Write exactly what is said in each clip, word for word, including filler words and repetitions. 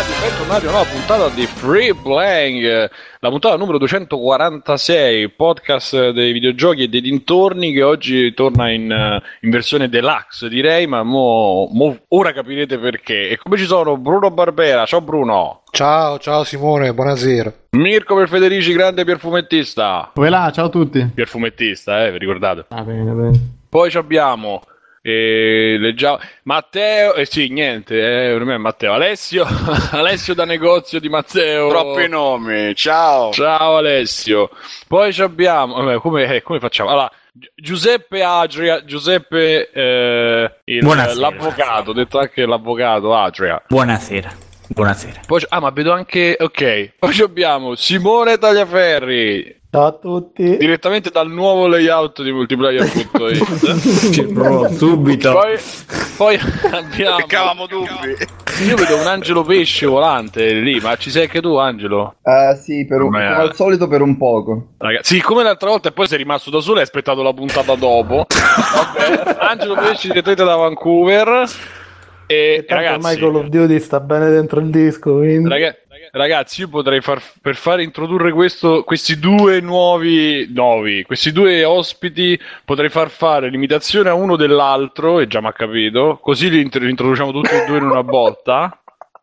bentornati, bentornati a una nuova puntata di Free Playing, la puntata numero duecentoquarantasei, podcast dei videogiochi e dei dintorni, che oggi torna in, in versione deluxe, direi, ma mo, mo, ora capirete perché. E come ci sono Bruno Barbera, ciao Bruno. Ciao, ciao Simone, buonasera. Mirko per Federici, grande pierfumettista. Voilà, ciao a tutti. Pierfumettista, eh, vi ricordate? Ah, bene, bene. Poi abbiamo... E leggiamo Matteo, eh sì, niente, eh, per me è Matteo. Alessio, Alessio da negozio di Matteo. Troppi nomi, ciao. Ciao Alessio. Poi ci abbiamo, vabbè, come, eh, come facciamo? Allora, Giuseppe Adria, Giuseppe eh, il, l'avvocato, detto anche l'avvocato Adria. Buonasera. Buonasera. Poi, ah, ma vedo anche, ok. Poi ci abbiamo Simone Tagliaferri. Ciao a tutti. Direttamente dal nuovo layout di multiplayer punto it. Subito. Poi, poi abbiamo. Peccavamo dubbi. Io vedo un angelo pesce volante lì, ma ci sei anche tu, Angelo? Uh, sì, per un, come al solito per un poco. Ragazzi, sì, come l'altra volta, e poi sei rimasto da solo e hai aspettato la puntata dopo. Vabbè, Angelo pesce direttamente da Vancouver. E, e ragazzi, ormai Call of Duty sta bene dentro il disco, quindi... Ragazzi, Ragazzi, io potrei far per far introdurre questo, questi due nuovi, nuovi, questi due ospiti, potrei far fare l'imitazione a uno dell'altro, e già mi ha capito, così li, li introduciamo tutti e due in una botta.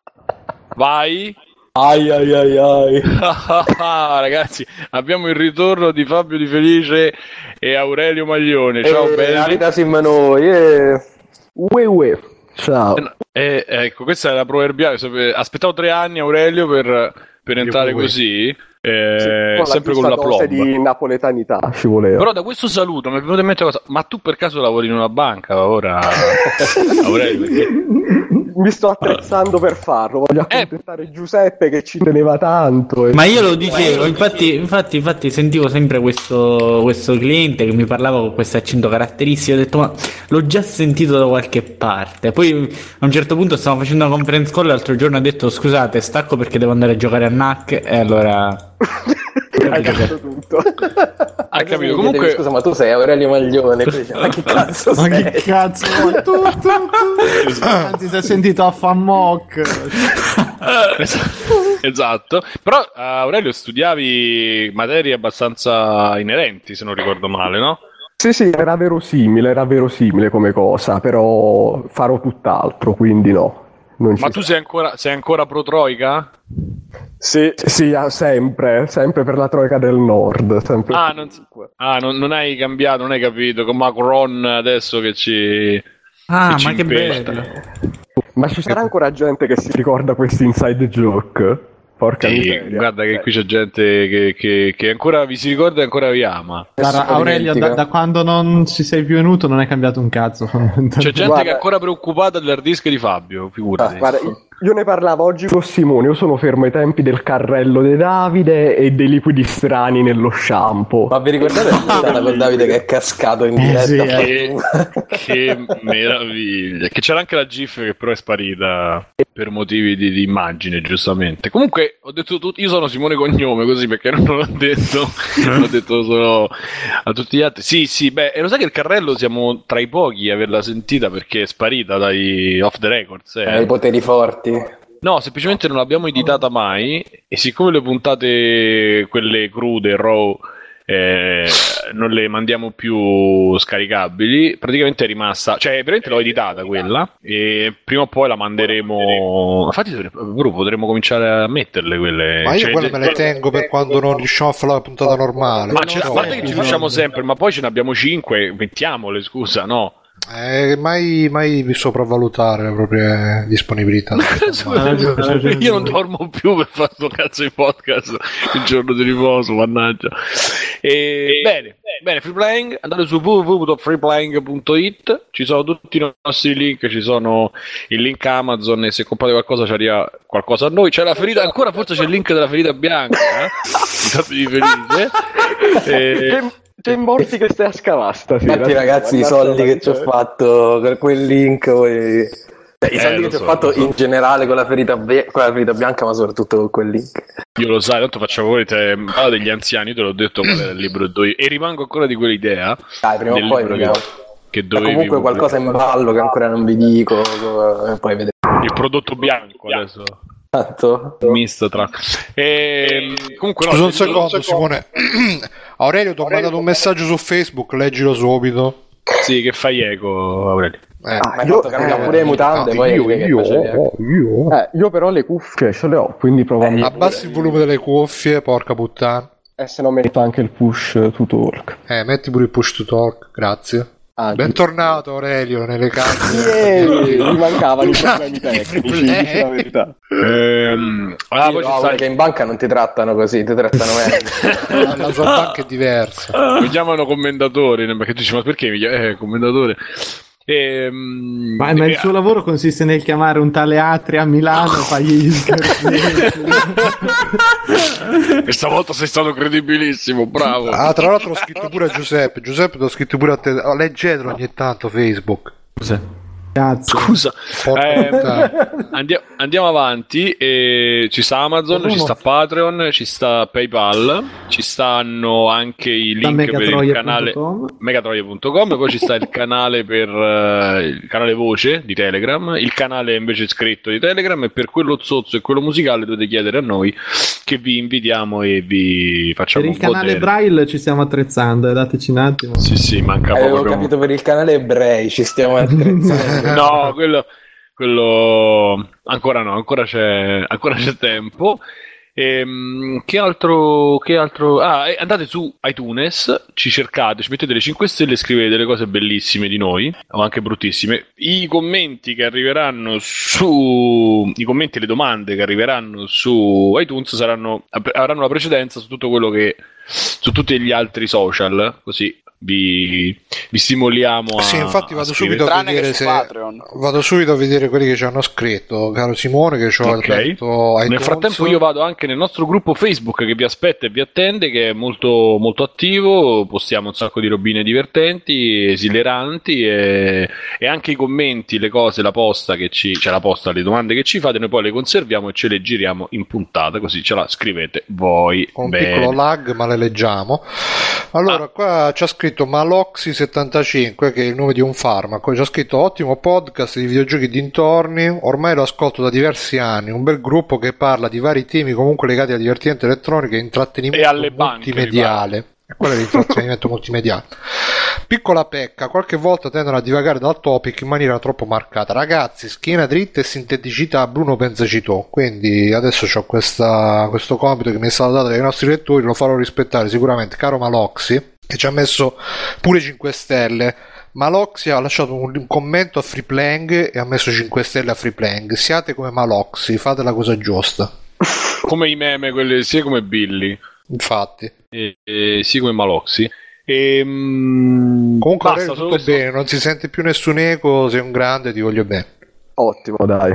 Vai. Ai ai ai ai. Ragazzi, abbiamo il ritorno di Fabio Di Felice e Aurelio Maglione. Ciao, eh, belli. La vita siamo noi. Eh. Ue ue. Ciao. Eh, ecco, questa è la proverbiale. Aspettavo tre anni, Aurelio, per, per entrare così. Eh, sì, sempre con la plomba di napoletanità ci voleva. Però da questo saluto mi è venuto in mente una cosa. Ma tu per caso lavori in una banca ora, Aurelio? Perché... Mi sto attrezzando per farlo. Voglio accontentare eh. Giuseppe che ci teneva tanto. E... Ma io lo dicevo, infatti, infatti, infatti sentivo sempre questo, questo cliente che mi parlava con questo accento caratteristico. Ho detto, ma l'ho già sentito da qualche parte. Poi a un certo punto stavo facendo una conference call. L'altro giorno ho detto, scusate, stacco perché devo andare a giocare a N A C. E allora... Hai capito tutto. Hai capito. Comunque, scusa, ma tu sei Aurelio Maglione. Ma che cazzo ma sei? Ma che cazzo vuoi? tu, tu, tu. Anzi, si è sentito a fan mock. Esatto. Però uh, Aurelio, studiavi materie abbastanza inerenti, se non ricordo male, no? Sì, sì, era verosimile, era verosimile come cosa, però farò tutt'altro, quindi no. Non Ma tu sei ancora, sei ancora pro Troika? Sì, sì, sempre, sempre per la Troika del Nord. Sempre ah, non, ah non, non hai cambiato, non hai capito, con Macron adesso che ci... Ah, che ma ci che impesta. bello. Ma ci sarà ancora gente che si ricorda questi inside joke? Porca sì, miseria. Guarda che qui c'è gente che, che, che ancora vi si ricorda e ancora vi ama. Guarda, Aurelio, da, da quando non ci sei più venuto non è cambiato un cazzo. C'è gente guarda, che è ancora preoccupata dell'hard disk di Fabio, figurati. Guarda, io ne parlavo oggi con Simone, io sono fermo ai tempi del carrello di Davide e dei liquidi strani nello shampoo. Ma vi ricordate la puntata con Davide che è cascato in diretta? Eh sì, che, che meraviglia. Che c'era anche la GIF che però è sparita per motivi di, di immagine, giustamente. Comunque ho detto tutto, io sono Simone Cognome, così perché non l'ho detto, l'ho detto solo a tutti gli altri. Sì, sì, beh, e lo sai che il carrello siamo tra i pochi a averla sentita perché è sparita dai off the records. Eh. Eh, i poteri forti. No, semplicemente non l'abbiamo editata mai e siccome le puntate, quelle crude, raw, eh, non le mandiamo più scaricabili, praticamente è rimasta, cioè veramente l'ho editata quella e prima o poi la manderemo, infatti potremmo cominciare a metterle quelle. Ma io cioè, quelle me le tengo per quando non riusciamo a fare la puntata normale. Ma ce, a parte che ci riusciamo sempre, ma poi ce ne abbiamo cinque, mettiamole, scusa, no? Eh, mai, mai sopravvalutare le proprie disponibilità. Io non dormo più per fare sto cazzo di podcast il giorno di riposo, mannaggia. E, bene, bene, Free Playing, andate su w w w punto free playing punto it, ci sono tutti i nostri link, ci sono il link Amazon e se comprate qualcosa ci arriva qualcosa a noi. C'è la ferita, ancora forse c'è il link della ferita bianca, eh? Di felice. E... C'è in morti che stai a scavare stasera. Infatti ragazzi i soldi che ci ho fatto per quel link poi... cioè, i eh, soldi che ci so, ho fatto so. in generale con la ferita, be- con la ferita bianca, ma soprattutto con quel link. Io lo sai, tanto facciamo voi te, parla degli anziani, io te l'ho detto qual era il libro e dove, e rimango ancora di quell'idea. Dai, prima o poi che, che dovevi comunque qualcosa in ballo che ancora non vi dico, e poi vedete. Il prodotto bianco adesso. Tanto. Misto tra. E, comunque, no, scusa un secondo, Simone. Aurelio, ti ho mandato un messaggio su Facebook, leggilo subito. Sì, che fai eco, Aurelio? Eh, ah, ma io cambiare eh, pure le mutande, no, poi io, io, io, io. Eh, io però le cuffie ce le ho, quindi provo eh, a abbassi il volume delle cuffie, porca puttana. E se no metto anche il push to talk. Eh, metti pure il push to talk, grazie. Ah, bentornato Aurelio nelle case. Yeah, mi mancavano i problemi tecnici, dici la verità. Ehm, ah, poi no, che in banca non ti trattano così, ti trattano meglio. la, la sua banca è diversa. Mi chiamano commendatori, perché tu dici ma perché mi chiami? Eh, commendatore. E, ma, ma il suo lavoro consiste nel chiamare un tale Atri a Milano, fagli gli scherzi. E stavolta sei stato credibilissimo, bravo. Ah, tra l'altro l'ho scritto pure a Giuseppe. Giuseppe l'ho scritto pure a te. Oh, leggetelo ogni tanto Facebook. Cos'è? Cazzo. Scusa, eh, andiamo, andiamo avanti. E ci sta Amazon, oh, ci sta Patreon, ci sta PayPal, ci stanno anche i link per il canale megatroie punto com, poi ci sta il canale per uh, il canale voce di Telegram, il canale invece scritto di Telegram, e per quello zozzo e quello musicale dovete chiedere a noi, che vi invitiamo e vi facciamo per il canale Braille ci stiamo attrezzando, dateci un attimo. Sì, sì, manca eh, poco. Avevo capito per il canale ebrei ci stiamo attrezzando. No, quello, quello ancora no, ancora c'è, ancora c'è tempo. Ehm, che altro, che altro? Ah, andate su iTunes, ci cercate, ci mettete le cinque stelle e scrivete delle cose bellissime di noi, o anche bruttissime. I commenti che arriveranno su, i commenti e le domande che arriveranno su iTunes saranno, avranno la precedenza su tutto quello che, su tutti gli altri social, così. Vi, vi stimoliamo a, sì, infatti vado subito a vedere se Patreon. vado subito a vedere quelli che ci hanno scritto, caro Simone, che ci ho okay. Nel frattempo io vado anche nel nostro gruppo Facebook che vi aspetta e vi attende, che è molto molto attivo, postiamo un sacco di robine divertenti, esileranti, e, e anche i commenti, le cose, la posta che ci, cioè la posta, le domande che ci fate, noi poi le conserviamo e ce le giriamo in puntata, così ce la scrivete voi. Con un bene. Piccolo lag, ma le leggiamo. Allora, ah. qua c'ha scritto Maloxi settantacinque, che è il nome di un farmaco. C'ha scritto: ottimo podcast di videogiochi e dintorni, ormai lo ascolto da diversi anni, un bel gruppo che parla di vari temi comunque legati alla divertimento elettronico e intrattenimento e alle multimediale. E quello è l'intrattenimento multimediale. Piccola pecca, qualche volta tendono a divagare dal topic in maniera troppo marcata. Ragazzi, schiena dritta e sinteticità, Bruno Penzacitò. Quindi adesso c'ho questa, questo compito che mi è stato dato dai nostri lettori, lo farò rispettare sicuramente. Caro Maloxi, che ci ha messo pure cinque stelle. Maloxi ha lasciato un, un commento a Freeplaying e ha messo cinque stelle a Freeplaying. Siate come Maloxi, fate la cosa giusta. Come i meme, quelli, sia come Billy. Infatti. E, e, sì, come Maloxi. E, mm, comunque basta, tutto bene, questo. Non si sente più nessun eco, sei un grande, ti voglio bene. Ottimo, dai.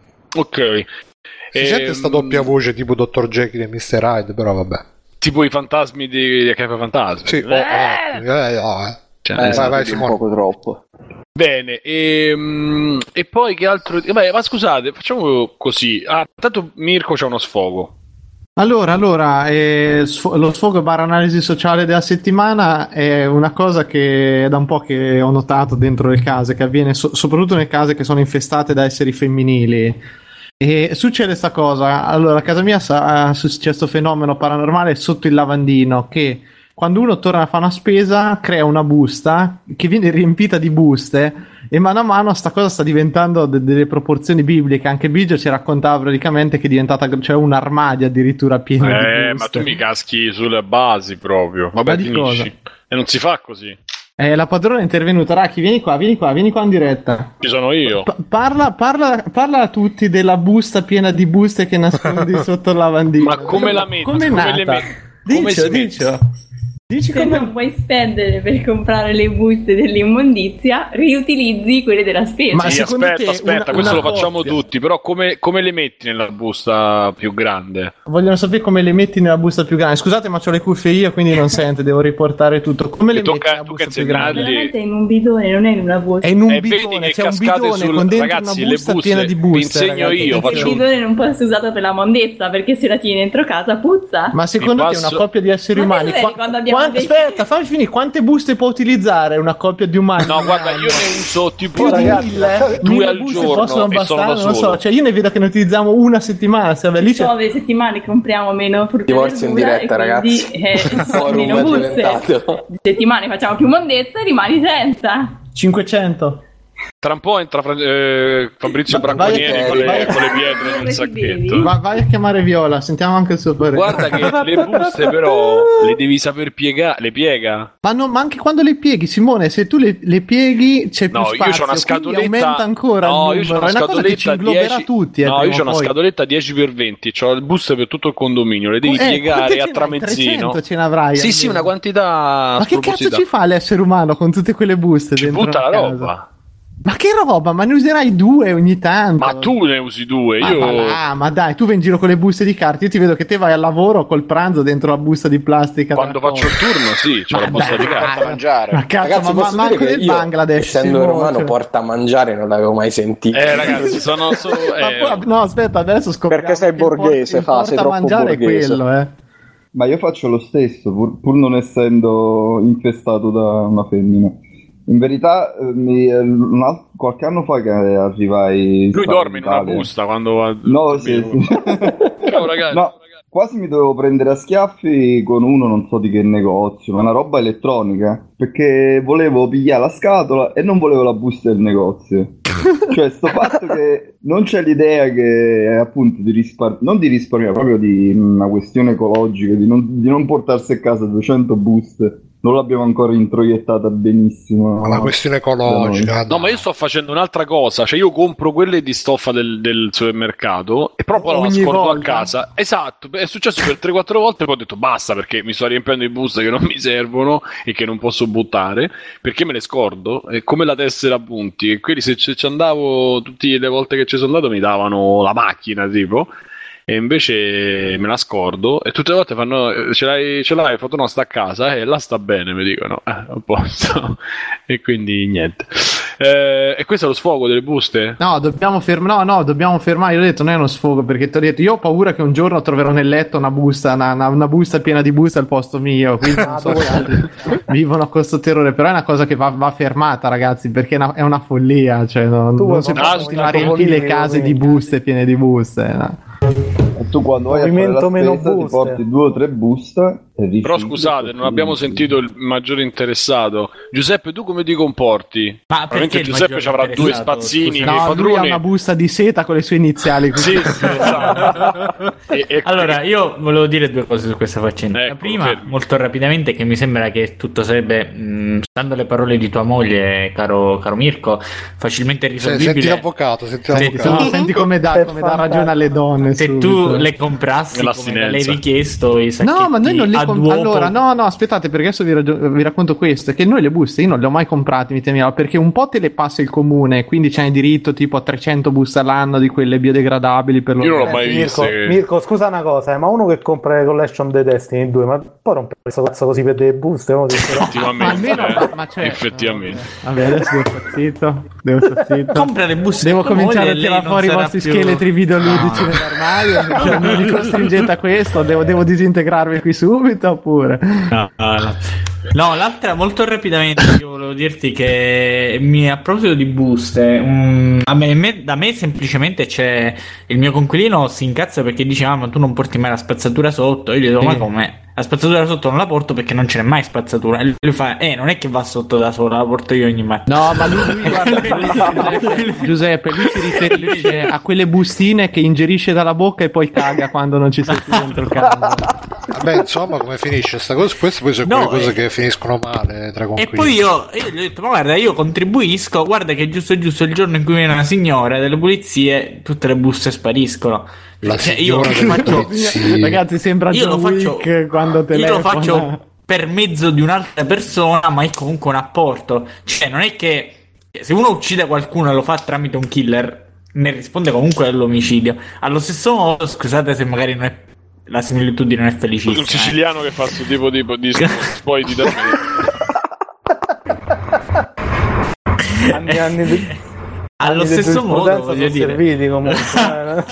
Ok. Si e, sente sta doppia voce tipo dottor Jekyll e mister Hyde, però vabbè. Tipo i fantasmi di, di Capo Fantasmi. Sì, eh! oh, oh, eh, oh, eh. Cioè, eh, vai, vai, un poco troppo. Bene, e, e poi che altro? Beh, ma scusate, facciamo così. Ah, tanto Mirko c'ha uno sfogo. Allora, allora eh, sfo- lo sfogo barra analisi sociale della settimana è una cosa che è da un po' che ho notato dentro le case, che avviene so- soprattutto nelle case che sono infestate da esseri femminili. E succede sta cosa. Allora, a casa mia sa- c'è questo fenomeno paranormale sotto il lavandino, che quando uno torna a fare una spesa crea una busta che viene riempita di buste, e mano a mano sta cosa sta diventando de- delle proporzioni bibliche. Anche Biggio ci raccontava praticamente che è diventata, cioè, un armadio addirittura pieno eh, di buste. Ma tu mi caschi sulle basi proprio. Vabbè, di finisci. Cosa? E non si fa così. Eh, la padrona è intervenuta. Raki, vieni qua, vieni qua, vieni qua in diretta. Ci sono io. Pa- parla, parla, parla a tutti della busta piena di buste che nascondi sotto il lavandino. Ma come la metti? Come è come nata? le metti? Dicio, dicio. Dici Se come... non puoi spendere per comprare le buste dell'immondizia, riutilizzi quelle della spesa. Ma sì, aspetta, te aspetta, una, questo una lo facciamo coppia. tutti, però come, come le metti nella busta più grande? Vogliono sapere come le metti nella busta più grande. Scusate, ma c'ho le cuffie io, quindi non sento, devo riportare tutto. Come E le tocca- metti nella tocca busta più grande? Veramente è in un bidone, non è in una busta. È in un Eh, vedi bidone, che c'è un cascate bidone sul- con dentro ragazzi, una le busta buste, piena di buste. vi insegno ragazzi. io, Perché faccio il bidone non può essere usato per la mondezza, perché se la tieni dentro casa puzza. Ma secondo Vi te passo- una coppia di esseri Ma umani che qua- vedi quando abbiamo quante, aspetta, fammi finire. Quante buste può utilizzare una coppia di umani? No, guarda, io ne uso tipo ragazzi, mille, due mille al giorno possono e sono bastare, da non lo solo. so. Cioè, io ne vedo che ne utilizziamo una settimana. Se lì c'è... nove settimane compriamo meno frutta e Divorzio in verdura diretta, e ragazzi. quindi eh, Forum meno è buste. diventato. Di settimane facciamo più mondezza e rimani senza. cinquecento. Tra un po' entra Fra- eh, Fabrizio Vai- Branconieri vai- con, le, vai- con le pietre nel sacchetto. Va, vai a chiamare Viola, sentiamo anche il suo parere. Guarda che le buste però le devi saper piegare, le piega. Ma, no, ma anche quando le pieghi, Simone, se tu le, le pieghi c'è più No, io spazio, c'ho una quindi scatoletta. aumenta ancora No, il io c'ho numero. una È una cosa che ci scatoletta ingloberà dieci tutti. Eh, No, prima io c'ho o una poi. scatoletta dieci per venti, c'ho le buste per tutto il condominio, le devi Eh, quante piegare ce a n'hai? tramezzino. trecento ce ne avrai. Sì, sì, almeno. una quantità Ma che cazzo sproposita. ci fa l'essere umano con tutte quelle buste Ci dentro butta la la casa? roba. Ma che roba? Ma ne userai due ogni tanto. Ma tu ne usi due, Ma io va là, ma dai, tu vai in giro con le buste di carta. Io ti vedo che te vai al lavoro col pranzo dentro la busta di plastica. quando della faccio il cosa. turno, sì, c'ho Ma la busta dai, di carta. Porta a mangiare. Ma cazzo, Ragazzi, ma, ma posso manco dire che nel io, Bangladesh. essendo Simone, romano, cioè. porta a mangiare non l'avevo mai sentito. Eh ragazzi, sono solo Ma eh, poi- no, aspetta, adesso scopriamo Perché sei che il por- borghese, il fa, sei porta a troppo mangiare è borghese. quello, eh. Ma io faccio lo stesso, pur, pur non essendo infestato da una femmina. In verità, eh, mi- eh, un alt- qualche anno fa che arrivai... lui stavo dorme in una Italia. busta quando va. No, sì, sì. Ciao ragazzi. No, quasi mi dovevo prendere a schiaffi con uno non so di che negozio, ma una roba elettronica, perché volevo pigliare la scatola e non volevo la busta del negozio. Cioè, sto fatto che non c'è l'idea che appunto di risparmiare, non di risparmiare, proprio di una questione ecologica, di non, di non portarsi a casa duecento buste. Non l'abbiamo ancora introiettata benissimo. Ma la questione ecologica. No, ma io sto facendo un'altra cosa, cioè io compro quelle di stoffa del, del supermercato e proprio la Ogni scordo volta? a casa. Esatto, è successo per tre quattro volte e poi ho detto basta perché mi sto riempiendo di buste che non mi servono e che non posso buttare, perché me le scordo, è come la tessera punti, e quindi se ci andavo tutte le volte che ci sono andato mi davano la macchina tipo. E invece me la scordo e tutte le volte fanno eh, ce l'hai, ce l'hai, ho fatto no, sta a casa e là sta bene, mi dicono eh, a posto. E quindi niente. Eh, e questo è lo sfogo delle buste? No, dobbiamo fermare. No, no, dobbiamo fermare. Io ho detto, non è uno sfogo perché ti ho detto, io ho paura che un giorno troverò nel letto una busta, una, una, una busta piena di buste al posto mio. Quindi non so se altri vivono con questo terrore. Però è una cosa che va, va fermata, ragazzi, perché è una, è una follia. Cioè, non, Tu non si vuoi può fare continuare a una riempire le follia, case di ovviamente. buste piene di buste. No? E tu quando vai a fare la Movimento meno spesa ti buste. porti due o tre buste e rifiuti. Però scusate, non abbiamo sentito il maggiore interessato. Giuseppe, tu come ti comporti? Ma Probabilmente perché il Giuseppe ci avrà maggiore due interessato, spazzini scusa? nei No, lui ha padroni. una busta di seta con le sue iniziali. Sì, sì, esatto. E- e- Allora, io volevo dire due cose su questa faccenda. La Ecco, prima, fermi. molto rapidamente, che mi sembra che tutto sarebbe, mh, stando le parole di tua moglie, caro, caro Mirko, facilmente Se- risolvibile. senti l'avvocato, senti Senti, l'avvocato. No, senti come dà, come dà ragione alle donne. Se subito. tu le comprassi come Nell'astinenza. l'hai richiesto, i sacchetti No, ma noi non le a compriamo. duopo- Allora, no, no, aspettate, perché adesso vi, ragio- vi racconto questo: è che noi le buste io non le ho mai comprate, mi temiamo, perché un po' te le passa il comune, quindi c'hai diritto tipo a trecento buste all'anno di quelle biodegradabili per lo Io non l'ho Eh, mai Mirko, visto. che- Mirko, scusa una cosa, eh, ma uno che compra le collection dei Destiny due, ma poi rompe questo cazzo così per delle buste, no? Effettivamente, Ma almeno- eh. ma cioè- effettivamente. Vabbè, adesso devo stare zitto. Devo stare zitto. Compra le buste Devo a tua cominciare moglie a e tirare lei fuori i non vostri sarà più- scheletri videoludici nell'armadio. Cioè, mi li costringete a questo? Devo, devo disintegrarvi qui subito oppure? No, no, no. No, l'altra molto rapidamente io volevo dirti che mi a proposito di buste, um, a me, me- da me semplicemente c'è il mio coinquilino si incazza perché dice ah ma tu non porti mai la spazzatura sotto, io gli dico ma come? La spazzatura sotto non la porto perché non ce n'è mai spazzatura e lui fa eh non è che va sotto da sola, la porto io ogni mattina. No, ma lui, lui guarda, lui- Giuseppe, lui si riferisce a quelle bustine che ingerisce dalla bocca e poi caga quando non ci sei più dentro casa. Beh, insomma, come finisce sta cosa? Queste poi sono No, quelle cose eh. che finiscono male tra E conquilini. poi io, io gli ho detto, ma guarda, io contribuisco, guarda che giusto giusto il giorno in cui viene una signora delle pulizie, tutte le buste spariscono. La Cioè, io signora delle faccio, pulizie. Ragazzi, sembra io lo John faccio, Wick quando io telefona. lo faccio per mezzo di un'altra persona, ma è comunque un apporto. Cioè, non è che se uno uccide qualcuno e lo fa tramite un killer, ne risponde comunque all'omicidio. Allo stesso modo, scusate se magari non è la similitudine non è felicissima. Un siciliano che fa questo tipo di, di poi di anni, anni di... allo stesso modo voglio dire serviti comunque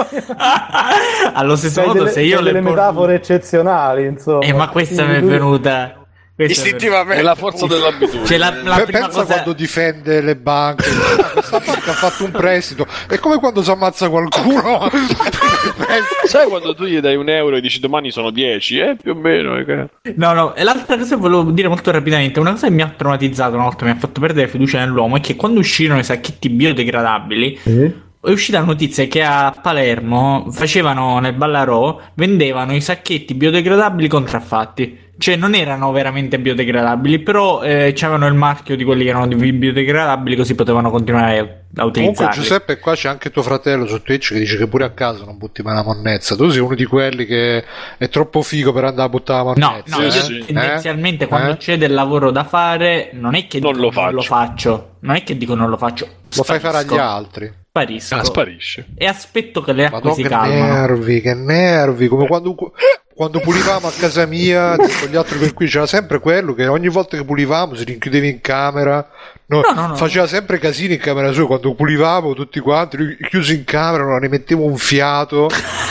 allo stesso Sei modo delle, se io delle le porto... metafore eccezionali insomma eh, ma questa mi è venuta istintivamente è la forza dell'abitudine. Cioè, la, la Beh, prima pensa cosa... quando difende le banche. Questa banca ha fatto un prestito. È come quando si ammazza qualcuno. Sai quando tu gli dai un euro e dici domani sono dieci? Eh, più o meno. Eh. No, no, e l'altra cosa che volevo dire molto rapidamente, una cosa che mi ha traumatizzato una volta, mi ha fatto perdere fiducia nell'uomo, è che quando uscirono i sacchetti biodegradabili... Eh? È uscita la notizia che a Palermo facevano nel Ballarò, vendevano i sacchetti biodegradabili contraffatti. Cioè non erano veramente biodegradabili, però eh, c'avevano il marchio di quelli che erano biodegradabili, così potevano continuare a utilizzarli. Comunque Giuseppe, qua c'è anche tuo fratello su Twitch che dice che pure a casa non butti mai la monnezza. Tu sei uno di quelli che è troppo figo per andare a buttare la monnezza. No, no, eh? io sì. tendenzialmente eh? quando eh? c'è del lavoro da fare non è che non dico lo faccio. non lo faccio, non è che dico non lo faccio, lo fai fare agli altri. Sparisco. Ah, sparisce. E aspetto che le acque Madonna, si che calmano. nervi, che nervi, come quando, quando pulivamo a casa mia con gli altri per cui c'era sempre quello che ogni volta che pulivamo si rinchiudeva in camera. No, no, no, no. Faceva sempre casini in camera sua quando pulivamo tutti quanti, lui chiuso in camera, non ne mettevo un fiato.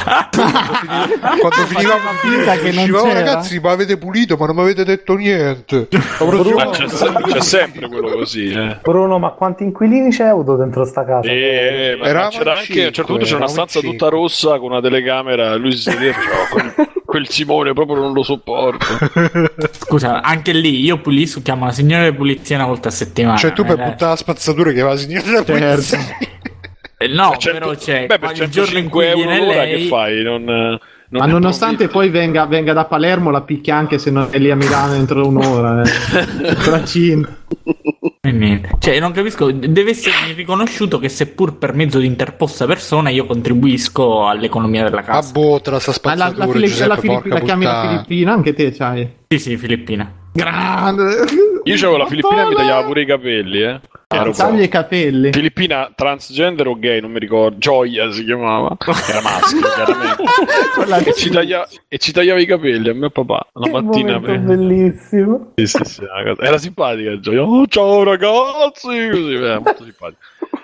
Quando finivamo finta che non dicevamo, c'era. ragazzi, ma avete pulito, ma non mi avete detto niente. Ma c'è, se- c'è sempre quello così, eh. Bruno, ma quanti inquilini c'è avuto dentro sta casa? Eh, ma Eravamo c'era anche cinque, a un certo punto c'era una eravamo stanza cinque. tutta rossa con una telecamera, lui si sedeva e diceva, "Oh, quel, quel Simone proprio non lo sopporto". Scusa, anche lì io pulisco, chiamo la signora di pulizia una volta a settimana. Cioè tu per eh, buttare la spazzatura che va la signora polizia. eh, no, Per cento- però c'è beh, per il giorno in cui centocinque euro viene l'ora lei... che fai? Non, non Ma nonostante poi venga, venga da Palermo, la picchia anche se non è lì a Milano entro un'ora. Eh. Con la cinta. E niente. Cioè, non capisco, deve essere riconosciuto che seppur per mezzo di interposta persona io contribuisco all'economia della A casa. botta sta Ma la, spazzatura, la, Fili- Giuseppe, la, Filippi- porca la chiami la puttana. Filippina? Anche te c'hai. Sì, sì, Filippina. Grande. Io c'avevo la Filippina e mi tagliava pure i capelli, eh. Ero Taglia i capelli. Filippina transgender o gay, non mi ricordo. Gioia si chiamava. Era maschio, chiaramente. e, ci tagliava, e ci tagliava i capelli a mio papà la Che mattina. momento bellissimo. Sì, sì, sì, una cosa- era simpatica Gioia. Oh, ciao ragazzi, così, era molto simpatica.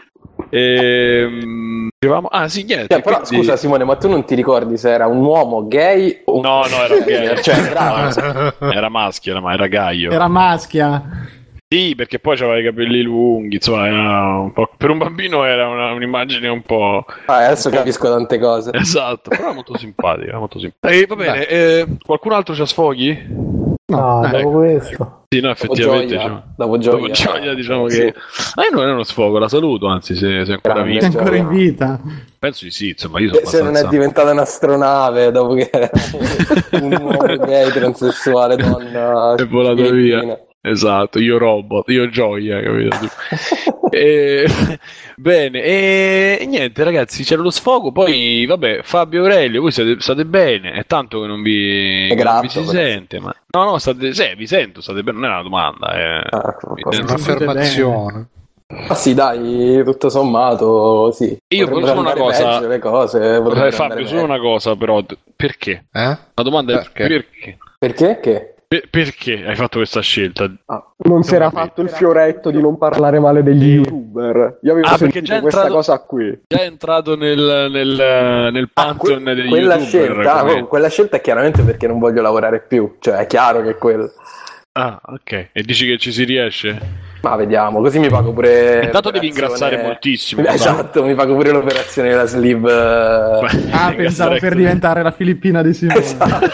Ehm, dicevamo- ah sì, niente. Cioè, però quindi- scusa Simone, ma tu non ti ricordi se era un uomo gay o un... No, no, era un gay. Cioè, bravo. No, era maschio, era, ma era gaio. Era maschia. Sì, perché poi aveva i capelli lunghi, insomma, era un po'... per un bambino era una- un'immagine un po'... Ah, adesso capisco tante cose. Esatto, però era molto simpatica, era molto simpatica. E va bene, eh, qualcun altro c'ha sfoghi? No, dai. dopo questo. Sì, no, Dopo effettivamente gioia, diciamo, dopo gioia, dopo gioia, diciamo Sì. che... Ma io non è uno sfogo, la saluto, anzi, se, se è ancora Grande. vivo. È ancora in vita. Penso di sì, insomma, io sono Se non è abbastanza... diventata un'astronave dopo che era un uomo gay, transessuale, donna È volato filippina. via. Esatto, io robot, io gioia, capito? e... Bene, e... e niente ragazzi, c'era lo sfogo, poi vabbè, Fabio Aurelio, voi siete, state bene, è tanto che non vi, È che non vi grato, si perché- sente, ma... No, no, state... sì, vi sento, state bene, non è una domanda, è... Ah, Vi cosa- sento- Un'affermazione. Ma sì, dai, tutto sommato, sì. Io Potrebbero solo una andare cosa- peggio le cose, Vorrei potrebbero Fabio, andare solo meglio. una cosa però, d- perché? Eh? La domanda è Perché? perché? Perché? Che? Per- perché hai fatto questa scelta? Non si era fatto il fioretto di non parlare male degli youtuber. Io avevo Ah, perché sentito già è questa entrato- cosa qui. Già è entrato nel, nel, nel pantheon Que- degli quella youtuber. scelta, come- no, quella scelta è chiaramente perché non voglio lavorare più, cioè è chiaro che è quello. Ah, ok. E dici che ci si riesce? Ma vediamo, così mi pago pure. Intanto devi l'operazione- ingrassare moltissimo. Esatto, mi pago pure l'operazione della sleeve. eh, Ah, pensavo per diventare la Filippina di Simone. Esatto.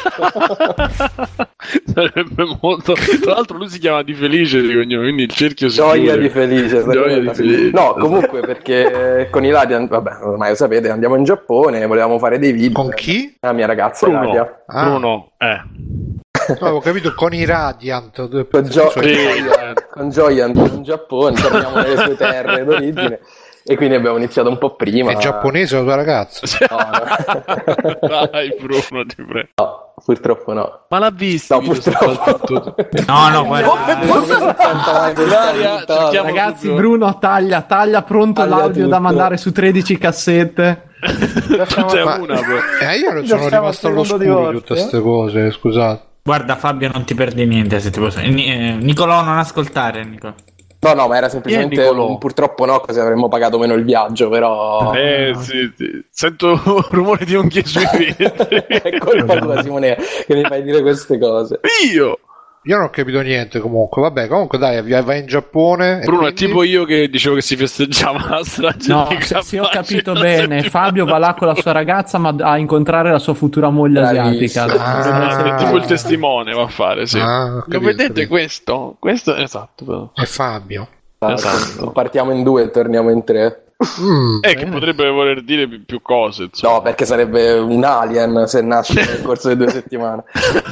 Sarebbe molto. Tra l'altro, lui si chiama Di Felice di cognome, quindi il cerchio si Gioia chiude. di Felice. Gioia di Felice. No, comunque perché con Ilaria, vabbè, ormai lo sapete, andiamo in Giappone, volevamo fare dei video. Con chi? La mia ragazza Bruno. Ilaria. Ah. Bruno, eh. No, avevo capito con i Radiant. due- Con, Gio- Sì. Gioia- con Gioia andiamo in Giappone, torniamo nelle sue terre d'origine. E quindi abbiamo iniziato un po' prima. È giapponese la tua ragazza? No, no. Dai, Bruno, ti prego. No, purtroppo no. Ma l'ha visto? No, purtroppo. No, no, guarda. Ilaria, cerchiamo Ragazzi, proprio- Bruno taglia, taglia pronto Taglia l'audio da tutto. mandare su tredici cassette. C'è Ma- una, poi. Eh, io non Già sono siamo rimasto al all'oscuro secondo di divorzio, tutte eh? queste cose, scusate. Guarda Fabio, non ti perdi niente se ti posso... Ni- eh, Nicolò, non ascoltare, Nicolò. No, no, ma era semplicemente un, purtroppo no, così avremmo pagato meno il viaggio, però... Eh, sì, sì. Sento un rumore di unghie sui vetri. È colpa tua, Simone, che mi fai dire queste cose. Io! Io non ho capito niente comunque, vabbè, comunque dai, vai in Giappone. Bruno, quindi... è tipo io che dicevo che si festeggiava la strage no, di se, se ho capito bene, bene, Fabio va là con la sua ragazza ma a incontrare la sua futura moglie asiatica. Ah, tipo il testimone va a fare, sì. Ah, lo vedete questo? Questo esatto, però. È Fabio. Esatto. Partiamo in due e torniamo in tre. Mm. È che potrebbe voler dire più, più cose, insomma. No, perché sarebbe un alien se nasce nel corso di due settimane.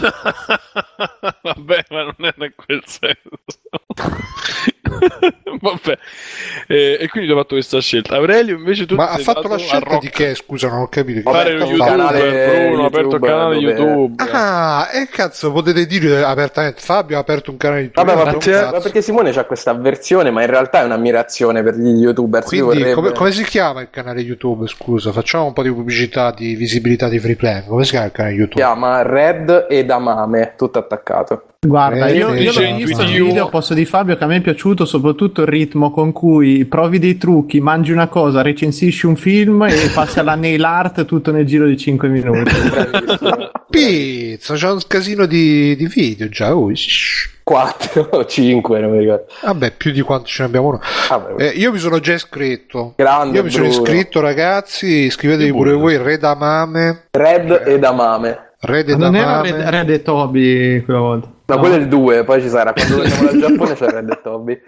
Vabbè, ma non è in quel senso. Vabbè. Eh, e quindi ho fatto questa scelta. Aurelio invece tu ma ha fatto la scelta di che? Scusa, non ho capito. Fare un youtuber, Bruno ha aperto il canale YouTube. Ah, e eh, cazzo, potete dire apertamente Fabio ha aperto un canale YouTube. Vabbè, ma, perché, ma perché Simone c'ha questa avversione, ma in realtà è un'ammirazione per gli youtuber. Quindi vorrebbe... come, come si chiama il canale YouTube? Scusa, facciamo un po' di pubblicità, di visibilità di Freeplan. Come si chiama il canale YouTube? Si chiama Red e Damame, tutto attaccato. Guarda, eh, io, io l'ho visto il video, posso di Fabio che a me è piaciuto soprattutto il ritmo con cui provi dei trucchi, mangi una cosa, recensisci un film e passi alla nail art tutto nel giro di cinque minuti. Pizza, c'è un casino di, di video già. Oh, quattro o cinque, non mi ricordo. Vabbè, più di quanto ce ne abbiamo uno. Ah, eh, io mi sono già iscritto. Grande io mi Bruno. sono iscritto, ragazzi. Iscrivetevi pure voi. Red Amame. Red e Damame. Red e non Damame. era Red, Red e Toby quella volta. No, no, quello è il due, poi ci sarà. Quando torniamo dal Giappone c'è Red e Toby.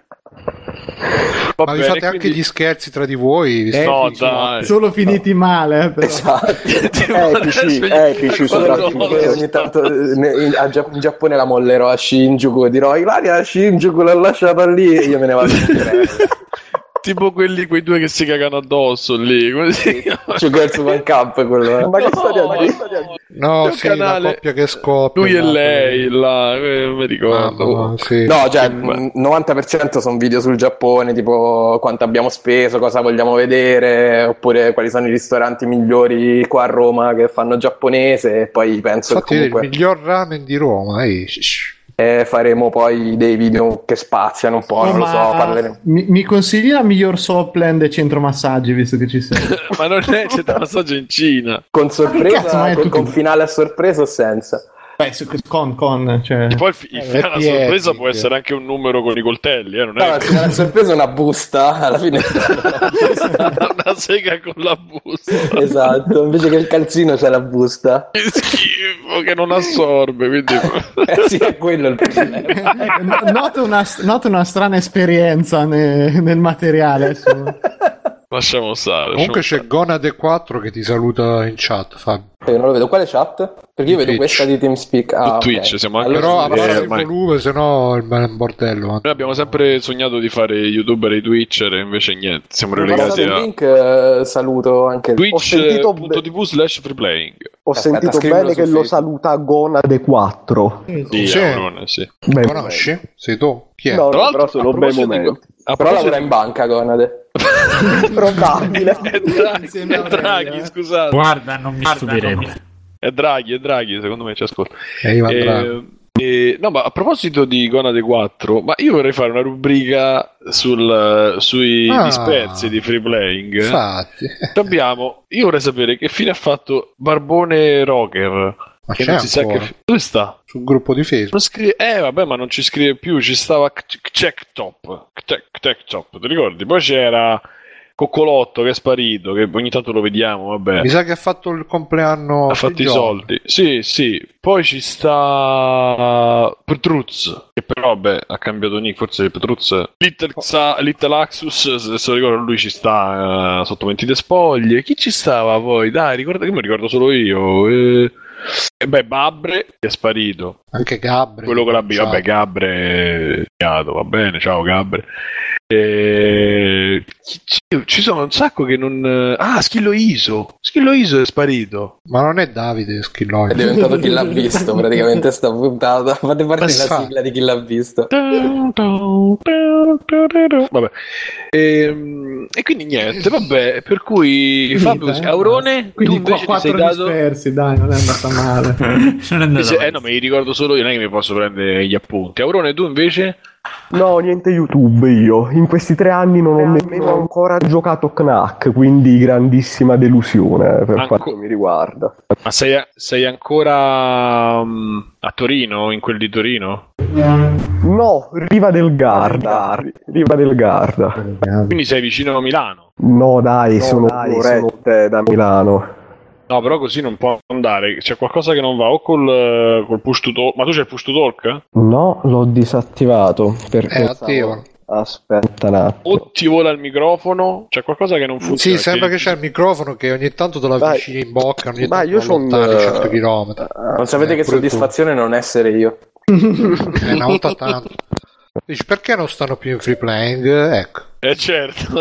Ma Va vi bene, fate quindi... anche gli scherzi tra di voi? Eh, no, dai. Solo finiti no. male. Però. Esatto. epici, epici soprattutto. Ogni tanto in Giappone la mollerò a Shinjuku e dirò Ilaria a Shinjuku l'ho lasciata lì e io me ne vado in treno. Tipo quelli, quei due che si cagano addosso lì, come si chiama? C'è Girls One Cup quello. Ma che storia di? No, sì, canale... la coppia che scoppia. Lui e lei, là, eh, mi ricordo. Ah, sì. No, cioè, il novanta per cento sono video sul Giappone, tipo quanto abbiamo speso, cosa vogliamo vedere, oppure quali sono i ristoranti migliori qua a Roma che fanno giapponese, e poi penso Infatti, che comunque... il miglior ramen di Roma, eh. E faremo poi dei video che spaziano un po', oh, non lo so, parleremo. Mi, mi consigli la miglior Soapland e centro massaggi, visto che ci sei? Ma non è centro massaggio in Cina. Con sorpresa, cazzo, con, con finale a sorpresa o senza? Beh, con, con, cioè... E poi il, il finale a sorpresa può essere anche un numero con i coltelli, eh? Non è no, il finale a sorpresa è una busta, alla fine una, busta. Una sega con la busta. Esatto, invece che il calzino c'è la busta. Che schifo, che non assorbe, quindi... eh sì, è quello il problema. Noto una, noto una strana esperienza ne, nel materiale. Insomma. Lasciamo stare. Comunque lasciamo c'è Gonade quattro che ti saluta in chat, Fabio. Io non lo vedo. Quale chat? Perché io vedo Twitch. questa di TeamSpeak. Ah, Twitch, okay. siamo anche Però allora, abbassa eh, il volume, se no il è un bordello. Noi abbiamo sempre sognato di fare youtuber e twitcher e invece niente, siamo ho relegati il a link, eh, saluto anche twitch punto tv slash freeplaying. Ho Aspetta, sentito scrivilo bene su che lo Facebook. saluta Gonade quattro. Sì, Sì. Aurone, sì. Beh, Conosci? Sei tu? Chi è? no, Tra no, l'altro, però sono a bei proposito di- momenti. a Però proposito lavora in banca, Gonade. Probabile. È Draghi, è Draghi, scusate. Guarda, non mi stupirebbe. È Draghi, è Draghi, secondo me ci ascolta. È Ivan Draghi. Eh, eh, no, ma a proposito di Gonade quattro, ma io vorrei fare una rubrica sul, sui Ah. dispersi di free playing. Infatti. Abbiamo, io vorrei sapere che fine ha fatto Barbone Rocker. Ma Che c'è non si sa ancora? che... Dove sta? Sul gruppo di Facebook. Non scrive... Eh vabbè, ma non ci scrive più, ci stava Cecktop. Cecktop, ti ricordi? Poi c'era Coccolotto che è sparito, che ogni tanto lo vediamo, vabbè. Mi sa che ha fatto il compleanno. Ha fatto i Figliolo. soldi. Sì, sì. Poi ci sta Petruz, che però vabbè ha cambiato nick, forse Petruz. Little, Xa- Little Axus, se se lo ricordo lui ci sta uh, sotto mentite spoglie. Chi ci stava poi? Dai, ricorda che mi ricordo solo io. Eh... E beh, Babbre che è sparito. Anche Gabri. Quello con la B, Ciao. vabbè, Gabbre va bene, ciao Gabbre. E... Ci, ci sono un sacco che non... Ah, Schillo Iso. Schillo Iso è sparito. Ma non è Davide Schilloi. È diventato Chi l'ha visto praticamente sta puntata. Fate parte della Fa. sigla di Chi l'ha visto. Vabbè. E, e quindi niente, vabbè, per cui Finita, Fabio, eh? Aurone, Quindi tu invece ti quattro sei dato... dispersi, dai, non è andata male. Non è andato Eh no, me li ricordo solo io, non è che mi posso prendere gli appunti. Aurone, tu invece? No, niente YouTube io. In questi tre anni non ho nemmeno ancora giocato Knack, quindi grandissima delusione per Anco- quanto mi riguarda. Ma sei, sei ancora um, a Torino, in quel di Torino? No, Riva del Garda. Riva del Garda. Quindi sei vicino a Milano? No, dai, No, sono dai, un'oretta da Milano. No, però così non può andare. C'è qualcosa che non va o col, col push to talk. Ma tu c'hai il push to talk? No, l'ho disattivato perché È attivo. Aspetta un attimo. O ti vola il microfono? C'è qualcosa che non funziona. Sì, sembra che c'è il microfono che ogni tanto te lo Vai. avvicini in bocca, ogni Ma tanto io lo allontani son, cento eh, chilometri. Non sapete Eh, che pure tu. soddisfazione non essere io. È una volta tanto. Dici, perché non stanno più in free playing? Ecco. Eh certo.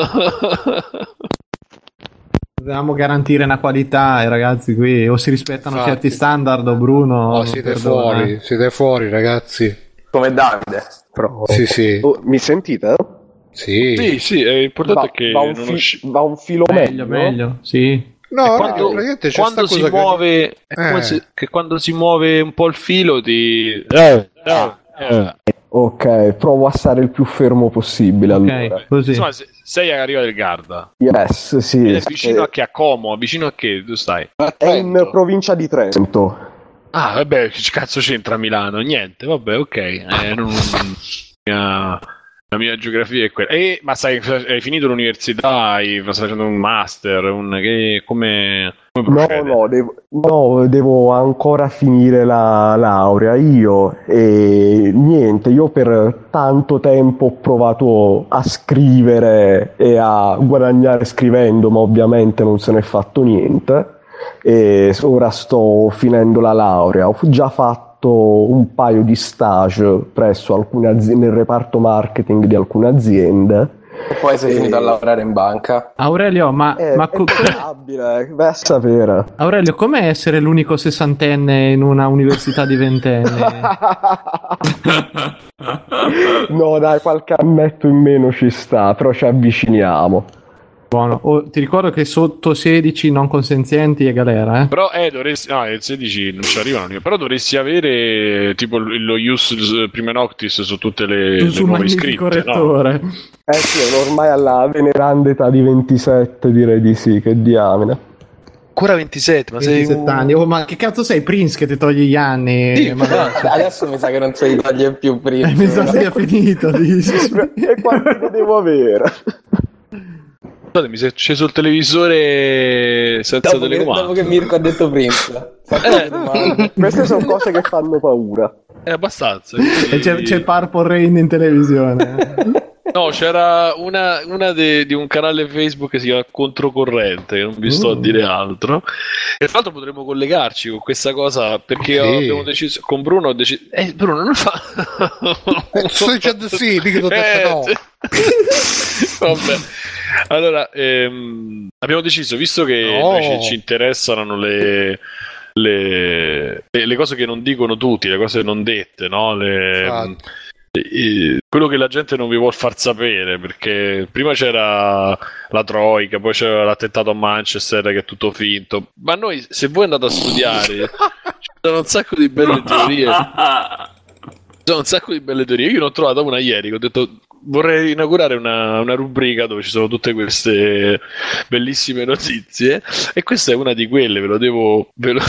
Dobbiamo garantire una qualità ai ragazzi qui, o si rispettano Infatti. certi standard o Bruno. No, non siete perdona. fuori, siete fuori, ragazzi. Come Davide. Però- Sì, sì. Oh, mi sentite? Sì. Sì, sì, è importante Va, che va un, non fi- usci- va un filo Meglio, meglio. meglio, sì. No, quando, no, praticamente c'è quando sta si cosa che- muove è come Eh. se- che quando si muove un po' il filo ti eh, eh, eh. Ok, provo a stare il più fermo possibile allora. Ok, così. Insomma, se- sei a Riva del Garda. Yes, sì. Ed è vicino Eh, a che? A Como? Vicino a che? Tu stai? è in provincia di Trento. Ah, vabbè, che cazzo c'entra Milano? Niente, vabbè, ok. Eh, non, mia- la mia geografia è quella. Eh, ma sai, hai finito l'università, hai, stai facendo un master, un, che, come, come No, procede? no devo, no, devo ancora finire la laurea io e niente, io per tanto tempo ho provato a scrivere e a guadagnare scrivendo, ma ovviamente non se ne è fatto niente e ora sto finendo la laurea. Ho già fatto un paio di stage presso alcune aziende, nel reparto marketing di alcune aziende. E poi sei Eh. finito a lavorare in banca. Aurelio, ma, È, ma è co- probabile, vai a sapere. Aurelio, com'è essere l'unico sessantenne in una università di ventenni? No, dai, qualche annetto in meno ci sta, però ci avviciniamo. Buono. Oh, ti ricordo che sotto sedici non consenzienti è galera, eh? Però eh, dovresti. No, il sedici non ci arrivano. Però dovresti avere tipo lo use prima noctis su tutte le, Tu le sul nuove magnifico iscritte. No? rettore. Eh sì, ormai alla veneranda età di ventisette direi di sì, che diamine. Ancora ventisette, ma sei ventisette anni. Oh, ma che cazzo sei, Prince, che ti togli gli anni? Sì, Ma- Adesso mi sa che non se li toglie più prima. Eh, mi sa sia finito. dici. E quanti ne devo avere? Scusate, mi si è acceso il televisore senza Dopo che, telecomando. dopo che Mirko ha detto Prince. Fatti Eh. le domande. Queste sono cose che fanno paura. È abbastanza. E c'è, c'è Purple Rain in televisione. No, c'era una, una de- di un canale Facebook che si chiama Controcorrente, che non vi sto a dire altro. E tra l'altro potremmo collegarci con questa cosa perché Sì. abbiamo deciso con Bruno. Ho deciso, eh, Bruno non fa. Eh, sto dicendo sì, mica ti ho detto Eh, no. sì. Vabbè. Allora, ehm, abbiamo deciso, visto che No. noi ci, ci interessano le, le, le- le cose che non dicono tutti, le cose non dette, no? Le, Esatto. eh, quello che la gente non vi vuol far sapere, perché prima c'era la Troika, poi c'era l'attentato a Manchester che è tutto finto. Ma noi, se voi andate a studiare, ci sono un sacco di belle teorie. Ci sono un sacco di belle teorie. Io ne ho trovata una ieri che ho detto vorrei inaugurare una, una rubrica dove ci sono tutte queste bellissime notizie e questa è una di quelle, ve lo devo ve lo...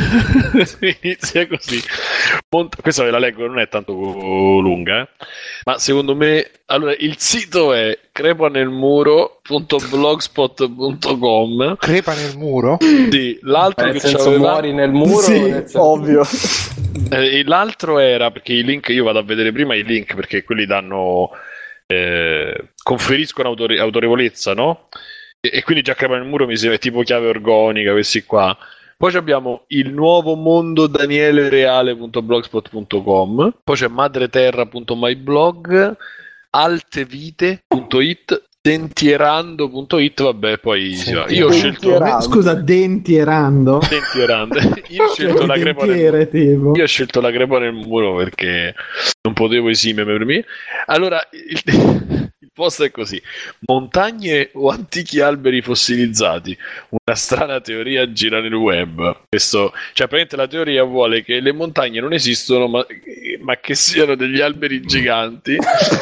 inizia così. Mont- questa ve la leggo, non è tanto lunga, eh? Ma secondo me allora il sito è crepanelmuro punto blogspot punto com. Crepa nel muro? Sì, l'altro Nel che senso c'aveva... muori nel muro? Sì, nel senso- ovvio. Eh, e l'altro era perché i link, io vado a vedere prima i link perché quelli danno eh, conferiscono autori- autorevolezza, no? E, e quindi già Crepa nel muro mi sembra tipo chiave organica, questi qua. Poi abbiamo il nuovo mondo daniele reale punto blogspot punto com, poi c'è madreterra punto myblog, altevite punto it, dentierando punto it, vabbè, poi si va. Io ho scelto Dentierando. Scusa, dentierando? dentierando. Io ho scelto Cioè, la crepa nel dentiere, tipo. Io ho scelto la crepa nel muro perché non potevo esimermi. Allora, il, il post è così: montagne o antichi alberi fossilizzati? Una strana teoria gira nel web. Questo, cioè, praticamente la teoria vuole che le montagne non esistono, ma, ma che siano degli alberi giganti.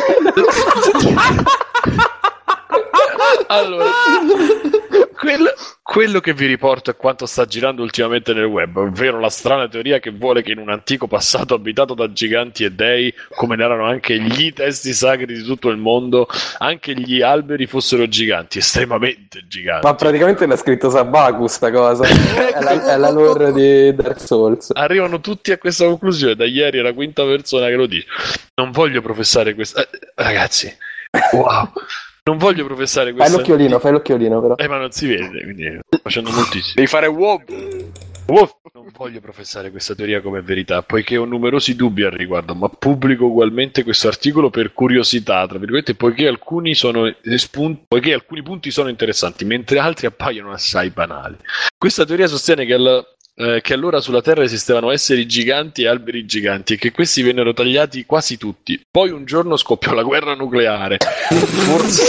Allora, quello, quello che vi riporto è quanto sta girando ultimamente nel web, ovvero la strana teoria che vuole che in un antico passato abitato da giganti e dei, come ne erano anche gli testi sacri di tutto il mondo, anche gli alberi fossero giganti, estremamente giganti. Ma praticamente l'ha scritto Sabaku sta cosa. È la, è la lore di Dark Souls. Arrivano tutti a questa conclusione, da ieri è la quinta persona che lo dice. Non voglio professare questa... Eh, ragazzi, wow... Non voglio professare questa... Fai l'occhiolino, fai l'occhiolino però. Eh, ma non si vede, quindi sto facendo moltissimo. Devi fare wow. Wow. Non voglio professare questa teoria come verità, poiché ho numerosi dubbi al riguardo, ma pubblico ugualmente questo articolo per curiosità, tra virgolette, poiché alcuni sono spunti, poiché alcuni punti sono interessanti, mentre altri appaiono assai banali. Questa teoria sostiene che al... Eh, che allora sulla Terra esistevano esseri giganti e alberi giganti e che questi vennero tagliati quasi tutti. Poi un giorno scoppiò la guerra nucleare. Forse...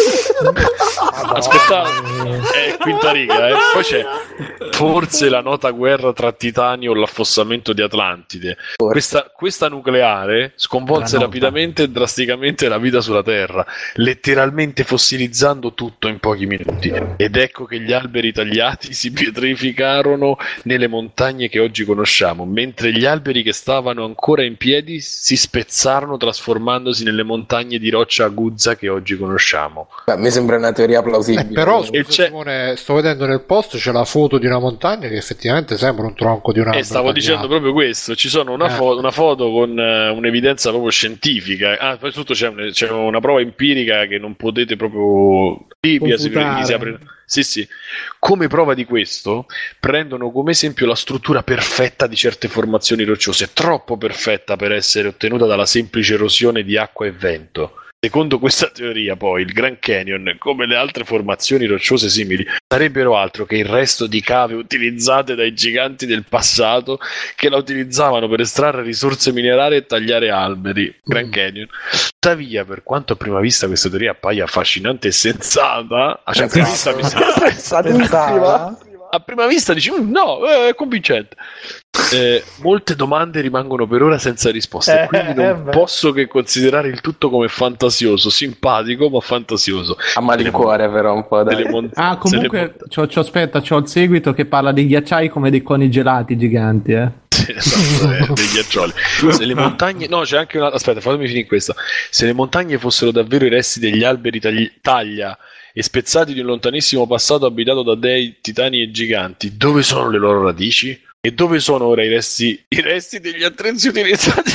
Aspettate, è quinta riga, eh. Poi c'è forse la nota guerra tra titani o l'affossamento di Atlantide. Questa, questa nucleare sconvolse rapidamente e drasticamente la vita sulla Terra, letteralmente fossilizzando tutto in pochi minuti. Ed ecco che gli alberi tagliati si pietrificarono nelle montagne che oggi conosciamo, mentre gli alberi che stavano ancora in piedi si spezzarono trasformandosi nelle montagne di roccia aguzza che oggi conosciamo. Beh, mi sembra una teoria plausibile. Eh, però scusa, Simone, sto vedendo nel post c'è la foto di una montagna che effettivamente sembra un tronco di un albero. E stavo tagliato. Dicendo proprio questo, ci sono una, eh. fo- una foto con uh, un'evidenza proprio scientifica, ah, poi tutto c'è, un, c'è una prova empirica che non potete proprio... Libia, si, si apre... Sì, sì. Come prova di questo, prendono come esempio la struttura perfetta di certe formazioni rocciose, troppo perfetta per essere ottenuta dalla semplice erosione di acqua e vento. Secondo questa teoria, poi, il Grand Canyon, come le altre formazioni rocciose simili, sarebbero altro che il resto di cave utilizzate dai giganti del passato che la utilizzavano per estrarre risorse minerali e tagliare alberi. Grand Canyon. Tuttavia, per quanto a prima vista questa teoria appaia affascinante e sensata, a certa vista mi sembra a prima vista dici mm, no, è convincente. Eh, molte domande rimangono per ora senza risposta, eh, quindi non eh, posso che considerare il tutto come fantasioso, simpatico ma fantasioso. A malincuore però un po', dai. Mont- ah, comunque mont- c'ho, c'ho, aspetta, c'ho il seguito che parla dei ghiacciai come dei coni gelati giganti, eh. Esatto, eh, dei ghiaccioli. Se le montagne, no, c'è anche una. Aspetta, fatemi finire questa. Se le montagne fossero davvero i resti degli alberi tagli... taglia e spezzati di un lontanissimo passato abitato da dei, titani e giganti, dove sono le loro radici? E dove sono ora i resti, i resti degli attrezzi utilizzati?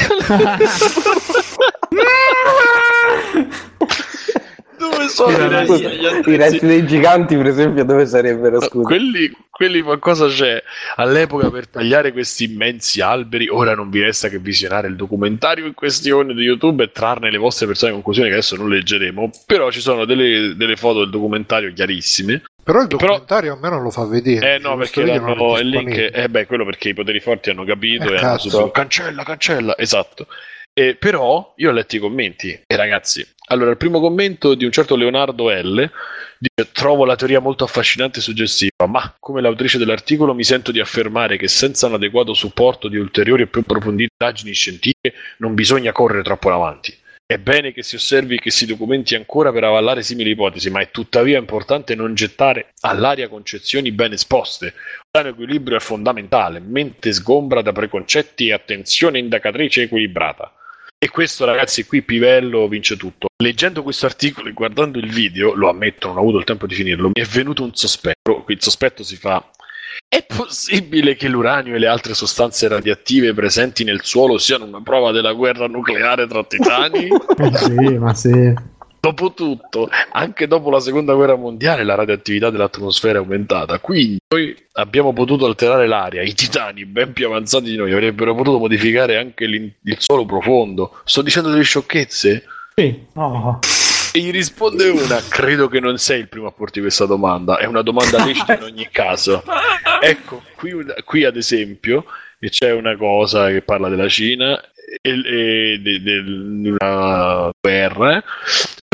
Dove sono i resti degli attrezzi? I resti dei giganti, per esempio, dove sarebbero? Scusa. Quelli, quelli qualcosa c'è. All'epoca per tagliare questi immensi alberi, ora non vi resta che visionare il documentario in questione di YouTube e trarne le vostre personali conclusioni che adesso non leggeremo, però ci sono delle, delle foto del documentario chiarissime. Però il documentario però, a me non lo fa vedere. Eh no, perché l'hanno, il link è, eh beh, quello perché i poteri forti hanno capito eh, e hanno subito, cancella, cancella, esatto. Eh, però io ho letto i commenti e ragazzi, allora il primo commento di un certo Leonardo L dice: trovo la teoria molto affascinante e suggestiva, ma come l'autrice dell'articolo mi sento di affermare che senza un adeguato supporto di ulteriori e più approfondite indagini scientifiche non bisogna correre troppo avanti. È bene che si osservi e che si documenti ancora per avallare simili ipotesi, ma è tuttavia importante non gettare all'aria concezioni ben esposte. Un sano equilibrio è fondamentale, mente sgombra da preconcetti e attenzione indagatrice equilibrata. E questo, ragazzi, qui Pivello vince tutto. Leggendo questo articolo e guardando il video, lo ammetto, non ho avuto il tempo di finirlo, mi è venuto un sospetto. Il sospetto si fa: è possibile che l'uranio e le altre sostanze radioattive presenti nel suolo siano una prova della guerra nucleare tra titani? Sì, ma sì. Dopotutto, anche dopo la seconda guerra mondiale la radioattività dell'atmosfera è aumentata, quindi noi abbiamo potuto alterare l'aria. I titani ben più avanzati di noi avrebbero potuto modificare anche il suolo profondo. Sto dicendo delle sciocchezze? Sì. Oh. E gli risponde una: credo che non sei il primo a porti questa domanda, è una domanda lecita in ogni caso. Ecco, qui, qui ad esempio c'è una cosa che parla della Cina e, e di una guerra.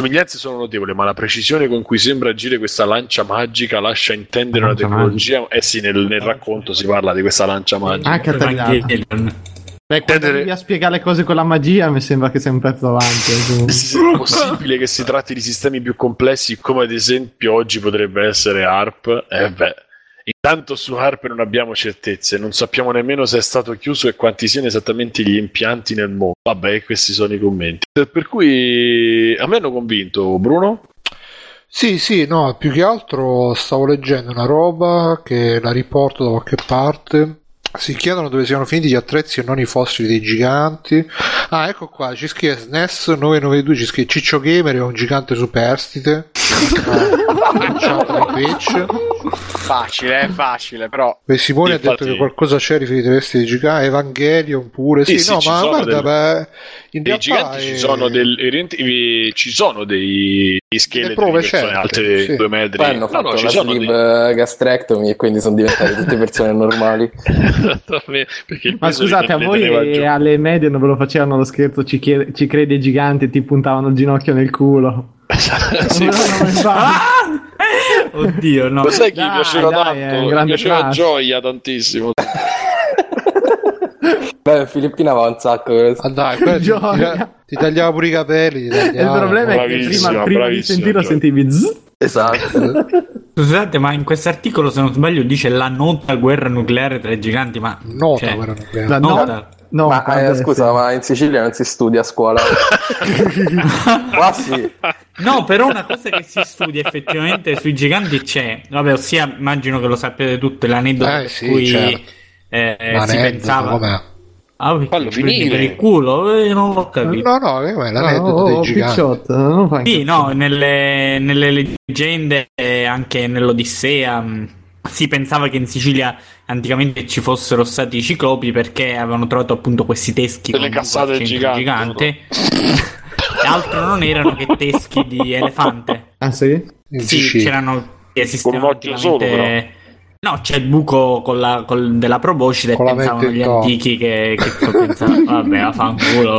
somiglianze sono notevoli, ma la precisione con cui sembra agire questa lancia magica lascia intendere una tecnologia magica. Eh sì, nel, nel racconto si parla di questa lancia magica. Ah, Catalina. Beh, quando devi a spiegare le cose con la magia mi sembra che sia un pezzo avanti. È possibile che si tratti di sistemi più complessi, come ad esempio oggi potrebbe essere ARP? Eh beh, intanto su ARP non abbiamo certezze, non sappiamo nemmeno se è stato chiuso e quanti siano esattamente gli impianti nel mondo. Vabbè, questi sono i commenti. Per cui a me hanno convinto, Bruno? Sì, sì, no, più che altro stavo leggendo una roba che la riporto da qualche parte. Si chiedono dove siano finiti gli attrezzi e non i fossili dei giganti. Ah, ecco qua, ci scrive S N E S nove nove due, ci scrive Ciccio Gamer è un gigante superstite. Facile, è facile, però. Beh, Simone Infatti... ha detto che qualcosa c'è riferito ai vesti dei giganti. Evangelion pure. Sì, sì no, sì, ma guarda, del... beh, in dei giganti è... ci sono del... ci sono dei scheletri prove, di persone certo, alte sì. due metri. Poi hanno no, fatto no, una ci sono sleeve dei... gastrectomy e quindi sono diventate tutte persone normali. Ma scusate, a voi alle medie non ve lo facevano lo scherzo, ci, chiede, ci crede i giganti e ti puntavano il ginocchio nel culo? Sì. Oddio, no. Lo sai chi dai, mi piaceva dai, tanto? Mi piaceva class. Gioia tantissimo. Beh, Filippina va un sacco. Ah, dai, ti, ti tagliava pure i capelli. Ti il problema è che prima, prima di sentirlo Gioia. sentivi zzz. Esatto. Scusate, ma in questo articolo, se non sbaglio, dice la nota guerra nucleare tra i giganti, ma nota cioè, guerra nucleare. La nota. nota. No, ma eh, scusa, ma in Sicilia non si studia a scuola? Qua sì. No, però una cosa che si studia effettivamente sui giganti c'è, vabbè, ossia immagino che lo sappiate tutti, l'aneddoto eh, per sì, cui certo. eh, si pensava com'è? ah, Fallo finire per il culo, eh, non l'ho capito. No, no, è l'aneddoto oh, dei oh, giganti. Picciotto, non fai Sì, no, nelle, nelle leggende e anche nell'Odissea mh, si pensava che in Sicilia anticamente ci fossero stati i ciclopi perché avevano trovato appunto questi teschi delle con cassate gigante, gigante e altro non erano che teschi di elefante. Ah sì? In Sì, Sicilia. c'erano esistevano Con un occhio solo, però. No, c'è il buco con la, col, della proboscide e Con la pensavano mente gli in antichi che, che pensavano, vabbè, a fanculo.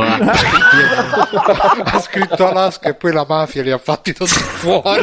Ha scritto Alaska e poi la mafia li ha fatti tutti fuori.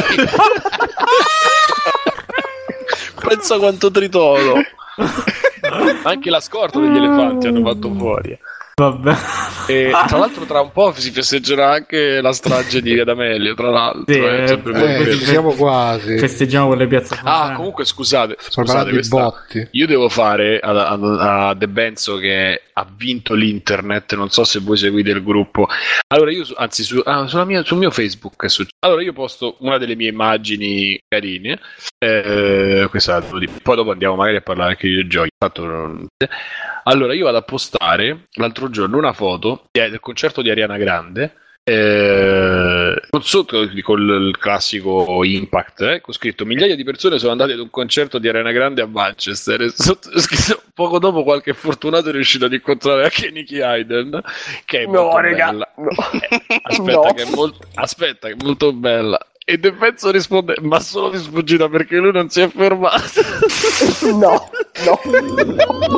Pensa quanto tritolo. Anche la scorta degli elefanti hanno fatto fuori. Vabbè. E tra l'altro tra un po' si festeggerà anche la strage di Via D'Amelio, tra l'altro. Sì, eh, eh, Eh, ci siamo quasi. Festeggiamo con le piazze. Ah, comunque scusate, scusate parlando di questa, botti. io devo fare a, a, a De Benzo che ha vinto l'internet, non so se voi seguite il gruppo. Allora io, su, anzi su, ah, sulla mia, sul mio Facebook è successo. Allora io posto una delle mie immagini carine, eh, questa, poi dopo andiamo magari a parlare anche di giochi. Allora io vado a postare l'altro giorno una foto del concerto di Ariana Grande, eh, sotto con il classico Impact, eh, con scritto migliaia di persone sono andate ad un concerto di Ariana Grande a Manchester e sotto, scritto, poco dopo qualche fortunato è riuscito ad incontrare anche Nicky Hayden, che è molto no, regà, bella. no. Eh, aspetta, no. che è molto, aspetta che è molto bella. E De Benzo risponde ma solo di sfuggita perché lui non si è fermato. No, no.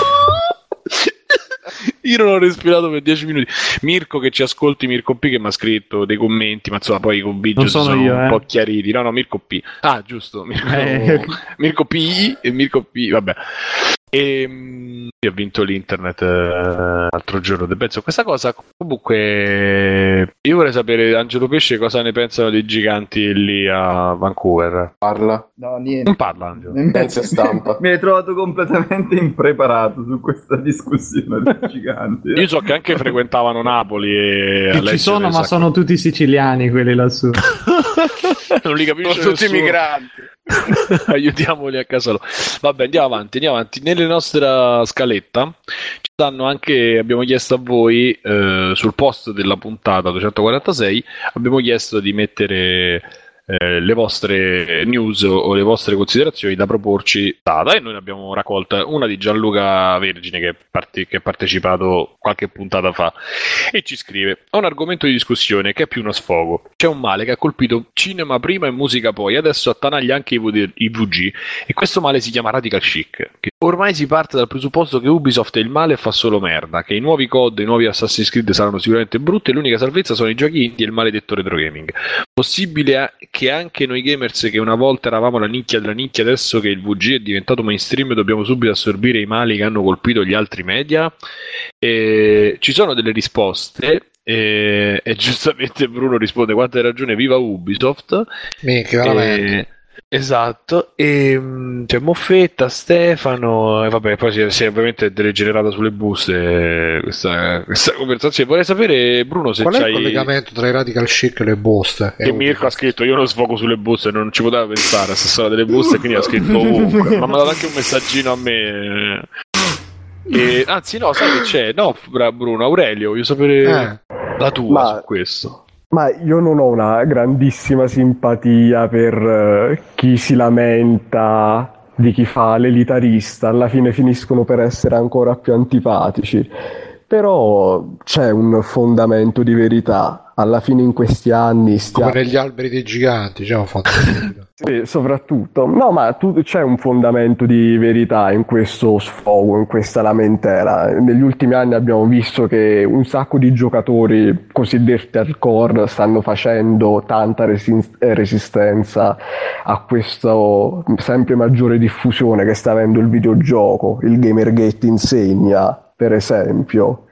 Io non ho respirato per dieci minuti. Mirko che ci ascolti, Mirko P che mi ha scritto dei commenti, ma insomma poi con video non si sono, sono io, un eh. po' chiariti. No, no, Mirko P. Ah, giusto, Mirko, Eh. Mirko P e Mirko P, vabbè. E mh, io ho vinto l'internet eh, l'altro giorno. Penso questa cosa comunque io vorrei sapere Angelo Pesce cosa ne pensano dei giganti lì a Vancouver. Parla. No, niente. Non parla Angelo. Pensi a stampa. Mi hai trovato completamente impreparato su questa discussione dei giganti. Io so che anche frequentavano Napoli e Che ci sono, ma sono tutti siciliani quelli lassù. non li capisce Sono tutti nessuno. migranti. Aiutiamoli a casa loro. Vabbè, andiamo avanti, andiamo avanti. Nella nostra scaletta ci danno anche, abbiamo chiesto a voi eh, sul post della puntata duecentoquarantasei, abbiamo chiesto di mettere eh, le vostre news o le vostre considerazioni da proporci data, e noi ne abbiamo raccolta una di Gianluca Vergine che, parte, che ha partecipato qualche puntata fa e ci scrive: ho un argomento di discussione che è più uno sfogo. C'è un male che ha colpito cinema prima e musica poi, adesso attanaglia anche i V G, e questo male si chiama radical chic. Ormai si parte dal presupposto che Ubisoft è il male e fa solo merda, che i nuovi C O D e i nuovi Assassin's Creed saranno sicuramente brutti e l'unica salvezza sono i giochi indie e il maledetto retro gaming. Possibile che anche noi gamers, che una volta eravamo la nicchia della nicchia, adesso che il V G è diventato mainstream dobbiamo subito assorbire i mali che hanno colpito gli altri media? E ci sono delle risposte. E, e giustamente Bruno risponde: quanta ragione, viva Ubisoft. Minchia, veramente. E... esatto, e c'è Moffetta, Stefano, e vabbè, poi si è, si è ovviamente degenerata sulle buste questa, questa conversazione. Vorrei sapere, Bruno, se qual è c'hai... il collegamento tra i radical chic e le buste? E Mirko ha scritto: io non sfogo sulle buste, non ci poteva pensare a storia delle buste, quindi ha scritto ovunque, ma mi ha dato anche un messaggino a me. E, anzi no, sai che c'è? No, Bruno, Aurelio, voglio sapere eh. la tua ma... su questo. Ma io non ho una grandissima simpatia per uh, chi si lamenta di chi fa l'elitarista, alla fine finiscono per essere ancora più antipatici. Però c'è un fondamento di verità. Alla fine in questi anni stiamo... come negli alberi dei giganti, c'è un fondamento. Sì, soprattutto. No, ma tu, c'è un fondamento di verità in questo sfogo, in questa lamentela. Negli ultimi anni abbiamo visto che un sacco di giocatori cosiddetti hardcore stanno facendo tanta resi- resistenza a questa sempre maggiore diffusione che sta avendo il videogioco. Il Gamergate insegna, per esempio.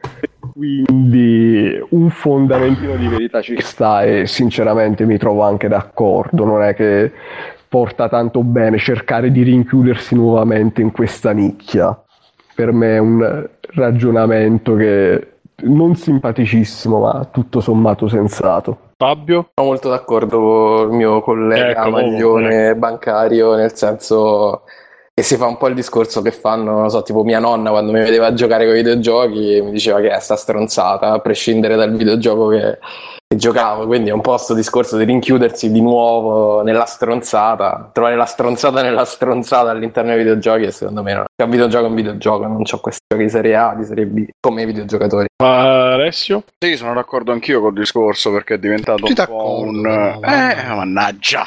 Quindi un fondamentino di verità ci sta, e sinceramente mi trovo anche d'accordo. Non è che porta tanto bene cercare di rinchiudersi nuovamente in questa nicchia. Per me è un ragionamento che non simpaticissimo, ma tutto sommato sensato. Fabio? Sono molto d'accordo con il mio collega ecco, Maglione oh, bancario, nel senso che si fa un po' il discorso che fanno, non so, tipo mia nonna quando mi vedeva giocare con i videogiochi mi diceva che è sta stronzata, a prescindere dal videogioco che, che giocavo. Quindi è un po' sto discorso di rinchiudersi di nuovo nella stronzata, trovare la stronzata nella stronzata all'interno dei videogiochi, e secondo me non c'è un videogioco un videogioco, non c'ho questi giochi di serie A, di serie B come i videogiocatori. Ma Alessio? Sì, sono d'accordo anch'io col discorso, perché è diventato Tutti un po' un... eh, mannaggia!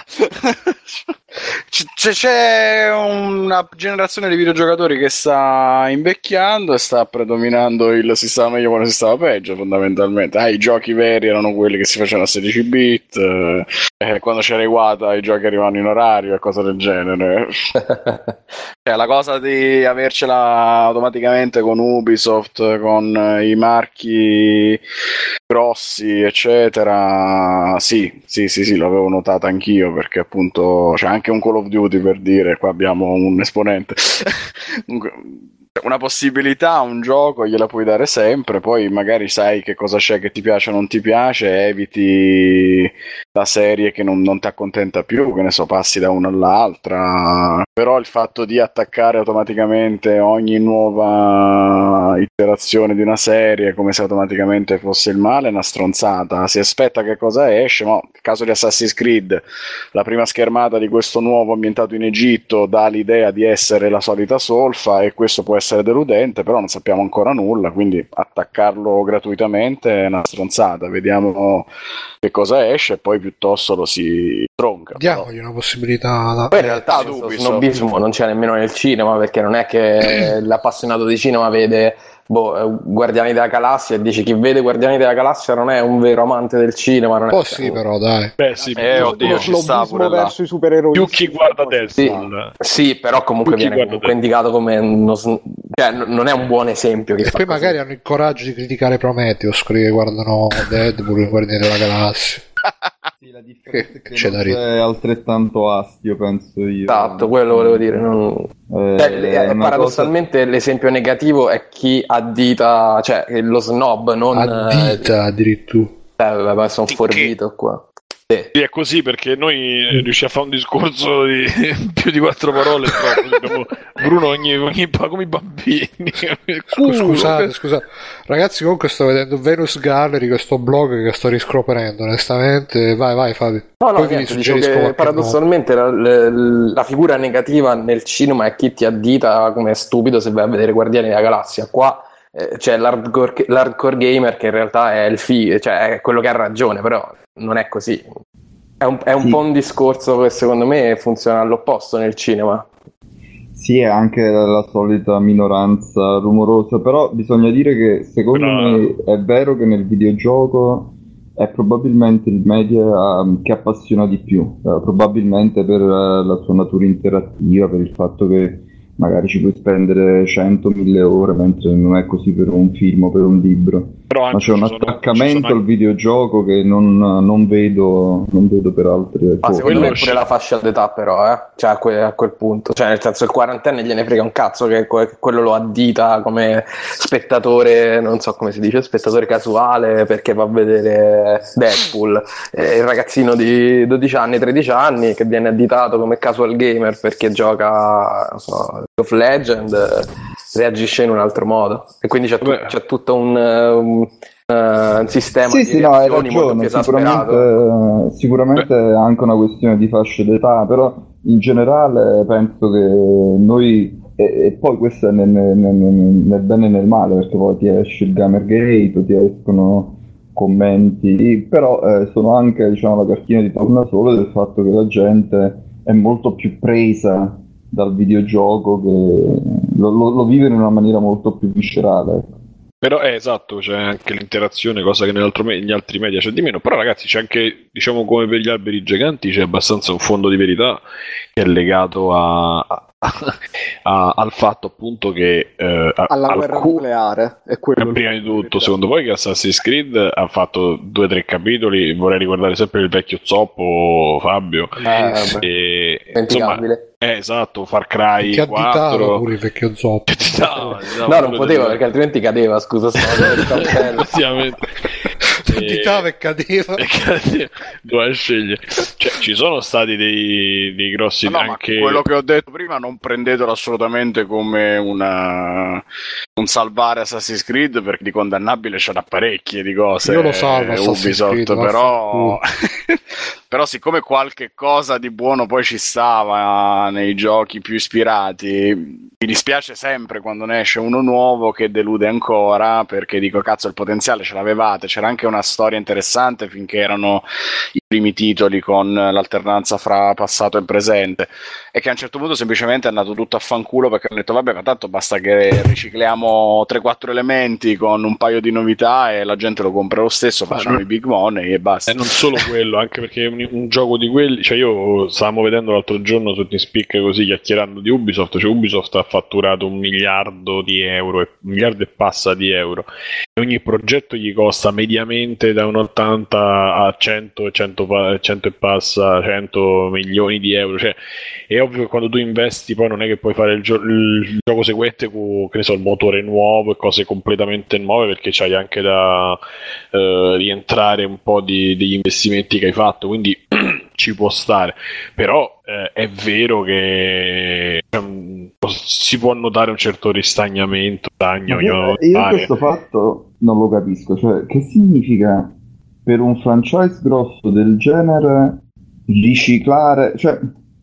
C- c'è una generazione di videogiocatori che sta invecchiando e sta predominando il si stava meglio quando si stava peggio, fondamentalmente. Ah, i giochi veri erano quelli che si facevano a sedici bit, eh, quando c'era Iwata i giochi arrivavano in orario e cose del genere. Cioè, la cosa di avercela automaticamente con Ubisoft, con i marchi grossi, eccetera, sì, sì, sì, sì, l'avevo notata anch'io, perché appunto c'è anche un Call of Duty, per dire, qua abbiamo un esponente. Una possibilità, un gioco gliela puoi dare sempre, poi magari sai che cosa c'è che ti piace o non ti piace, eviti la serie che non, non ti accontenta più, che ne so, passi da una all'altra. Però il fatto di attaccare automaticamente ogni nuova iterazione di una serie come se automaticamente fosse il male è una stronzata. Si aspetta che cosa esce, ma nel caso di Assassin's Creed la prima schermata di questo nuovo ambientato in Egitto dà l'idea di essere la solita solfa, e questo può essere deludente, però non sappiamo ancora nulla, quindi attaccarlo gratuitamente è una stronzata. Vediamo che cosa esce e poi piuttosto lo si tronca. Diamogli una possibilità da... Poi in realtà questo snobismo non c'è nemmeno nel cinema, perché non è che l'appassionato di cinema vede boh, Guardiani della Galassia e dice chi vede Guardiani della Galassia non è un vero amante del cinema. Non oh è sì, però dai. Beh sì, eh, oddio, ci sta pure là. Verso i supereroi. Più chi guarda Deadpool. Sì, sì, però comunque viene comunque indicato come uno, cioè, non è un buon esempio. Che e poi magari hanno il coraggio di criticare Prometheus, quelli che guardano Deadpool e Guardiani della Galassia. Sì, la differenza che è che c'è non da ridere. è altrettanto astio, penso io. Esatto, quello volevo dire. Non... Eh, cioè, una paradossalmente cosa... l'esempio negativo è chi addita, cioè lo snob, non addita addirittura. Eh, vabbè, sono forbito qua. Sì, è così perché noi riusciamo a fare un discorso di più di quattro parole troppo. Bruno ogni, ogni come i bambini. Scusate, scusate, ragazzi, comunque sto vedendo Venus Gallery, questo blog che sto riscoprendo, onestamente. Vai, vai Fabio. No, no, niente, dicevo che paradossalmente la, la, la figura negativa nel cinema è chi ti addita come stupido se vai a vedere Guardiani della Galassia. Qua eh, c'è l'hardcore, l'hardcore gamer che in realtà è il fi, cioè è quello che ha ragione, però non è così. È un, è un sì. po' un discorso che secondo me funziona all'opposto nel cinema. Sì, è anche la solita minoranza rumorosa, però bisogna dire che secondo però... me è vero che nel videogioco è probabilmente il media um, che appassiona di più, uh, probabilmente per uh, la sua natura interattiva, per il fatto che magari ci puoi spendere cento mille ore, mentre non è così per un film o per un libro. Però ma c'è un attaccamento sono... al videogioco che non, non vedo non vedo per altre ah, secondo me è pure la fascia d'età però eh? Cioè a quel, a quel punto, cioè nel senso il quarantenne gliene frega un cazzo che quello lo addita come spettatore, non so come si dice, spettatore casuale perché va a vedere Deadpool, eh, il ragazzino di dodici anni, tredici anni che viene additato come casual gamer perché gioca, non so, League of Legends, reagisce in un altro modo e quindi c'è, tu, c'è tutto un, un, uh, un sistema sì, di sì, no, hai ragione, sicuramente, sicuramente è anche una questione di fasce d'età, però in generale penso che noi e, e poi questo è nel, nel, nel, nel bene e nel male, perché poi ti esce il Gamergate, ti escono commenti, però eh, sono anche, diciamo, la cartina di tornasole del fatto che la gente è molto più presa dal videogioco, che lo, lo, lo vive in una maniera molto più viscerale. Però è esatto, c'è anche l'interazione, cosa che negli altri media c'è di meno. Però ragazzi c'è anche, diciamo come per gli alberi giganti, c'è abbastanza un fondo di verità che è legato a, a, a, al fatto appunto che eh, alla guerra alcun... nucleare è quello. Prima di tutto, secondo voi che Assassin's Creed ha fatto due o tre capitoli, vorrei ricordare sempre il vecchio zoppo Fabio, eh, e, insomma, eh, esatto, Far Cry ti quattro pure il vecchio zoppo. no, no, no, non poteva perché altrimenti cadeva, scusa, effettivamente additava e cadeva, e cadeva. Doveva scegliere, cioè ci sono stati dei, dei grossi no, anche... ma quello che ho detto prima non prendetelo assolutamente come una un salvare Assassin's Creed, perché di condannabile c'è da parecchie di cose. Io lo salvo Ubisoft, Creed, però però siccome qualche cosa di buono poi ci stava nei giochi più ispirati, mi dispiace sempre quando ne esce uno nuovo che delude ancora, perché dico cazzo, il potenziale ce l'avevate, c'era anche una storia interessante finché erano i primi titoli con l'alternanza fra passato e presente, e che a un certo punto semplicemente è andato tutto a fanculo perché hanno detto vabbè, ma tanto basta che ricicliamo tre quattro elementi con un paio di novità e la gente lo compra lo stesso, facciamo i big money e basta. E non solo quello, anche perché un, un gioco di quelli, cioè io stavamo vedendo l'altro giorno su TeamSpeak così chiacchierando di Ubisoft, cioè Ubisoft ha fatturato un miliardo di euro, un miliardo e passa di euro, e ogni progetto gli costa mediamente da un ottanta a cento, cento, cento e passa, cento milioni di euro, cioè è ovvio che quando tu investi poi non è che puoi fare il, gio- il gioco seguente con, che ne so, il motore nuovo e cose completamente nuove, perché c'hai anche da eh, rientrare un po' di, degli investimenti che hai fatto, quindi ci può stare, però eh, è vero che um, si può notare un certo ristagnamento. Stagno, io io questo fatto non lo capisco, cioè che significa per un franchise grosso del genere riciclare, cioè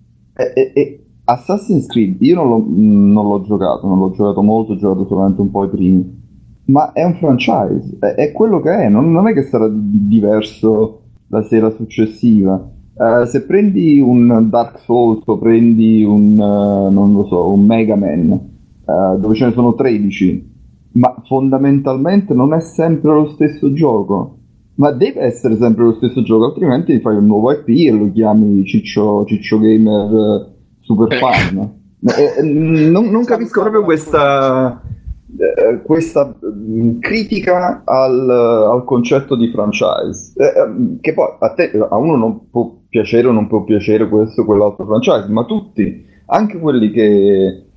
e, e, e Assassin's Creed io non l'ho, non l'ho giocato, non l'ho giocato molto, ho giocato solamente un po' i primi, ma è un franchise, è, è quello che è, non, non è che sarà diverso la sera successiva. Uh, se prendi un Dark Souls o prendi un uh, non lo so, un Mega Man uh, dove ce ne sono tredici, ma fondamentalmente non è sempre lo stesso gioco, ma deve essere sempre lo stesso gioco, altrimenti fai un nuovo I P e lo chiami Ciccio, Ciccio Gamer uh, Super Fan. eh, non, non capisco proprio questa eh, questa mh, critica al, al concetto di franchise, eh, che poi a te, a uno non può piacere o non può piacere questo o quell'altro franchise, ma tutti, anche quelli che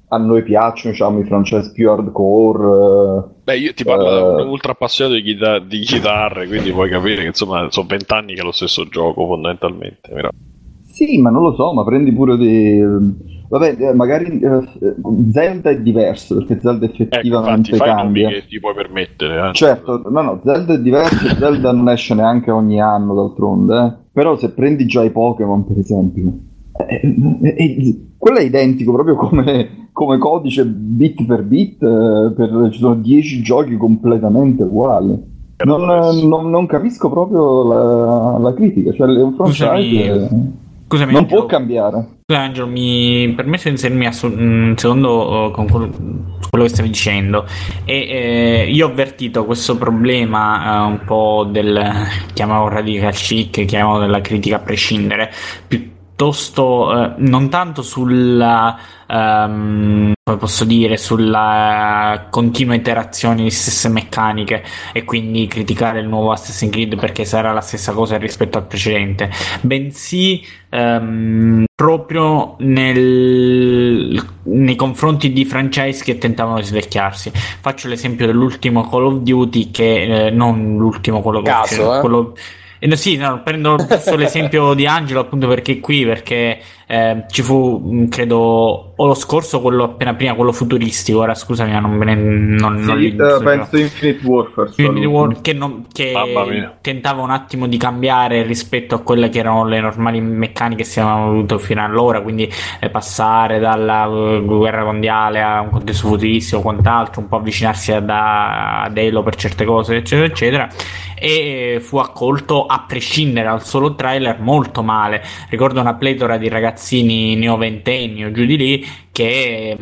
a noi piacciono, diciamo, i franchise più hardcore. Beh, io ti parlo da un ultra appassionato di, chita- di chitarre, quindi puoi capire che insomma sono vent'anni che è lo stesso gioco fondamentalmente. Però. Sì, ma non lo so, ma prendi pure di... Vabbè, magari eh, Zelda è diverso, perché Zelda effettivamente ecco, infatti, fai cambia. Che ti puoi permettere. Eh. Certo, no, no, Zelda è diverso, Zelda non esce neanche ogni anno d'altronde, eh. Però se prendi già i Pokémon, per esempio, eh, eh, eh, quello è identico proprio come, come codice bit per bit, eh, per, ci sono dieci giochi completamente uguali. Non, non, non capisco proprio la, la critica, cioè è un franchise Scusami, non Angelo, può cambiare. Scusa Angelo, mi permesso di inserirmi su un secondo con quello, quello che stavi dicendo. E eh, io ho avvertito questo problema eh, un po' del, chiamavo radical chic, chiamavo della critica a prescindere, piuttosto eh, non tanto sulla um, come posso dire, sulla continua iterazione di stesse meccaniche e quindi criticare il nuovo Assassin's Creed perché sarà la stessa cosa rispetto al precedente, bensì um, proprio nel, nei confronti di franchise che tentavano di svecchiarsi. Faccio l'esempio dell'ultimo Call of Duty che eh, non l'ultimo quello che Caso, eh? quello Eh, no, sì, no, prendo giusto l'esempio di Angelo appunto perché qui, perché eh, ci fu, mh, credo, o lo scorso, quello appena prima, quello futuristico, ora scusami, ma non me ne non, Sì, non li- eh, penso Infinite Warfare. Infinite War, che, non, che Mamma mia. tentava un attimo di cambiare rispetto a quelle che erano le normali meccaniche che si avevano avuto fino allora, quindi eh, passare dalla uh, guerra mondiale a un contesto futuristico o quant'altro, un po' avvicinarsi ad, ad Halo per certe cose, eccetera eccetera, e fu accolto a prescindere dal solo trailer molto male. Ricordo una pletora di ragazzini neoventenni o giù di lì che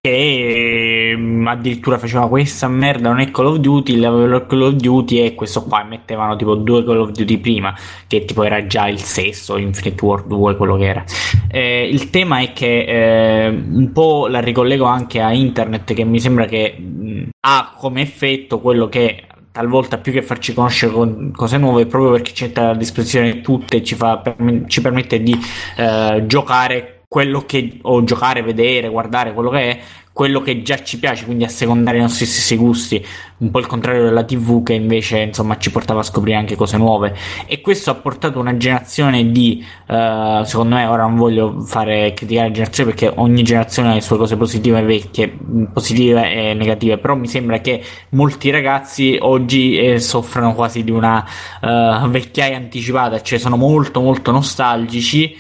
che mm, addirittura faceva questa merda, non è Call of Duty, il Call of Duty e questo qua, e mettevano tipo due Call of Duty prima, che tipo era già il sesto, Infinite War due, quello che era. Eh, il tema è che eh, un po' la ricollego anche a internet, che mi sembra che mh, ha come effetto quello che talvolta, più che farci conoscere con cose nuove, proprio perché c'è a disposizione tutte, ci, fa, ci permette di eh, giocare quello che, o giocare, vedere, guardare quello che è, quello che già ci piace, quindi assecondare i nostri stessi gusti, un po' il contrario della tivù che invece insomma ci portava a scoprire anche cose nuove. E questo ha portato una generazione di uh, secondo me, ora non voglio fare criticare la generazione perché ogni generazione ha le sue cose positive e vecchie, positive e negative, però mi sembra che molti ragazzi oggi eh, soffrano quasi di una uh, vecchiaia anticipata, cioè sono molto molto nostalgici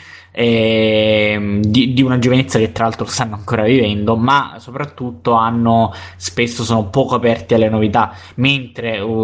e di, di una giovinezza che tra l'altro stanno ancora vivendo, ma soprattutto hanno spesso sono poco aperti alle novità, mentre uh,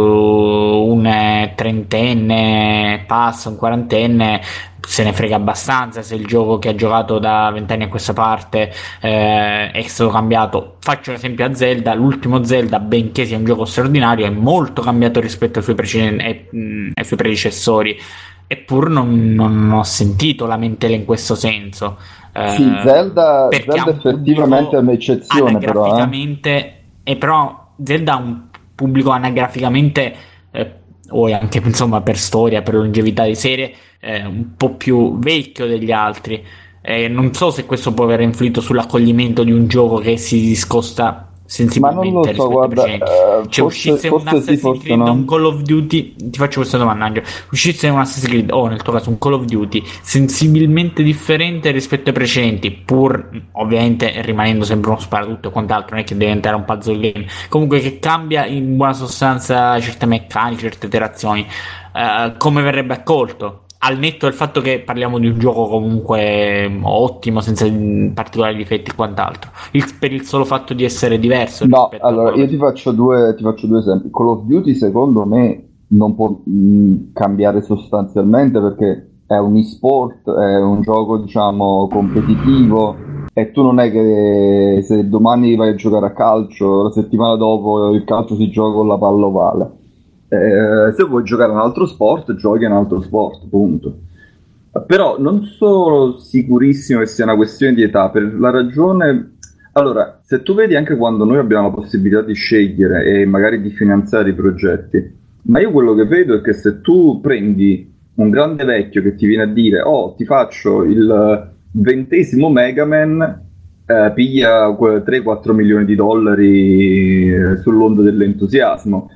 un trentenne passa, un quarantenne se ne frega abbastanza se il gioco che ha giocato da vent'anni a questa parte eh, è stato cambiato. Faccio un esempio a Zelda, l'ultimo Zelda, benché sia un gioco straordinario, è molto cambiato rispetto ai suoi, preceden- ai, mh, ai suoi predecessori, eppur non, non ho sentito lamentele in questo senso. Eh, Sì, Zelda, perché Zelda ha un effettivamente è un'eccezione, però. Eh. anagraficamente e però Zelda ha un pubblico anagraficamente eh, o anche insomma per storia, per longevità di serie eh, un po' più vecchio degli altri. Eh, non so se questo può aver influito sull'accoglimento di un gioco che si discosta sensibilmente. Ma non lo so, rispetto guarda, ai precedenti. eh, Cioè, forse- uscisse forse un Assassin's sì, forse Creed, no. un Call of Duty, ti faccio questa domanda Angelo, uscisse un Assassin's Creed o nel tuo caso un Call of Duty sensibilmente differente rispetto ai precedenti, pur ovviamente rimanendo sempre uno sparatutto e quant'altro, non è che deve diventare un puzzle game, comunque che cambia in buona sostanza certe meccaniche, certe iterazioni, eh, come verrebbe accolto? Al netto del fatto che parliamo di un gioco comunque ottimo, senza particolari difetti e quant'altro, il, per il solo fatto di essere diverso No, rispetto a allora quello io ti faccio due, ti faccio due esempi. Call of Duty secondo me non può mh, cambiare sostanzialmente perché è un e-sport, è un gioco diciamo competitivo e tu non è che se domani vai a giocare a calcio, la settimana dopo il calcio si gioca con la palla ovale. Eh, se vuoi giocare a un altro sport, giochi a un altro sport, punto. Però non sono sicurissimo che sia una questione di età, per la ragione... Allora, se tu vedi anche quando noi abbiamo la possibilità di scegliere e magari di finanziare i progetti, ma io quello che vedo è che se tu prendi un grande vecchio che ti viene a dire oh, ti faccio il ventesimo Mega Man, eh, piglia tre quattro milioni di dollari eh, sull'onda dell'entusiasmo.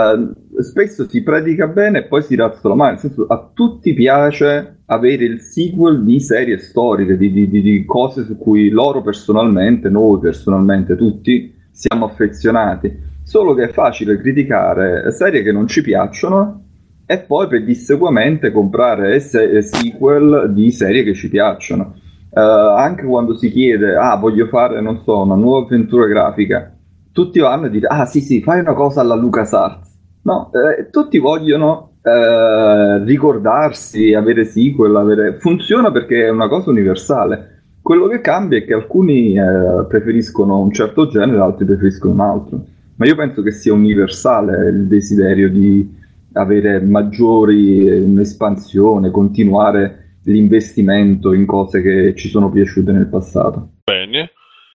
Uh, spesso si predica bene e poi si razzola male, nel senso, a tutti piace avere il sequel di serie storiche, di, di, di, di cose su cui loro personalmente, noi personalmente, tutti siamo affezionati, solo che è facile criticare serie che non ci piacciono e poi pedissequamente comprare se- sequel di serie che ci piacciono. Uh, anche quando si chiede, ah voglio fare, non so, una nuova avventura grafica, tutti vanno a dire, ah sì sì, fai una cosa alla LucasArts. No, eh, tutti vogliono eh, ricordarsi, avere sequel, avere... funziona perché è una cosa universale. Quello che cambia è che alcuni eh, preferiscono un certo genere, altri preferiscono un altro. Ma io penso che sia universale il desiderio di avere maggiori, un'espansione, continuare l'investimento in cose che ci sono piaciute nel passato. Bene.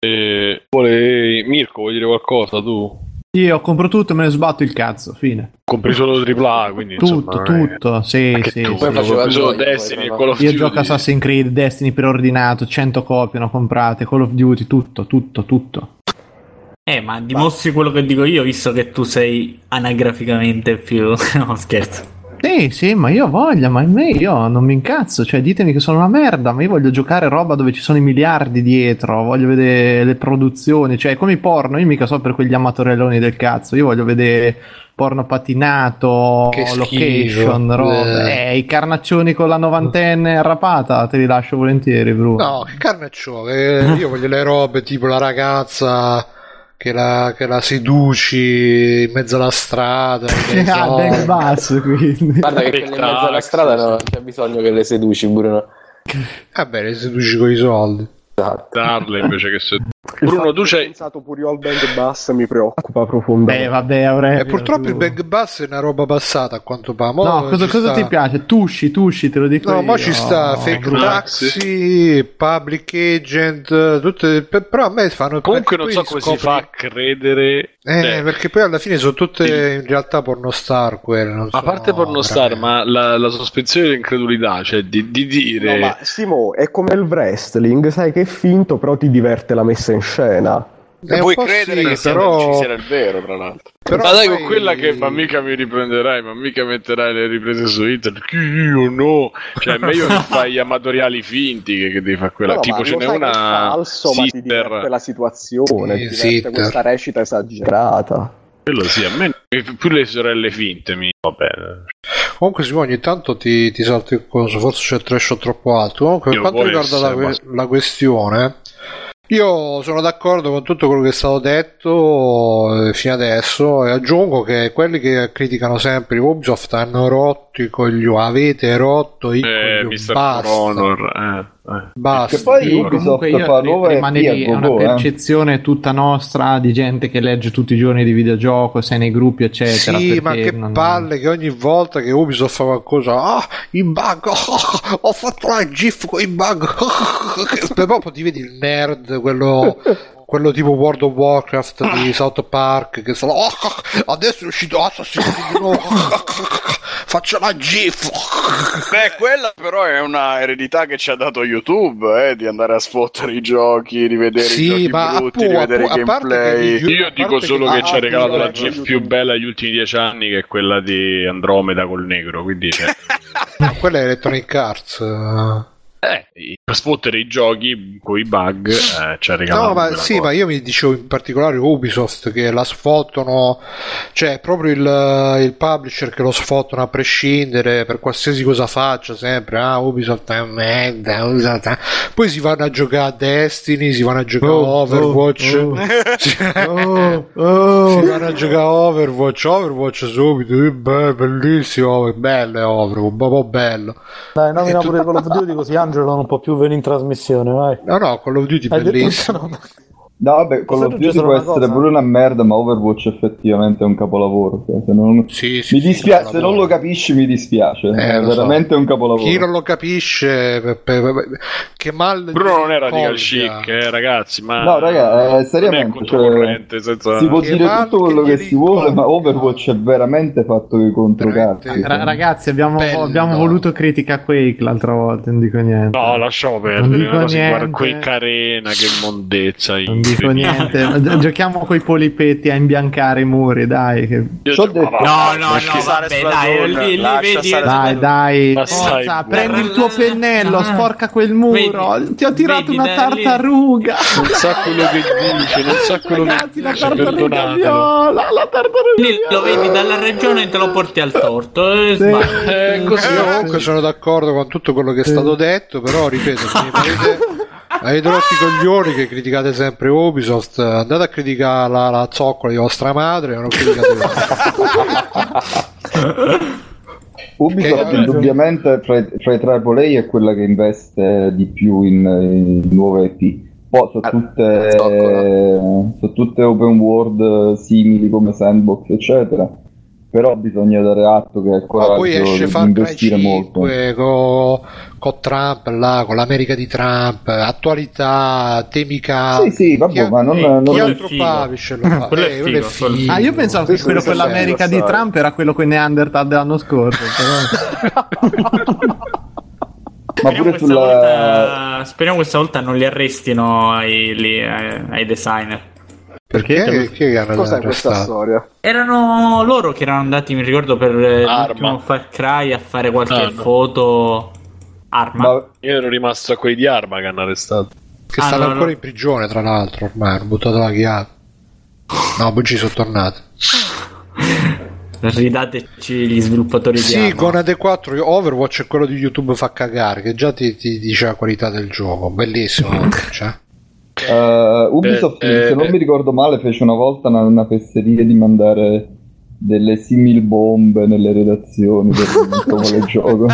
Eh, vuole... Mirko, vuoi dire qualcosa tu? Io compro tutto e me ne sbatto il cazzo, fine. Compri solo tripla A, quindi tutto, insomma, tutto, sì, sì, tu, sì. Compri solo Destiny e Call of Io Duty. gioco Assassin's Creed, Destiny preordinato, cento copie ne ho comprate, Call of Duty, tutto, tutto, tutto. Eh, ma dimostri quello che dico io, visto che tu sei anagraficamente più... no, scherzo. Sì, sì, ma io voglio, ma a me io non mi incazzo, cioè ditemi che sono una merda, ma io voglio giocare roba dove ci sono i miliardi dietro, voglio vedere le produzioni, cioè come i porno, io mica so per quegli amatorelloni del cazzo, io voglio vedere porno patinato, location, roba, eh, i carnaccioni con la novantenne arrapata, te li lascio volentieri, Bruno. No, che carnaccione, io voglio le robe tipo la ragazza... Che la, che la seduci in mezzo alla strada. Ah, so. Bang bus, quindi. Guarda che quelle in mezzo alla strada no, non c'è bisogno che le seduci, Bruno. Vabbè, le seduci con i soldi. Darle invece che se... Bruno, tu c'hai pensato pure io al Bang Bus, mi preoccupa profondamente. Eh, vabbè, Aurelio, e purtroppo tu... il Bang Bus è una roba passata a quanto pare. Mo no, cosa, cosa sta... ti piace? Tusci, Tusci, te lo dico no, io. mo ci sta no, Fake Bruno. Taxi, Public Agent, tutte... però a me fanno... Comunque non so come scopri... si fa a credere... Eh, eh, perché poi alla fine sono tutte sì. In realtà pornostar quelle. Non a so, parte pornostar, ma la, la sospensione dell'incredulità, cioè di, di dire... No, ma Simo, è come il wrestling, sai che è finto, però ti diverte la messa in scena. E puoi credere sì, che però... ci sia il vero, tra l'altro. Però ma dai, poi... con quella che ma mica mi riprenderai, ma mica metterai le riprese su internet. Che io no, cioè meglio che fai gli amatoriali finti che, che devi fare quella. No, tipo ce n'è una falso, ma ti diverte la situazione, sì, ti diverte questa recita esagerata. Quello sì, a me più le sorelle finte mi va bene. Comunque Simone, ogni tanto ti, ti salta il coso, forse c'è il threshold troppo alto. Comunque per quanto riguarda la, que- la questione, io sono d'accordo con tutto quello che è stato detto eh, fino adesso, e aggiungo che quelli che criticano sempre Ubisoft hanno rotto i coglioni, avete rotto i eh, coglioni, mister basta. Honor, eh. Eh. Basta. Che poi Ubisoft fa nuove rimane lì, è una percezione tutta nostra di gente che legge tutti i giorni di videogioco, sei nei gruppi eccetera. Sì, ma che non... palle che ogni volta che Ubisoft fa qualcosa, ah, i bug, oh, ho fatto la GIF con i bug, per proprio ti vedi il nerd, quello quello tipo World of Warcraft di South Park che sta oh, adesso è uscito Assassin's Creed di nuovo, faccio la GIF. Beh, quella però è una eredità che ci ha dato YouTube, eh, di andare a sfottere i giochi, di vedere sì, i giochi ma brutti, appu, di vedere appu, i gameplay. Io, io dico solo che, che ci ha regalato la GIF YouTube. più bella degli ultimi dieci anni, che è quella di Andromeda col negro, quindi cioè... no, quella è Electronic Arts. Eh, per sfottere i giochi con i bug eh, ci ha regalato. No, ma sì, cosa. Ma io mi dicevo in particolare Ubisoft che la sfottano, cioè proprio il, il publisher che lo sfottano a prescindere per qualsiasi cosa faccia, sempre ah Ubisoft è merda, Ubisoft è... poi si vanno a giocare a Destiny, si vanno a giocare oh, a Overwatch, oh, oh, oh. si vanno a giocare a Overwatch, Overwatch subito, eh, beh, bellissimo, bello è Overwatch, un po' bello. Dai, nomina pure Call of Duty così Angelo non può più venire in trasmissione, vai. No, no, Call of Duty Hai bellissimo. detto, No, vabbè, Call of Duty può essere pure una merda, ma Overwatch effettivamente è un capolavoro. Cioè, se non, sì, sì, mi sì, dispiace, se non lo capisci, mi dispiace. Eh, è veramente so. un capolavoro. Chi non lo capisce, pe, pe, pe, che mal. Bruno non è radical chic, eh, ragazzi. Ma no, raga, eh, seriamente. Cioè, senza... Si può che dire mal, tutto quello che, che si vuole, ma Overwatch è veramente fatto di controcazzi. Ra- ragazzi, abbiamo, Bello. abbiamo voluto critica Quake l'altra volta, non dico niente. No, lasciamo perdere. Non dico cosa niente. Guarda, Quake Arena, che mondezza. Non dico niente. Giochiamo coi polipetti a imbiancare i muri, dai. Che... Io detto... No, no, no, vabbè, dai, lì, lì vedi... Dai, dai, Ma forza, sai, prendi il tuo pennello, sporca quel muro. Vedi, Ti ho tirato vedi, una da tartaruga. Non sa quello che dice, non sa quello Ragazzi, che la dice, tartaruga perdonatelo. viola, la tartaruga Lì lo vedi dalla regione e te lo porti al torto. E Sì. sbagli. Eh, così, Io comunque sono d'accordo con tutto quello che è stato detto, però ripeto, mi avete, avete rotti i coglioni che criticate sempre Ubisoft, andate a criticare la, la zoccola di vostra madre, non criticate Ubisoft Che- indubbiamente fra i, fra i tripla A è quella che investe di più in, in nuove I P. Poi sono tutte, sono tutte open world simili come Sandbox eccetera, però bisogna dare atto che è il Ma poi coraggio esce di Far Cry investire molto. cinque con co Trump là, con l'America di Trump, attualità, temi caldi. Sì, sì, vabbè, chi, ma non, chi non altro publisher lo fa? Quello è Eh, quello è figo, figo. Ah, io pensavo che Sì, quello sì, per sì, l'America sì, di lo sai. Trump era quello con i Neanderthal dell'anno scorso. Però... Ma Speriamo pure questa, sulla... volta, speriamo questa volta non li arrestino ai, lì, ai, ai designer. Perché? Che, che hanno Cos'è questa arrestato? storia? Erano loro che erano andati, mi ricordo, per eh, Arma. l'ultimo Far Cry a fare qualche Ah, no. foto. Arma. Ma Io ero rimasto a quelli di Arma che hanno arrestato. Che Ah, stanno no, ancora no. in prigione, tra l'altro, ormai hanno buttato la chiave. No, poi ci sono tornati. Ridateci gli sviluppatori di Sì, Arma. con A D quattro Overwatch è quello di YouTube fa cagare, che già ti, ti dice la qualità del gioco. Bellissimo. Cioè. Uh, Ubisoft, Eh, se eh, non mi ricordo male, fece una volta una, una fesseria di mandare delle simil bombe nelle redazioni del nuovo gioco.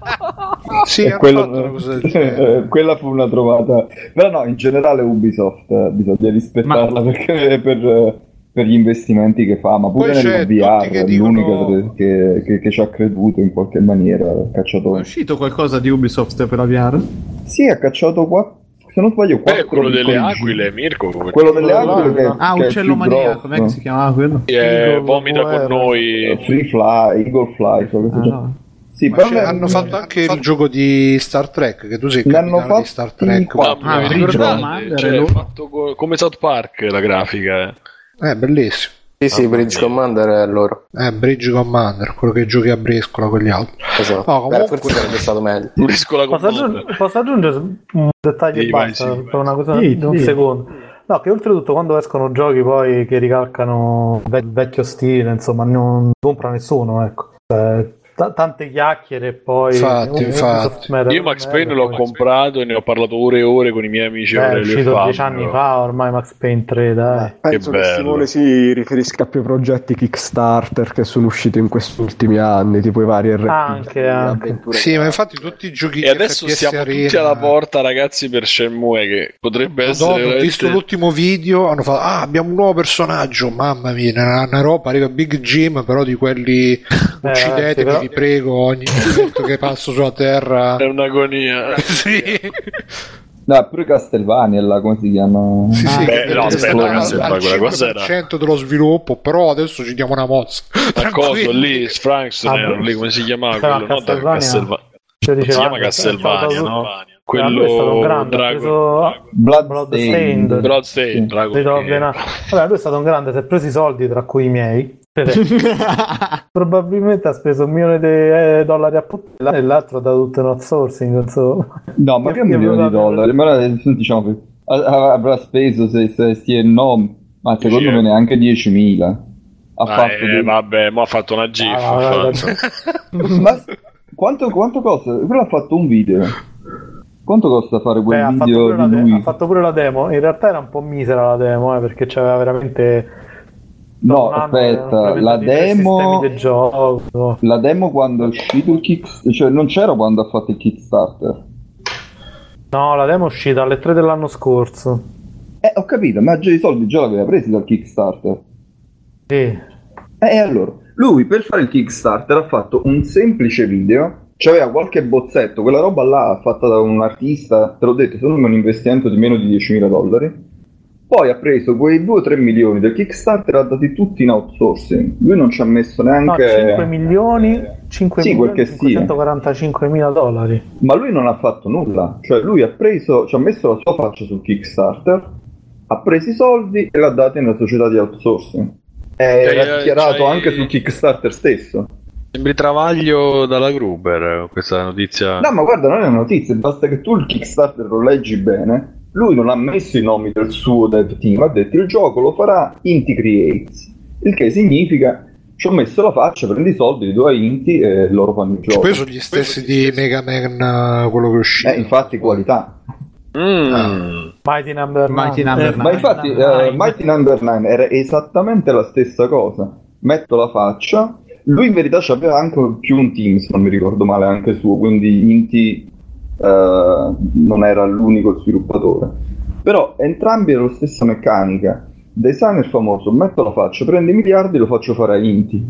Sì, E hanno quello- fatto una cosa del genere. quella fu una trovata. Però no, in generale Ubisoft eh, bisogna rispettarla perché per, eh, per gli investimenti che fa, ma pure Poi c'è nella V R tutti che è dicono- l'unica che, che, che ci ha creduto in qualche maniera. Ha È cacciato... uscito qualcosa di Ubisoft per la V R? Sì, ha cacciato qua. Se non sbaglio, Beh, quattro quello delle piccoli aquile, giri. Mirko. Come Quello delle Quello aquile che, Ah, che è Uccello più Mania, grosso. com'è che si chiamava quello? eh, Eagle vomita con Fire. noi. Free Fly, Eagle Fly, quello che Ah, si- no. Sì, Ma però c'è- ne- hanno fatto anche il gioco di Star Trek, che tu sei Ne hanno capitano di fatti Star Trek. quattro. Mamma mia, Ah, vi ricordate? Commander, Cioè, lo- fatto co- come South Park la grafica. eh. Eh, bellissimo. Sì, sì, Bridge Commander è loro. Eh, Bridge Commander, quello che giochi a brescola con gli altri. Esatto. No, Beh, comunque- forse sarebbe stato meglio. Briscola Posso, con aggiung- posso aggiungere un dettaglio Sì, e vai, basta sì, per vai. una cosa Sì, di un sì. secondo. No, che oltretutto quando escono giochi poi che ricalcano ve- vecchio stile, insomma, non compra nessuno, ecco. Cioè, ta- tante chiacchiere e poi Infatti, Ubisoft infatti. merda- Io Max merda, Payne l'ho poi- comprato e ne ho parlato ore e ore con i miei amici. Eh, è Aurelio e uscito Fabio. dieci anni fa ormai Max Payne tre, dai. Penso che, bello. Simone si riferisca a più progetti Kickstarter che sono usciti in questi ultimi anni, tipo i vari R P G, Anche, anche. avventure. Sì, ma infatti tutti i giochi E adesso F P S siamo Arena- tutti alla porta, ragazzi, per Shenmue, che potrebbe essere. Dopo, ho veramente- visto l'ultimo video, hanno fatto ah, abbiamo un nuovo personaggio, mamma mia, una, una roba, arriva Big Jim, però di quelli uccidetemi, sì, però- vi prego, ogni momento che passo sulla terra. È un'agonia. Sì. No, pure Castlevania là, come si chiama? Sì, sì, Beh, che no, è aspetta, stato Castlevania, al quella cosa era- cinque per cento dello sviluppo, però adesso ci diamo una mossa. Ma cosa Tranquilli. lì? Frankston Ah, era lì, come si chiamava però quello? No, da Castlevania- Castelva- Cioè, Non si diceva, chiama anche- Castlevania, cioè, no? Ah, lui è stato un Quello grande, ha Dragon. preso Bloodstained. Bloodstained. Bloodstained, Dragon. Ti do che- appena- Vabbè, lui è stato un grande, si è preso i soldi, tra cui i miei. Probabilmente ha speso un milione di eh, dollari a puttana e l'altro ha dato tutto in outsourcing, insomma. No, ma che un Io- io milione di avevo- dollari? Ma ora, diciamo che a- avrà speso se, se stia in nome, ma secondo Sì. me neanche diecimila. Ha Ah, fatto eh, dei- vabbè, mo ha fatto una GIF. Ah, ha vabbè, fatto. Ma quanto, quanto costa? Quello ha fatto un video. Quanto costa fare quel Beh, ha, fatto video pure la di de- lui? ha fatto pure la demo. In realtà era un po' misera la demo, eh, perché c'aveva veramente. No, un anno aspetta, erano la implementati tre demo- sistemi di gioco. La demo quando è uscito il Kickstarter, cioè non c'era quando ha fatto il Kickstarter. No, la demo è uscita alle tre dell'anno scorso. Eh, ho capito, ma già i soldi già l'aveva presi dal Kickstarter. Sì. Eh, e allora, lui per fare il Kickstarter ha fatto un semplice video, c'aveva qualche bozzetto, quella roba là fatta da un artista, te l'ho detto, secondo me è un investimento di meno di diecimila dollari. Poi ha preso quei due o tre milioni del Kickstarter e ha dati tutti in outsourcing. Lui non ci ha messo neanche... No, cinque milioni, cinque sì, milioni cinquecentoquarantacinquemila dollari. Ma lui non ha fatto nulla. Cioè lui ha preso, ci ha messo la sua faccia sul Kickstarter, ha preso i soldi e l'ha dati nella società di outsourcing. Era cioè, dichiarato cioè... anche sul Kickstarter stesso. Sembri Travaglio dalla Gruber, questa notizia. No, ma guarda, non è una notizia, basta che tu il Kickstarter lo leggi bene. Lui non ha messo i nomi del suo dev team, ha detto il gioco lo farà Inti Creates, il che significa ci ho messo la faccia, prendi i soldi, li do a Inti e loro fanno il gioco. Poi sono gli stessi di Mega Man, quello che è uscito. Eh, infatti qualità. Mm. Ah. Mighty Number Mighty nine. Number Eh, ma infatti uh, Mighty Number nine era esattamente la stessa cosa. Metto la faccia. Lui in verità c'aveva anche più un team, se non mi ricordo male, anche suo, quindi Inti uh, non era l'unico sviluppatore. Però entrambi erano la stessa meccanica. Designer famoso, metto la faccia, prendo i miliardi e lo faccio fare a Inti.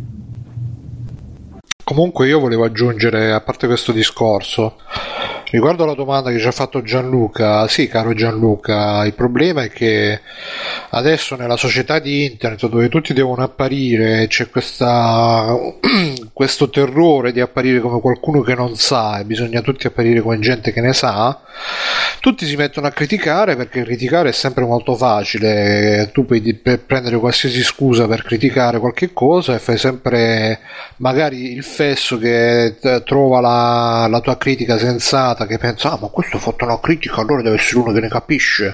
Comunque io volevo aggiungere, a parte questo discorso, riguardo alla domanda che ci ha fatto Gianluca, sì caro Gianluca, il problema è che adesso nella società di internet dove tutti devono apparire c'è questa, questo terrore di apparire come qualcuno che non sa e bisogna tutti apparire come gente che ne sa, tutti si mettono a criticare perché criticare è sempre molto facile, tu puoi prendere qualsiasi scusa per criticare qualche cosa e fai sempre magari il fesso che t- trova la, la tua critica sensata, che pensa ah ma questo ha fatto una critica allora deve essere uno che ne capisce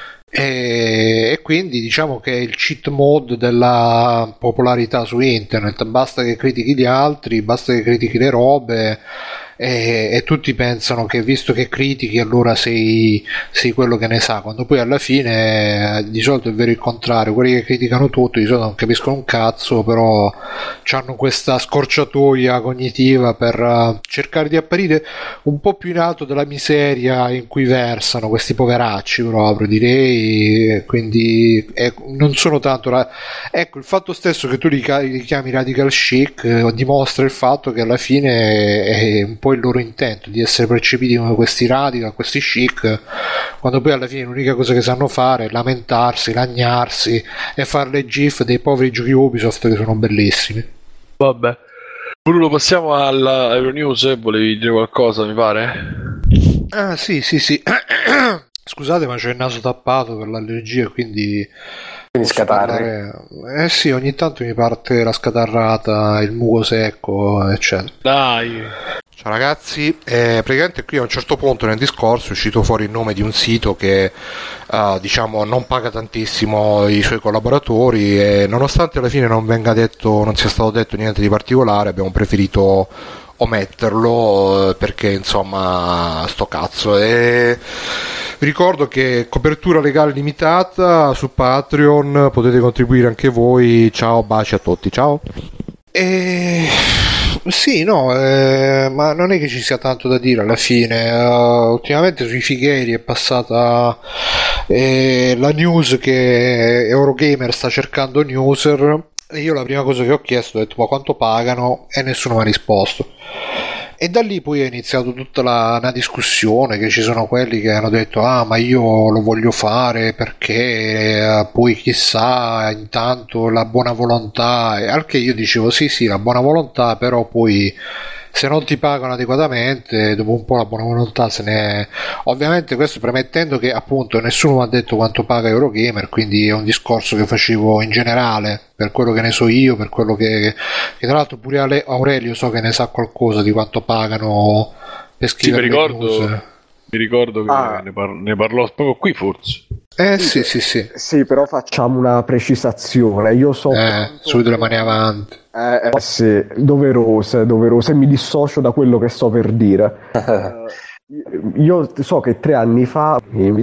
e, e quindi diciamo che è il cheat mode della popolarità su internet, basta che critichi gli altri, basta che critichi le robe e, e tutti pensano che visto che critichi allora sei, sei quello che ne sa, quando poi alla fine di solito è vero il contrario, quelli che criticano tutto di solito non capiscono un cazzo, però hanno questa scorciatoia cognitiva per uh, cercare di apparire un po' più in alto della miseria in cui versano questi poveracci proprio, direi, quindi eh, non sono tanto ra- ecco il fatto stesso che tu li, ca- li chiami radical chic eh, dimostra il fatto che alla fine è un po' il loro intento di essere percepiti come questi radical, questi chic, quando poi alla fine l'unica cosa che sanno fare è lamentarsi, lagnarsi e fare le gif dei poveri giochi Ubisoft che sono bellissimi. Vabbè, Bruno, passiamo alla Euronews. Volevi dire qualcosa, mi pare? Ah sì sì sì scusate ma c'ho il naso tappato per l'allergia, quindi quindi scatarri. Eh sì, ogni tanto mi parte la scatarrata, il muco secco eccetera. Dai. Ciao ragazzi, eh, praticamente qui a un certo punto nel discorso è uscito fuori il nome di un sito che uh, diciamo non paga tantissimo i suoi collaboratori e nonostante alla fine non venga detto, non sia stato detto niente di particolare, abbiamo preferito ometterlo perché insomma sto cazzo. E vi ricordo che copertura legale limitata su Patreon, potete contribuire anche voi. Ciao, baci a tutti, ciao. E sì, no, eh, ma non è che ci sia tanto da dire alla fine. Uh, ultimamente sui Fighieri è passata eh, la news che Eurogamer sta cercando un user e io la prima cosa che ho chiesto ho detto ma quanto pagano e nessuno mi ha risposto. E da lì poi è iniziato tutta la, una discussione che ci sono quelli che hanno detto ah ma io lo voglio fare perché eh, poi chissà intanto la buona volontà, e al che io dicevo sì sì la buona volontà, però poi se non ti pagano adeguatamente dopo un po' la buona volontà se ne... Ovviamente questo premettendo che appunto nessuno mi ha detto quanto paga Eurogamer, quindi è un discorso che facevo in generale per quello che ne so io, per quello che, che tra l'altro pure Aurelio so che ne sa qualcosa di quanto pagano per scrivere. Sì, mi ricordo, mi ricordo che ah. ne, par- ne parlò proprio qui forse. Eh sì sì sì sì, però facciamo una precisazione, io so eh, subito le mani avanti. Eh, eh, sì, doverose, doverose, mi dissocio da quello che sto per dire. uh, io so che tre anni fa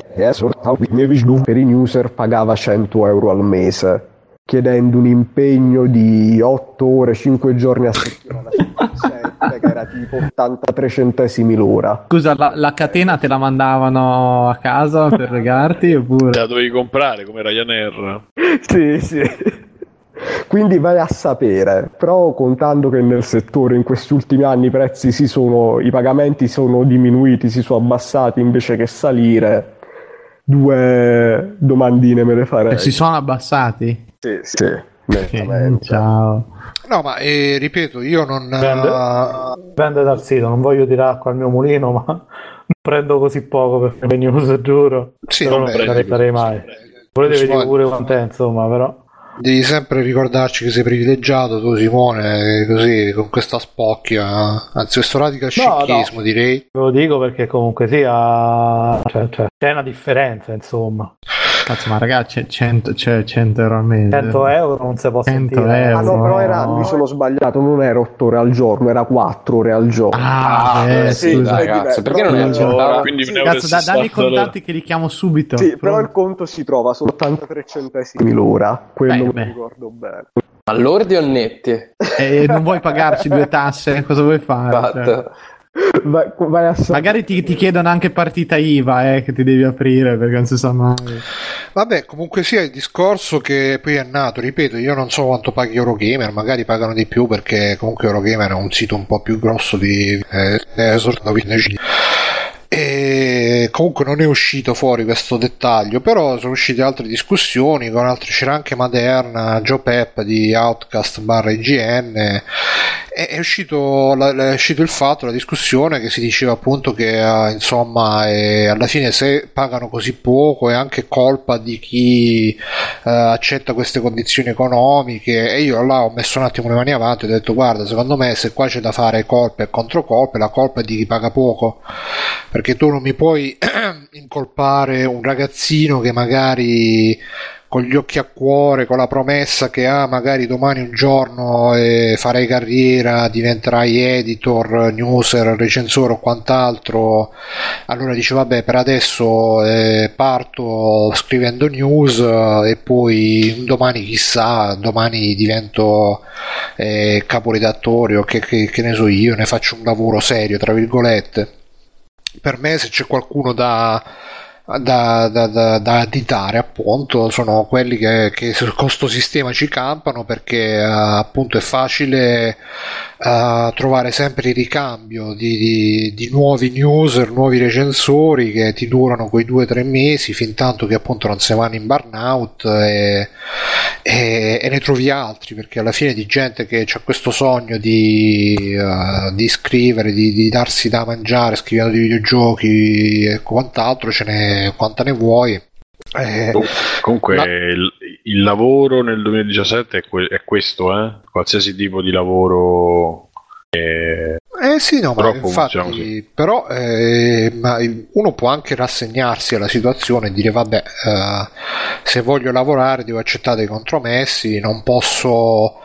per i user pagava cento euro al mese, chiedendo un impegno di otto ore, cinque giorni a settimana. che era tipo ottantatré centesimi l'ora. Scusa, la, la catena te la mandavano a casa per regarti oppure? Te la dovevi comprare come Ryanair? Sì, sì. Quindi vai a sapere, però contando che nel settore in questi ultimi anni i prezzi si sono, i pagamenti sono diminuiti, si sono abbassati invece che salire, due domandine me le farei. E si sono abbassati? Sì, sì. Okay, ciao. No, ma eh, ripeto, io non Vende, vende dal sito, non voglio tirare acqua al mio mulino, ma non prendo così poco per le news, giuro. Sì, però vabbè, non sarei mai. Volete vedere pure con te, insomma, però. Devi sempre ricordarci che sei privilegiato tu, Simone, così con questa spocchia, anzi questo radical scichismo, no, no. direi. Ve lo dico perché comunque sia, cioè, cioè, c'è una differenza, insomma. Cazzo, ma ragazzi, c'è cento, c'è cento euro al mese. cento euro non si può sentire. Euro. Ah no, però era, mi sono sbagliato, non era otto ore al giorno, era quattro ore al giorno. Ah, ah eh, sì, scusa, ragazzi, perché non è accettato? Cazzo, da, dammi i contatti che li chiamo subito. Sì, però il conto si trova su ottantatré centesimi l'ora, quello beh, mi ricordo bene. Ma lordi o netti? E non vuoi pagarci due tasse? Cosa vuoi fare? Cioè? Vai, vai a magari ti, ti chiedono anche partita I V A eh, che ti devi aprire perché non si sa mai. Vabbè, comunque sia il discorso che poi è nato, ripeto, io non so quanto paghi Eurogamer, magari pagano di più perché comunque Eurogamer è un sito un po' più grosso di eh, eh, e comunque non è uscito fuori questo dettaglio, però sono uscite altre discussioni con altri, c'era anche Maderna, Joe Pep di Outcast barra I G N, e è uscito, è uscito il fatto, la discussione che si diceva appunto che uh, insomma eh, alla fine se pagano così poco è anche colpa di chi uh, accetta queste condizioni economiche, e io là ho messo un attimo le mani avanti e ho detto guarda, secondo me se qua c'è da fare colpe e controcolpe, la colpa è di chi paga poco, perché tu non mi puoi incolpare un ragazzino che magari con gli occhi a cuore, con la promessa che ah, magari domani un giorno eh, farai carriera, diventerai editor, newser, recensore o quant'altro, allora dice vabbè, per adesso eh, parto scrivendo news eh, e poi un domani chissà, domani divento eh, caporedattore o che, che, che ne so io, ne faccio un lavoro serio, tra virgolette. Per me se c'è qualcuno da Da, da, da, da additare appunto sono quelli che, che con questo sistema ci campano, perché uh, appunto è facile uh, trovare sempre il ricambio di, di, di nuovi newser, nuovi recensori che ti durano quei due o tre mesi fin tanto che appunto non si vanno in burnout e, e, e ne trovi altri, perché alla fine di gente che ha questo sogno di, uh, di scrivere, di, di darsi da mangiare scrivendo di videogiochi e quant'altro ce n'è quanta ne vuoi. Eh, comunque ma... il, il lavoro nel duemiladiciassette è, que- è questo, eh? Qualsiasi tipo di lavoro è... eh sì, no, ma infatti, diciamo però eh, ma uno può anche rassegnarsi alla situazione e dire vabbè, eh, se voglio lavorare devo accettare dei compromessi, non posso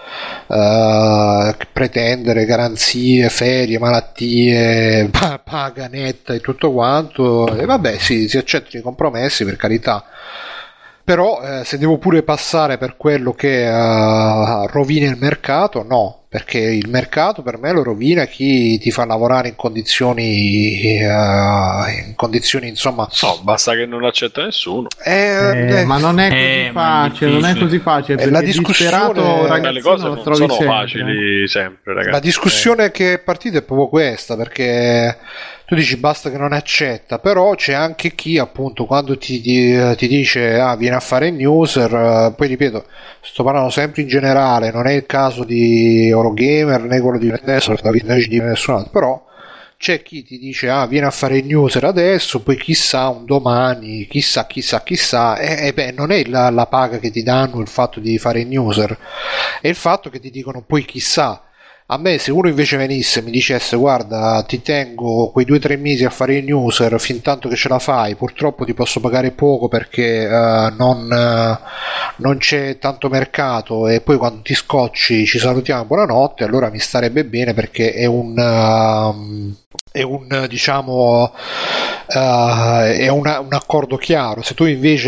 eh, pretendere garanzie, ferie, malattie, paga netta e tutto quanto, e vabbè sì, si accettano i compromessi, per carità. Però eh, se devo pure passare per quello che uh, rovina il mercato, no, perché il mercato per me lo rovina chi ti fa lavorare in condizioni uh, in condizioni insomma, no, basta che non accetta nessuno. Eh, eh, ma non è così eh, facile, non è così facile, eh, la discussione, le cose non sono sempre. facili sempre, ragazzi. La discussione eh. che è partita è proprio questa, perché tu dici basta che non accetta, però c'è anche chi appunto quando ti, ti, ti dice ah vieni a fare il newser, poi ripeto, sto parlando sempre in generale, non è il caso di Eurogamer né quello di adesso, di nessun altro, però c'è chi ti dice ah vieni a fare il newser adesso, poi chissà un domani, chissà chissà chissà, e, e beh non è la, la paga che ti danno il fatto di fare il newser, è il fatto che ti dicono poi chissà. A me se uno invece venisse e mi dicesse guarda ti tengo quei due o tre mesi a fare il newser fin tanto che ce la fai, purtroppo ti posso pagare poco perché uh, non, uh, non c'è tanto mercato e poi quando ti scocci ci salutiamo buonanotte, allora mi starebbe bene, perché è un uh, è un diciamo uh, è una, un accordo chiaro. Se tu invece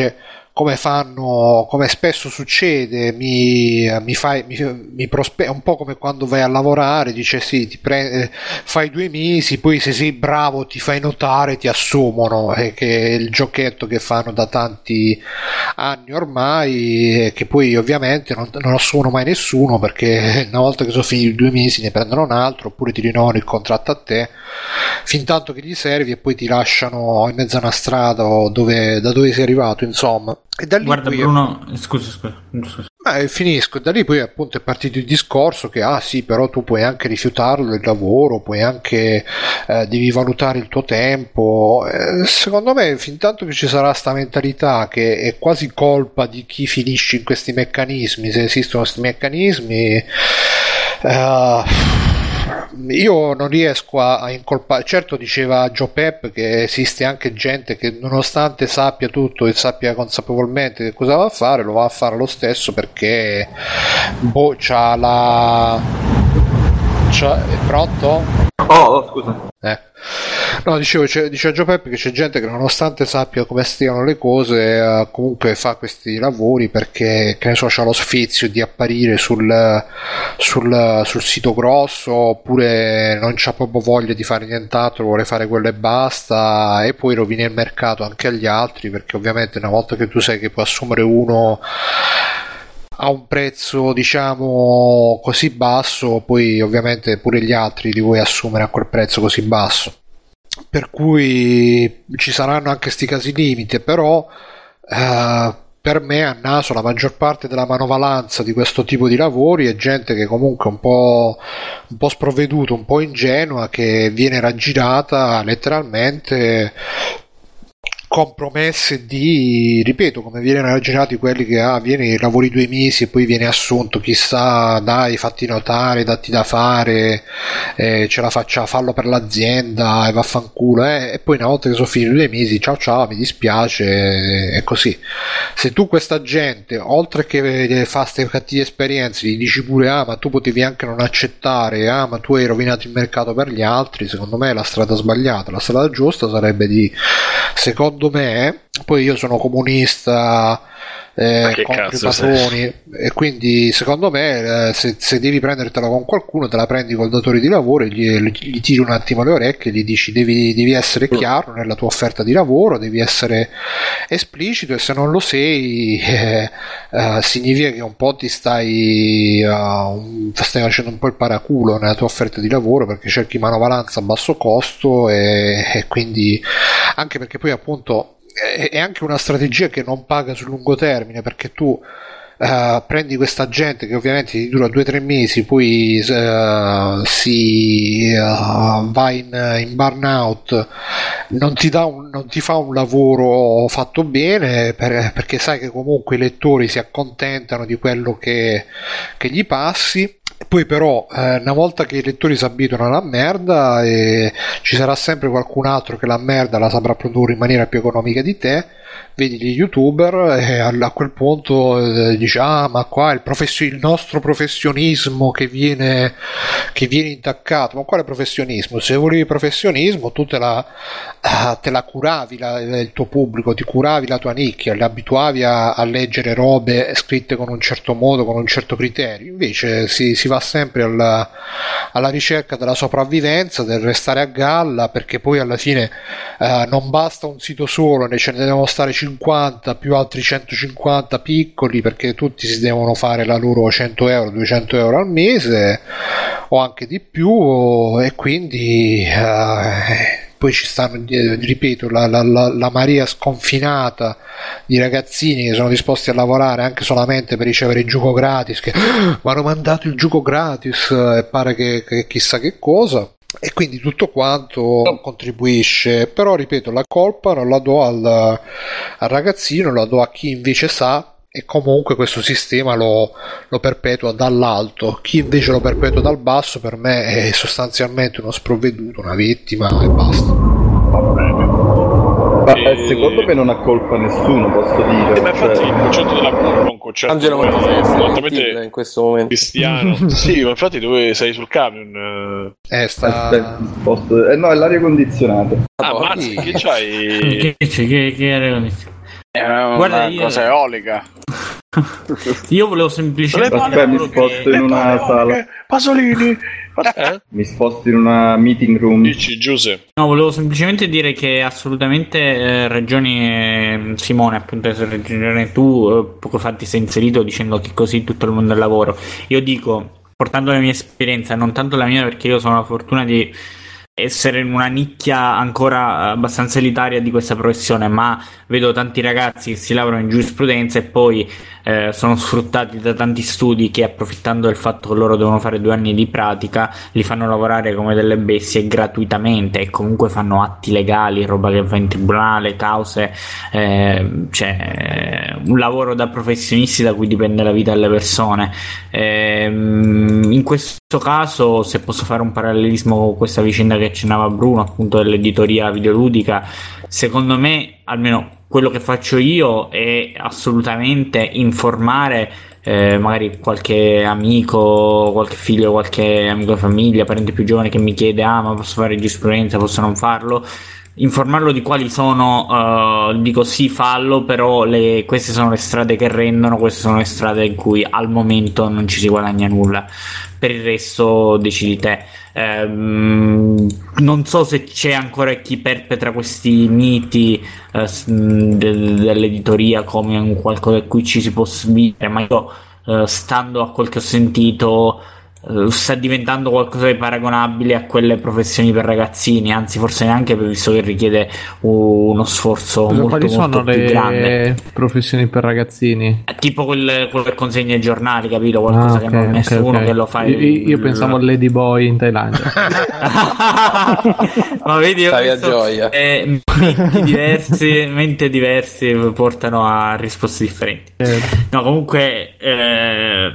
come fanno, come spesso succede, mi, mi fai mi, mi prospe- è un po' come quando vai a lavorare, dice sì, ti pre- fai due mesi, poi se sei bravo ti fai notare, ti assumono, eh, che è il giochetto che fanno da tanti anni ormai, eh, che poi ovviamente non, non assumono mai nessuno, perché una volta che sono finiti due mesi ne prendono un altro, oppure ti rinnovano il contratto a te fin tanto che gli servi e poi ti lasciano in mezzo a una strada o dove, da dove sei arrivato, insomma. E da lì Guarda poi Bruno, è... scusa, scusa, scusa. Eh, finisco, da lì poi appunto è partito il discorso che ah sì, però tu puoi anche rifiutarlo il lavoro, puoi anche eh, devi valutare il tuo tempo. Eh, secondo me fin tanto che ci sarà sta mentalità che è quasi colpa di chi finisce in questi meccanismi, se esistono questi meccanismi, eh, io non riesco a, a incolpare. Certo, diceva Joe Pep che esiste anche gente che nonostante sappia tutto e sappia consapevolmente che cosa va a fare, lo va a fare lo stesso perché boh, c'ha la c'ha... è pronto? Oh, oh scusa. Eh. No, dicevo, c'è, diceva Joe Pep che c'è gente che nonostante sappia come stiano le cose eh, comunque fa questi lavori perché, che ne so, c'ha lo sfizio di apparire sul, sul, sul sito grosso, oppure non c'ha proprio voglia di fare nient'altro, vuole fare quello e basta, e poi rovina il mercato anche agli altri, perché ovviamente una volta che tu sai che puoi assumere uno a un prezzo diciamo così basso, poi ovviamente pure gli altri li vuoi assumere a quel prezzo così basso, per cui ci saranno anche sti casi limite, però eh, per me a naso la maggior parte della manovalanza di questo tipo di lavori è gente che comunque è un po', un po' sprovveduta, un po' ingenua, che viene raggirata letteralmente con promesse di, ripeto, come viene raggirati quelli che ah, vieni, lavori due mesi e poi viene assunto, chissà, dai, fatti notare, datti da fare, eh, ce la faccia, fallo per l'azienda e vaffanculo, eh, e poi una volta che sono finiti due mesi, ciao ciao, mi dispiace, è così. Se tu questa gente, oltre che fa queste cattive esperienze, gli dici pure ah ma tu potevi anche non accettare, ah ma tu hai rovinato il mercato per gli altri, secondo me è la strada sbagliata. La strada giusta sarebbe di, secondo me, poi io sono comunista eh, contro i patroni, e quindi secondo me eh, se, se devi prendertela con qualcuno te la prendi col datore di lavoro e gli, gli tiri un attimo le orecchie e gli dici devi, devi essere chiaro nella tua offerta di lavoro, devi essere esplicito, e se non lo sei eh, eh, significa che un po' ti stai uh, stai facendo un po' il paraculo nella tua offerta di lavoro, perché cerchi manovalanza a basso costo e, e quindi anche perché poi appunto è anche una strategia che non paga sul lungo termine, perché tu uh, prendi questa gente che ovviamente ti dura due o tre mesi, poi uh, si uh, va in, in burnout, non ti, dà un, non ti fa un lavoro fatto bene, per, perché sai che comunque i lettori si accontentano di quello che, che gli passi. Poi però eh, una volta che i lettori si abituano alla merda, eh, ci sarà sempre qualcun altro che la merda la saprà produrre in maniera più economica di te. Vedi gli youtuber e a quel punto eh, dici ah ma qua il, professio- il nostro professionismo che viene, che viene intaccato. Ma quale professionismo? Se volevi professionismo tu te la, te la curavi la, il tuo pubblico, ti curavi la tua nicchia, li abituavi a, a leggere robe scritte con un certo modo, con un certo criterio. Invece si, si va sempre alla, alla ricerca della sopravvivenza, del restare a galla, perché poi alla fine eh, non basta un sito solo, ne ce ne devono stare cinquanta più altri centocinquanta piccoli, perché tutti si devono fare la loro cento euro, duecento euro al mese o anche di più, e quindi eh, poi ci stanno, ripeto, la, la, la, la marea sconfinata di ragazzini che sono disposti a lavorare anche solamente per ricevere il gioco gratis, che mi hanno mandato il gioco gratis e pare che, che chissà che cosa. E quindi tutto quanto contribuisce, però ripeto, la colpa non la do al, al ragazzino, la do a chi invece sa, e comunque questo sistema lo, lo perpetua dall'alto. Chi invece lo perpetua dal basso per me è sostanzialmente uno sprovveduto, una vittima e basta. Va bene. Ma eh, secondo me non ha colpa nessuno, posso dire. Eh, ma infatti cioè... il concetto della colpa è un concetto Angelo esattamente in questo momento cristiano. Sì, ma infatti dove sei sul camion? Eh, sta... Aspetta, posso... eh no, è l'aria condizionata. Ah, mazzi, che c'hai? Che c'è? Che, che aria condizionata? È una, Guarda, una io- cosa eolica. Io volevo semplicemente Aspetta, mi sposto in una sala. Pasolini. Eh? Mi sposto in una meeting room. Dici Giuseppe? No, volevo semplicemente dire che assolutamente eh, ragioni eh, Simone, appunto, hai ragione tu, eh, poco fa ti sei inserito dicendo che così tutto il mondo del lavoro. Io dico, portando la mia esperienza, non tanto la mia perché io sono la fortuna di essere in una nicchia ancora abbastanza elitaria di questa professione, ma vedo tanti ragazzi che si laureano in giurisprudenza e poi eh, sono sfruttati da tanti studi che, approfittando del fatto che loro devono fare due anni di pratica, li fanno lavorare come delle bestie gratuitamente e comunque fanno atti legali, roba che va in tribunale, cause, eh, cioè un lavoro da professionisti da cui dipende la vita delle persone. Eh, in questo caso, se posso fare un parallelismo con questa vicenda che accennava Bruno, appunto dell'editoria videoludica, secondo me, almeno quello che faccio io è assolutamente informare eh, magari qualche amico, qualche figlio, qualche amico di famiglia, parente più giovane che mi chiede ah ma posso fare giurisprudenza, posso non farlo, informarlo di quali sono, uh, dico sì fallo, però le, queste sono le strade che rendono, queste sono le strade in cui al momento non ci si guadagna nulla, per il resto decidi te. Um, non so se c'è ancora chi perpetra questi miti uh, de- dell'editoria come un qualcosa a cui ci si può sviare, ma io uh, stando a quel che ho sentito uh, sta diventando qualcosa di paragonabile a quelle professioni per ragazzini, anzi forse neanche, visto che richiede uno sforzo molto, quali molto sono più le grande, professioni per ragazzini? tipo quel, quello che consegna i giornali, capito? Qualcosa Ah, che ok, non ok, nessuno ok. che lo fa Io, io pensavo al Ladyboy in Thailandia. ma vedi, io Stavi a penso, gioia. eh, menti diversi mente diversi portano a risposte differenti. No, comunque eh,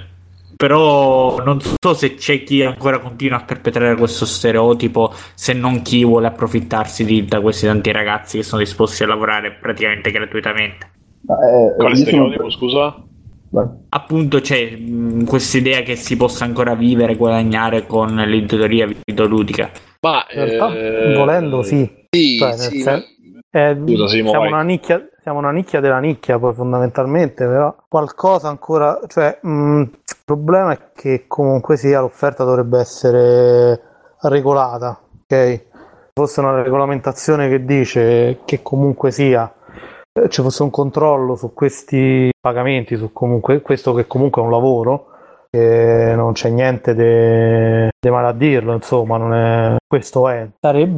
però non so se c'è chi ancora continua a perpetrare questo stereotipo, se non chi vuole approfittarsi di, da questi tanti ragazzi che sono disposti a lavorare praticamente gratuitamente. Eh, Quale io sono- stereotipo, scusa? Vai. Appunto c'è questa idea che si possa ancora vivere e guadagnare con l'editoria videoludica. Ma In realtà, eh, volendo sì. sì, Cioè, nel sì, sen- eh, Scusa, Simo, siamo, vai. una nicchia, siamo una nicchia della nicchia, poi fondamentalmente, però qualcosa ancora, cioè mh, il problema è che comunque sia l'offerta dovrebbe essere regolata, ok? Se fosse una regolamentazione che dice che comunque sia eh, ci fosse un controllo su questi pagamenti, su comunque questo che comunque è un lavoro, che non c'è niente di male a dirlo, insomma, non è, questo è,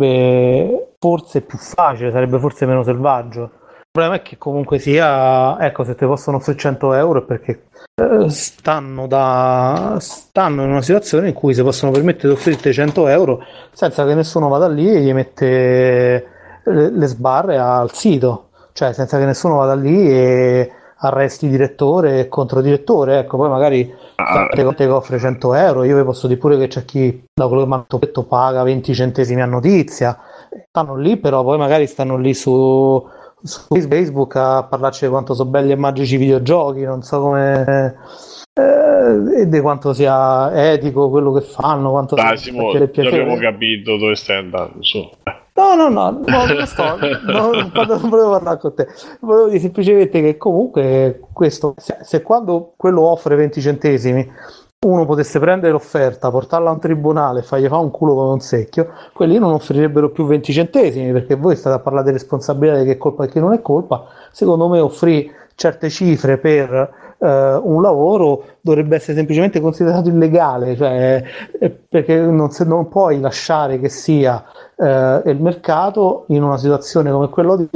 sarebbe forse più facile, sarebbe forse meno selvaggio. Il problema è che comunque sia, ecco, se ti possono offrire cento euro è perché eh, stanno, da, stanno in una situazione in cui si possono permettere di offrirti cento euro senza che nessuno vada lì e gli mette le, le sbarre al sito, cioè senza che nessuno vada lì e arresti direttore e controdirettore, ecco, poi magari Ah, te che offre cento euro, io vi posso dire pure che c'è chi da quello che mi hanno detto paga venti centesimi a notizia, stanno lì, però poi magari stanno lì su, su Facebook a parlarci di quanto sono belli e magici i videogiochi, non so come eh, e di quanto sia etico quello che fanno, quanto dai, sia Simo, piacere e già piacere. abbiamo capito dove stai andando. Su. No, no, no, no, non sto, no, non non volevo parlare con te, volevo dire semplicemente che comunque questo, se, se quando quello offre venti centesimi uno potesse prendere l'offerta, portarla a un tribunale e fargli fare un culo con un secchio, quelli non offrirebbero più venti centesimi, perché voi state a parlare di responsabilità, di che è colpa e che non è colpa. Secondo me offrire certe cifre per Uh, un lavoro dovrebbe essere semplicemente considerato illegale, cioè, eh, perché non, se non puoi lasciare che sia uh, il mercato in una situazione come quella di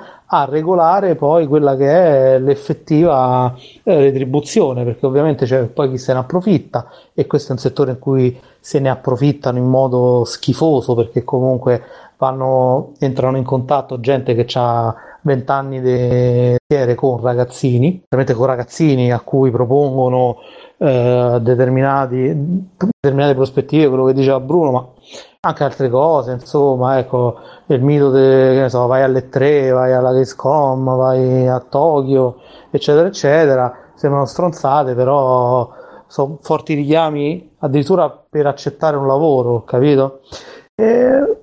a regolare poi quella che è l'effettiva eh, retribuzione, perché ovviamente c'è poi chi se ne approfitta e questo è un settore in cui se ne approfittano in modo schifoso, perché comunque vanno, entrano in contatto gente che ha venti anni di mestiere con ragazzini, veramente con ragazzini a cui propongono eh, determinati, determinate prospettive, quello che diceva Bruno, ma anche altre cose, insomma, ecco, il mito de, che ne so, vai alle tre, vai alla Gamescom, vai a Tokyo, eccetera, eccetera, sembrano stronzate, però sono forti richiami addirittura per accettare un lavoro, capito? E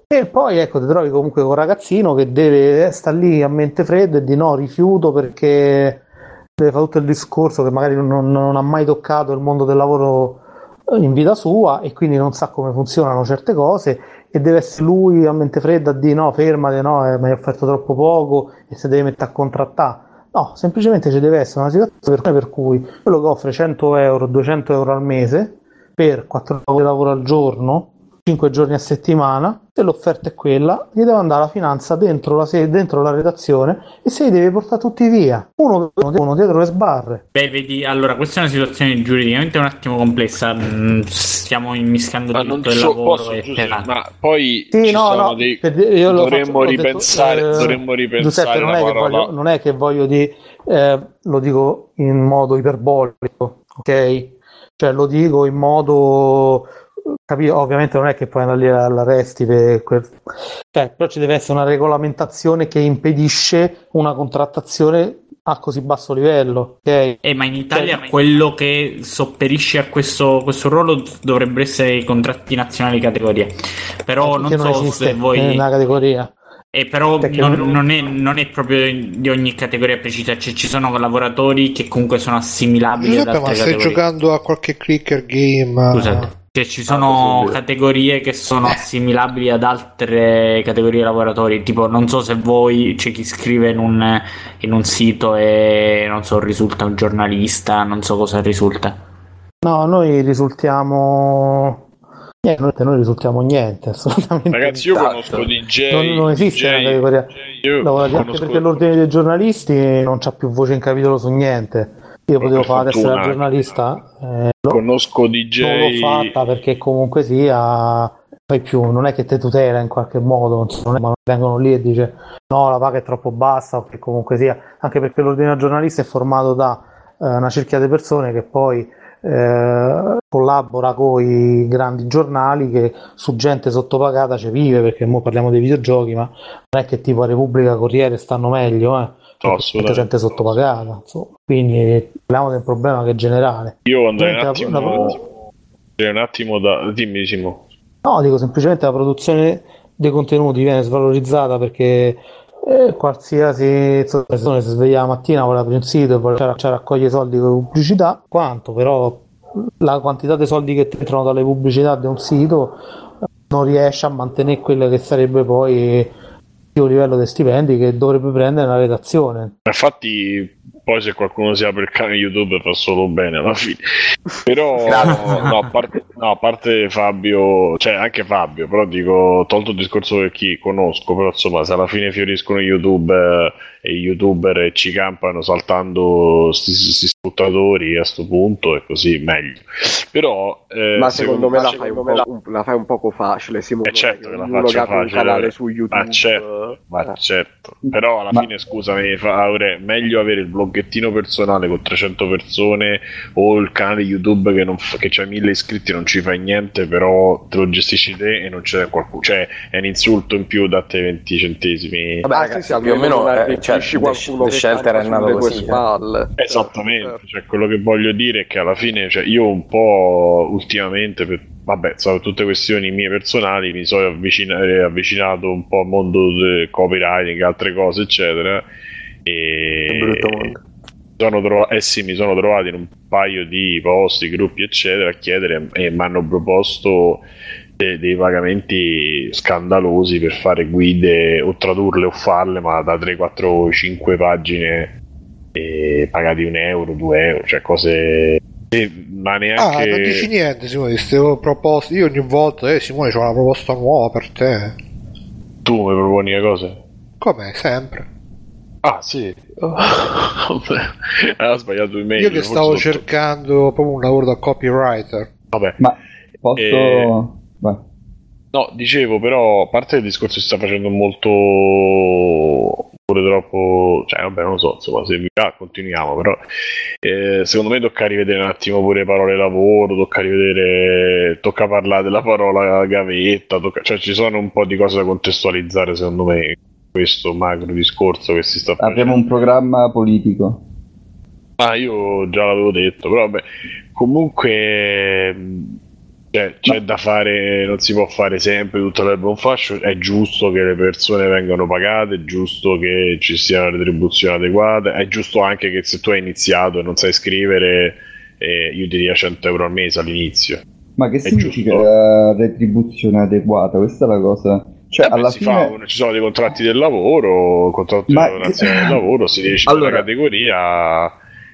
E poi ecco, ti trovi comunque con un ragazzino che deve stare lì a mente fredda e di no, rifiuto perché deve fare tutto il discorso che magari non, non ha mai toccato il mondo del lavoro in vita sua e quindi non sa come funzionano certe cose e deve essere lui a mente fredda a dire no, fermate, no, eh, mi hai offerto troppo poco e se deve mettere a contrattare. No, semplicemente ci deve essere una situazione per, per cui quello che offre cento euro, duecento euro al mese per quattro ore di lavoro al giorno, cinque giorni a settimana, se l'offerta è quella, gli deve andare la finanza dentro la, se- dentro la redazione e se li deve portare tutti via, uno, uno dietro le sbarre. Beh, vedi, allora questa è una situazione giuridicamente un attimo complessa, mm, stiamo immischiando ma tutto non il so, lavoro posso, e Giuseppe, penale. ma poi sì, ci no, sono no, dei io lo dovremmo faccio, ripensare detto, eh, dovremmo ripensare Giuseppe, non la è, che parola... voglio, non è che voglio dire eh, lo dico in modo iperbolico, ok? Cioè lo dico in modo capito? Ovviamente non è che puoi andare lì all'arresti per quel... cioè, però ci deve essere una regolamentazione che impedisce una contrattazione a così basso livello, ok? Eh, ma in Italia cioè, quello che sopperisce a questo, questo ruolo dovrebbero essere i contratti nazionali categoria, però non, non so se voi una categoria. E però non, non, è, non è proprio di ogni categoria precisa, cioè ci sono lavoratori che comunque sono assimilabili Giuseppe, ad altre ma stai categorie. giocando a qualche clicker game? Scusate, cioè ci sono ah, categorie che sono assimilabili ad altre categorie di lavoratori, tipo non so se voi c'è chi scrive in un, in un sito e non so risulta un giornalista, non so cosa risulta. No, noi risultiamo niente, noi risultiamo niente, assolutamente. Ragazzi, io conosco D J. Non, non esiste D J, una categoria. Io Lavorati anche conosco... perché l'ordine dei giornalisti non c'ha più voce in capitolo su niente. Io potevo fare adesso la giornalista. Eh, conosco D J. Non l'ho fatta perché comunque sia. Poi più, non è che te tutela in qualche modo, non è, ma vengono lì e dice no, la paga è troppo bassa, o che comunque sia, anche perché l'ordine del giornalista è formato da eh, una cerchia di persone che poi eh, collabora con i grandi giornali che su gente sottopagata ci vive, perché mo parliamo dei videogiochi, ma non è che tipo a Repubblica, Corriere stanno meglio, eh. Cioè, no, gente sottopagata, insomma. Quindi parliamo di un problema che è generale. Io andrei un attimo, la, la... un attimo da... dimmi Simo. No, dico semplicemente la produzione dei contenuti viene svalorizzata perché eh, qualsiasi persona si sveglia la mattina, vuole aprire un sito e vuole cioè, raccogliere soldi con pubblicità, quanto però la quantità di soldi che entrano dalle pubblicità di un sito non riesce a mantenere quello che sarebbe poi il livello dei stipendi che dovrebbe prendere una redazione. Infatti poi se qualcuno si apre il canale YouTube fa solo bene alla fine, però no, a parte, no, a parte Fabio, cioè anche Fabio, però dico, tolto il discorso che chi conosco, però insomma se alla fine fioriscono YouTube eh, e i youtuber e ci campano saltando sti, sti sputtatori a sto punto è così meglio, però eh, ma secondo, secondo me, la, fai secondo me la... Un, la fai un poco facile, Simone, eh certo che la faccio facile, un canale su YouTube, ma certo, ma certo. Però alla ma... fine scusami Aure, meglio avere il bloggettino personale con trecento persone o il canale YouTube che, non fa, che c'ha mille iscritti e non ci fai niente, però te lo gestisci te e non c'è qualcuno, cioè è un insulto in più da te venti centesimi. Vabbè, ragazzi, ah, più o meno eh, cioè, qualcuno The, che Shelter è nato così, spalle. Eh. Esattamente, cioè quello che voglio dire è che alla fine, cioè io un po' ultimamente per vabbè, sono tutte questioni mie personali, mi sono avvicina- avvicinato un po' al mondo del copywriting, altre cose, eccetera. E sono trov- eh sì, mi sono trovato in un paio di posti, gruppi, eccetera, a chiedere e mi hanno proposto de- dei pagamenti scandalosi per fare guide o tradurle o farle, ma da tre, quattro, cinque pagine e pagati un euro, due euro, cioè cose. Eh, ma neanche... Ah, non dici niente Simone, queste proposte, io ogni volta eh Simone c'ho una proposta nuova per te. Tu mi proponi le cose? Come sempre. Ah sì, oh, ho sbagliato email. Io che stavo tutto. cercando proprio un lavoro da copywriter. Vabbè, ma posso eh... no, dicevo, però a parte il discorso si sta facendo molto pure troppo, cioè vabbè non lo so, insomma se vi va continuiamo, però eh, secondo me tocca rivedere un attimo pure parole lavoro, tocca rivedere, tocca parlare della parola gavetta, tocca, cioè ci sono un po' di cose da contestualizzare secondo me, questo macro discorso che si sta facendo. Abbiamo un programma politico. Ah, io già l'avevo detto, però vabbè, comunque C'è, c'è da fare, non si può fare sempre tutto l'erba un fascio, è giusto che le persone vengano pagate, è giusto che ci sia una retribuzione adeguata, è giusto anche che se tu hai iniziato e non sai scrivere, eh, io diria cento euro al mese all'inizio. Ma che significa uh, retribuzione adeguata? Questa è la cosa. Cioè, eh beh, alla si fine... fa un, ci sono dei contratti del lavoro, contratti Ma... di lavorazione del lavoro, si decide allora... la categoria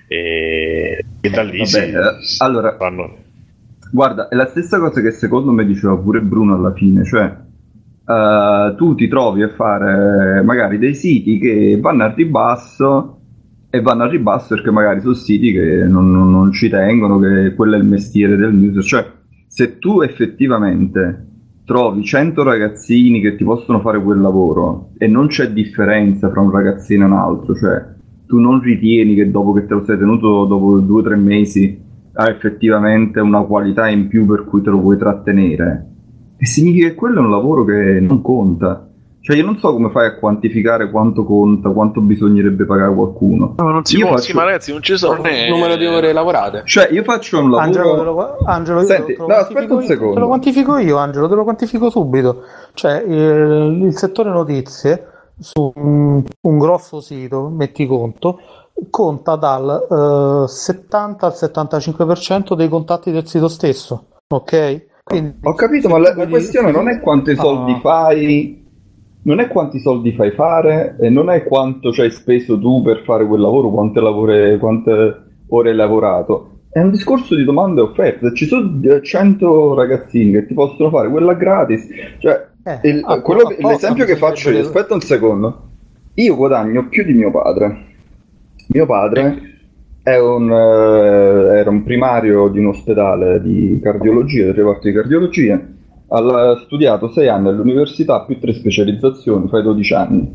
e, e da lì si, si allora... fanno. Guarda, è la stessa cosa che secondo me diceva pure Bruno alla fine, cioè uh, tu ti trovi a fare magari dei siti che vanno al ribasso e vanno al ribasso perché magari sono siti che non, non, non ci tengono, che quello è il mestiere del news, cioè se tu effettivamente trovi cento ragazzini che ti possono fare quel lavoro e non c'è differenza fra un ragazzino e un altro, cioè tu non ritieni che dopo che te lo sei tenuto dopo due o tre mesi ha effettivamente una qualità in più per cui te lo puoi trattenere, e significa che quello è un lavoro che non conta. Cioè io non so come fai a quantificare quanto conta, quanto bisognerebbe pagare qualcuno. No, non si io può, faccio... sì, ma ragazzi non ci sono né... numero di ore lavorate. Cioè io faccio un lavoro... Angelo, te lo, Angelo io Senti, te lo no, aspetta un secondo. Te lo quantifico io, Angelo, te lo quantifico subito. Cioè il, il settore notizie su un, un grosso sito, metti conto, conta dal uh, settanta al settantacinque per cento dei contatti del sito stesso, ok? Quindi, ho capito, ma la, la questione non è quanti soldi ah. fai, non è quanti soldi fai fare, e non è quanto ci hai speso tu per fare quel lavoro, quante, lavore, quante ore hai lavorato. È un discorso di domanda e offerta. Se ci sono cento ragazzini che ti possono fare quella gratis, cioè eh, il, a, quello, a l'esempio che faccio io, aspetta un secondo, io guadagno più di mio padre. Mio padre è un, eh, era un primario di un ospedale di cardiologia, del reparto di cardiologia, ha studiato sei anni all'università più tre specializzazioni, fai dodici anni.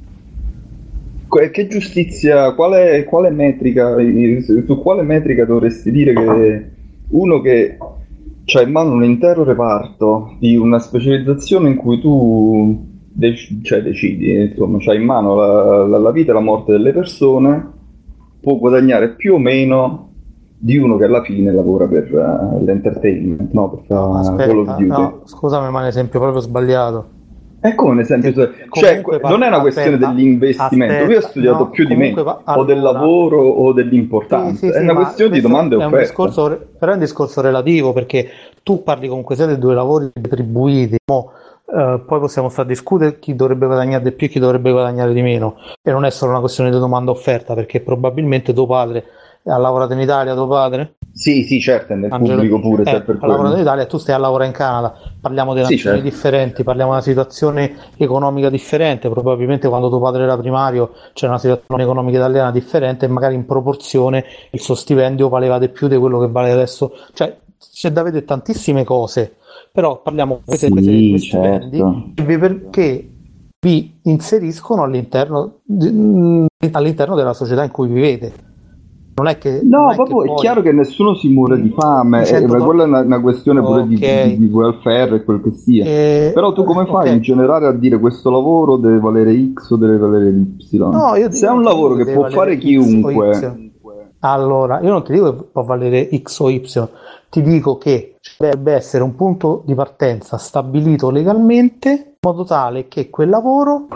Che giustizia, quale, quale metrica, su quale metrica dovresti dire che uno che c'ha in mano un intero reparto di una specializzazione in cui tu dec- cioè decidi, insomma, c'hai in mano la, la, la vita e la morte delle persone, può guadagnare più o meno di uno che alla fine lavora per uh, l'entertainment, no? Per fare Call of Duty. No, scusami, ma è un esempio proprio sbagliato. È come un esempio, cioè comunque, non è una questione aspetta, dell'investimento. Aspetta, Lui ha studiato no, più di me, va, allora, o del lavoro o dell'importanza. Sì, sì, è sì, una questione di domanda e offerta. Discorso, però è un discorso relativo, perché tu parli comunque sia dei due lavori retribuiti, mo, Uh, poi possiamo stare a discutere chi dovrebbe guadagnare di più e chi dovrebbe guadagnare di meno, e non è solo una questione di domanda offerta, perché probabilmente tuo padre ha lavorato in Italia, tuo padre? Sì, sì, certo, è nel Angelo, pubblico pure, eh, se per ha lavorato in Italia e tu stai a lavorare in Canada, parliamo di nazioni sì, certo. differenti, parliamo di una situazione economica differente, probabilmente quando tuo padre era primario c'era una situazione economica italiana differente e magari in proporzione il suo stipendio valeva di più di quello che vale adesso, cioè c'è da vedere tantissime cose. Però parliamo di sì, questi stipendi certo. perché vi inseriscono all'interno, di, all'interno della società in cui vivete. Non è che no, non è, proprio, che è poi... chiaro che nessuno si muore di fame, e, ma quella è una, una questione pure okay. di, di, di welfare e quel che sia. E... Però tu come fai okay. in generale a dire questo lavoro deve valere X o deve valere Y? No, io Se è un lavoro che può fare chiunque. Allora, io non ti dico che può valere X o Y, ti dico che deve essere un punto di partenza stabilito legalmente in modo tale che quel lavoro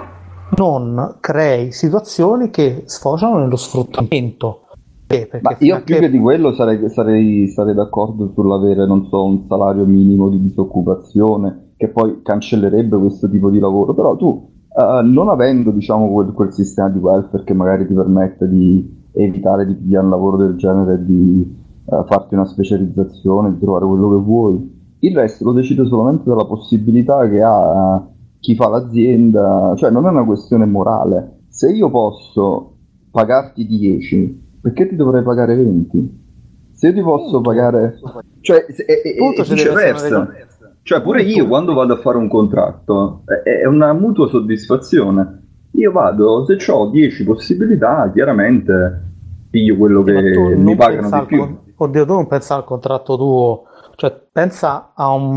non crei situazioni che sfociano nello sfruttamento. Eh, Ma io più che... che di quello sarei, sarei, sarei d'accordo sull'avere, non so, un salario minimo di disoccupazione che poi cancellerebbe questo tipo di lavoro, però tu uh, non avendo, diciamo, quel, quel sistema di welfare che magari ti permette di evitare di pigliare un lavoro del genere e di uh, farti una specializzazione, di trovare quello che vuoi, il resto lo decide solamente dalla possibilità che ha uh, chi fa l'azienda, cioè non è una questione morale. Se io posso pagarti dieci, perché ti dovrei pagare venti? Se io ti posso Punto. pagare, cioè è, è, è viceversa, cioè pure Punto. io quando vado a fare un contratto è, è una mutua soddisfazione. Io vado, se ho dieci possibilità, chiaramente piglio quello sì, che mi pagano di più. Con... Oddio, tu non pensa al contratto tuo, cioè pensa a un,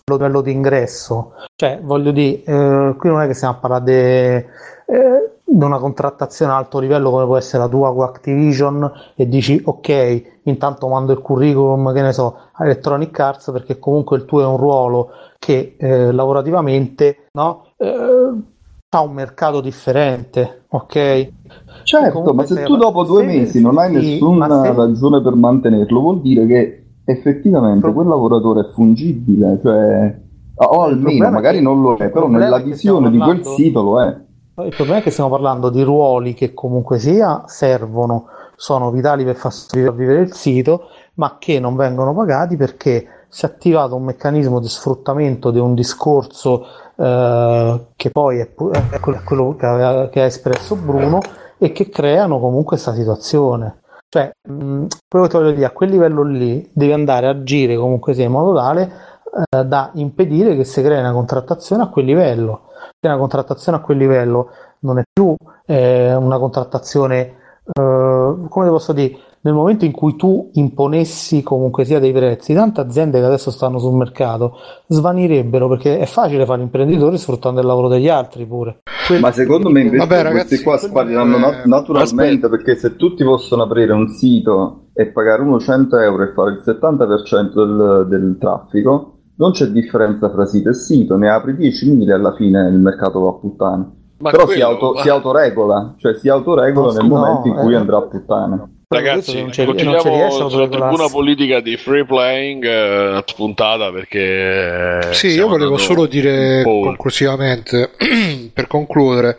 lo livello di ingresso. Cioè, voglio dire, eh, qui non è che stiamo a parlare di eh, una contrattazione a alto livello come può essere la tua con Activision e dici ok, intanto mando il curriculum, che ne so, a Electronic Arts, perché comunque il tuo è un ruolo che eh, lavorativamente, no, eh, ha un mercato differente, ok? Certo, comunque ma se, se tu dopo due mesi non hai nessuna se... ragione per mantenerlo, vuol dire che effettivamente quel lavoratore è fungibile, cioè o almeno magari non lo è, però nella visione di quel sito lo è. Il problema è che stiamo parlando di ruoli che comunque sia servono, sono vitali per far sopravvivere il sito, ma che non vengono pagati perché si è attivato un meccanismo di sfruttamento di un discorso eh, che poi è, è quello che, aveva, che ha espresso Bruno, e che creano comunque questa situazione. Cioè, mh, quello che ti voglio dire, a quel livello lì devi andare a agire comunque sia in modo tale eh, da impedire che si crei una contrattazione a quel livello. Una contrattazione a quel livello non è più eh, una contrattazione eh, come posso dire, nel momento in cui tu imponessi comunque sia dei prezzi, tante aziende che adesso stanno sul mercato svanirebbero, perché è facile fare l'imprenditore sfruttando il lavoro degli altri pure. Quelli ma secondo me invece Vabbè, ragazzi, questi qua spariranno nat- naturalmente, aspetta. Perché se tutti possono aprire un sito e pagare uno cento euro e fare il settanta per cento del, del traffico, non c'è differenza fra sito e sito, ne apri diecimila e alla fine il mercato va a puttane. Ma però quello, si, auto, ma... si autoregola, cioè si autoregola no, nel no, momento in cui eh, andrà a puttane. Ragazzi, non continuiamo sulla tribuna politica di free playing eh, spuntata perché sì, io volevo solo dire conclusivamente per concludere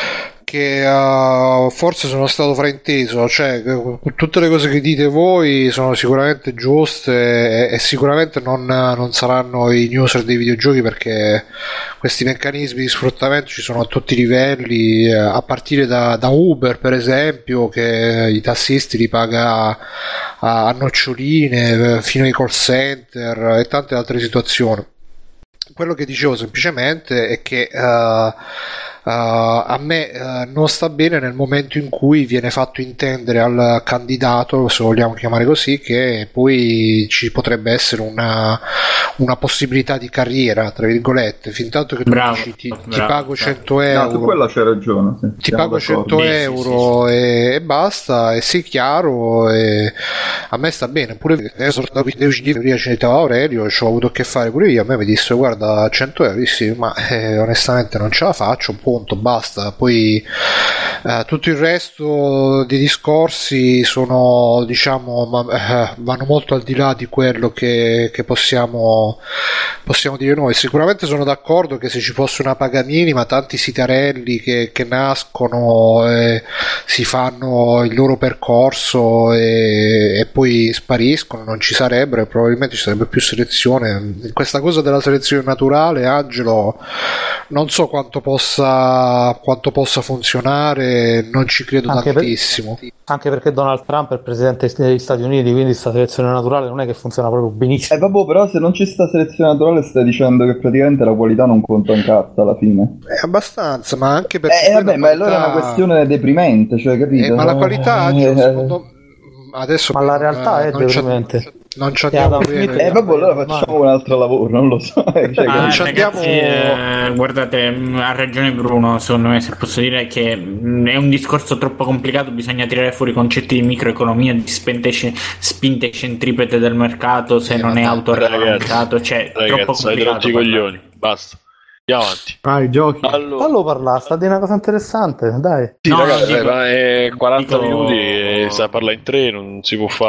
che uh, forse sono stato frainteso, cioè tutte le cose che dite voi sono sicuramente giuste e, e sicuramente non, non saranno i user dei videogiochi, perché questi meccanismi di sfruttamento ci sono a tutti i livelli, eh, a partire da, da Uber per esempio, che i tassisti li paga a, a noccioline, fino ai call center e tante altre situazioni. Quello che dicevo semplicemente è che uh, Uh, a me uh, non sta bene nel momento in cui viene fatto intendere al candidato, se vogliamo chiamare così, che poi ci potrebbe essere una, una possibilità di carriera, tra virgolette, fin tanto che tu bravo, dici ti, bravo, ti pago cento euro. No, su quella c'è ragione. Sì, ti pago cento euro sì, sì, sì. E, e basta, e sei chiaro, e a me sta bene. Pure adesso prima ce ne stava Aurelio e ci ho avuto a che fare pure io, a me mi disse guarda cento euro, sì, ma eh, onestamente non ce la faccio, un po' basta. Poi eh, tutto il resto dei discorsi sono, diciamo, ma, eh, vanno molto al di là di quello che, che possiamo possiamo dire noi. Sicuramente sono d'accordo che se ci fosse una paga minima, tanti sitarelli che, che nascono e si fanno il loro percorso e, e poi spariscono, non ci sarebbero, e probabilmente ci sarebbe più selezione. Questa cosa della selezione naturale, Angelo, non so quanto possa quanto possa funzionare, non ci credo anche tantissimo per, anche perché Donald Trump è il presidente degli Stati Uniti, quindi questa selezione naturale non è che funziona proprio benissimo. Eh vabbè, però se non c'è sta selezione naturale stai dicendo che praticamente la qualità non conta un cazzo alla fine. È abbastanza, ma anche perché eh vabbè, ma qualità... allora è una questione deprimente, cioè, capito? Eh, ma la qualità eh, secondo... adesso ma la realtà è deprimente. Non ci andiamo eh, eh vabbè, allora facciamo un altro lavoro, non lo so. Cioè, ah, non ci andiamo... eh, guardate, ha ragione Bruno, secondo me, se posso dire che è un discorso troppo complicato, bisogna tirare fuori i concetti di microeconomia, di spinte, spinte centripete del mercato, se eh, non è autoregolamentato, cioè ragazzi, troppo complicato. Hai i coglioni, basta. Andiamo avanti. Vai, giochi. Allora, fallo parlare, sta di una cosa interessante, dai. Sì, no, ragazzi, dico, è quaranta dico... minuti e sa parlare in tre, non si può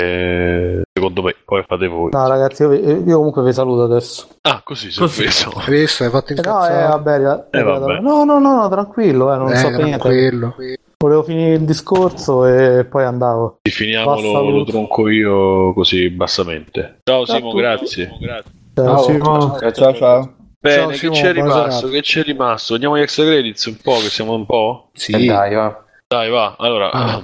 fare, secondo me, poi fate voi. No, ragazzi, io, io comunque vi saluto adesso. Ah, così, così. Hai visto, hai fatto incazzare. Eh, no, eh, vabbè, eh, vabbè. No, no, no, no, tranquillo, eh, non eh, so tranquillo. niente. Volevo finire il discorso e poi andavo. Sì, finiamo, lo, lo tronco io così bassamente. Ciao Simo, grazie. grazie. Ciao, ciao Simo. Ciao, ciao. ciao. Bene, ciao, che Simo, c'è rimasto? Che c'è rimasto? Andiamo agli extra credits un po', che siamo un po'? Sì, eh dai, va. Dai, va. Allora, ah.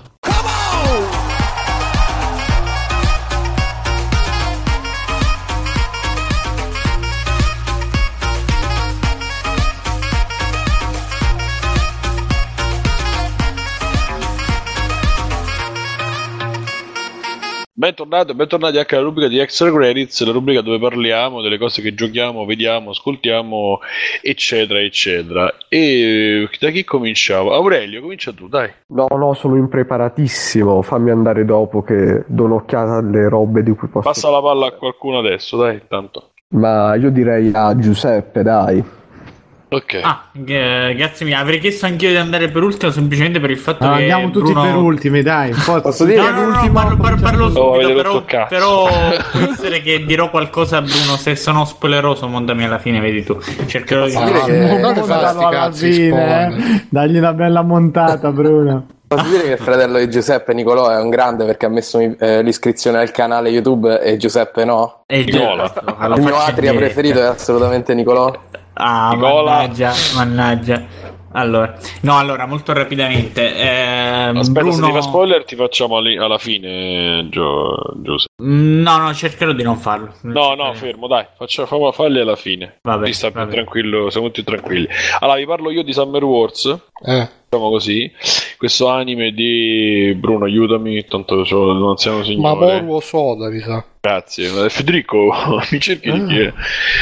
Bentornati, bentornati anche alla rubrica di Extra Credits, la rubrica dove parliamo delle cose che giochiamo, vediamo, ascoltiamo, eccetera, eccetera. E da chi cominciamo? Aurelio, comincia tu, dai. No, no, sono impreparatissimo. Fammi andare dopo che do un'occhiata alle robe di cui posso... Passa la palla a qualcuno adesso, dai, intanto. Ma io direi a Giuseppe, dai. Ok. Ah, g- grazie mille. Avrei chiesto anch'io di andare per ultimo semplicemente per il fatto no, che andiamo tutti Bruno... per ultimi, dai. Posso dire? No, no, no, no, parlo, parlo, parlo subito, oh, però, però può essere che dirò qualcosa a Bruno. Se sono spoileroso, montami alla fine, vedi tu. Cercherò di dire che non le fa sti cazzi fine, eh. Dagli una bella montata, Bruno. Posso dire che il fratello di Giuseppe, Nicolò, è un grande perché ha messo eh, l'iscrizione al canale YouTube e Giuseppe no? E Nicola. Il mio Atria preferito è assolutamente Nicolò. Ah, Nicola. mannaggia, mannaggia. Allora, no, allora, molto rapidamente. Ehm, Aspetta, Bruno... se ti fa spoiler ti facciamo ali- alla fine, Gio- Giuseppe. No, no, cercherò di non farlo. No, no, fermo, dai, faccia, fammi farli alla fine. Vabbè, Ti sta più vabbè. tranquillo, siamo tutti tranquilli. Allora, vi parlo io di Summer Wars. Eh. Diciamo così, questo anime di Bruno, aiutami, tanto c'ho l'anziano signore. Mamoru Soda, mi sa. Grazie, Federico, mi cerchi di dire.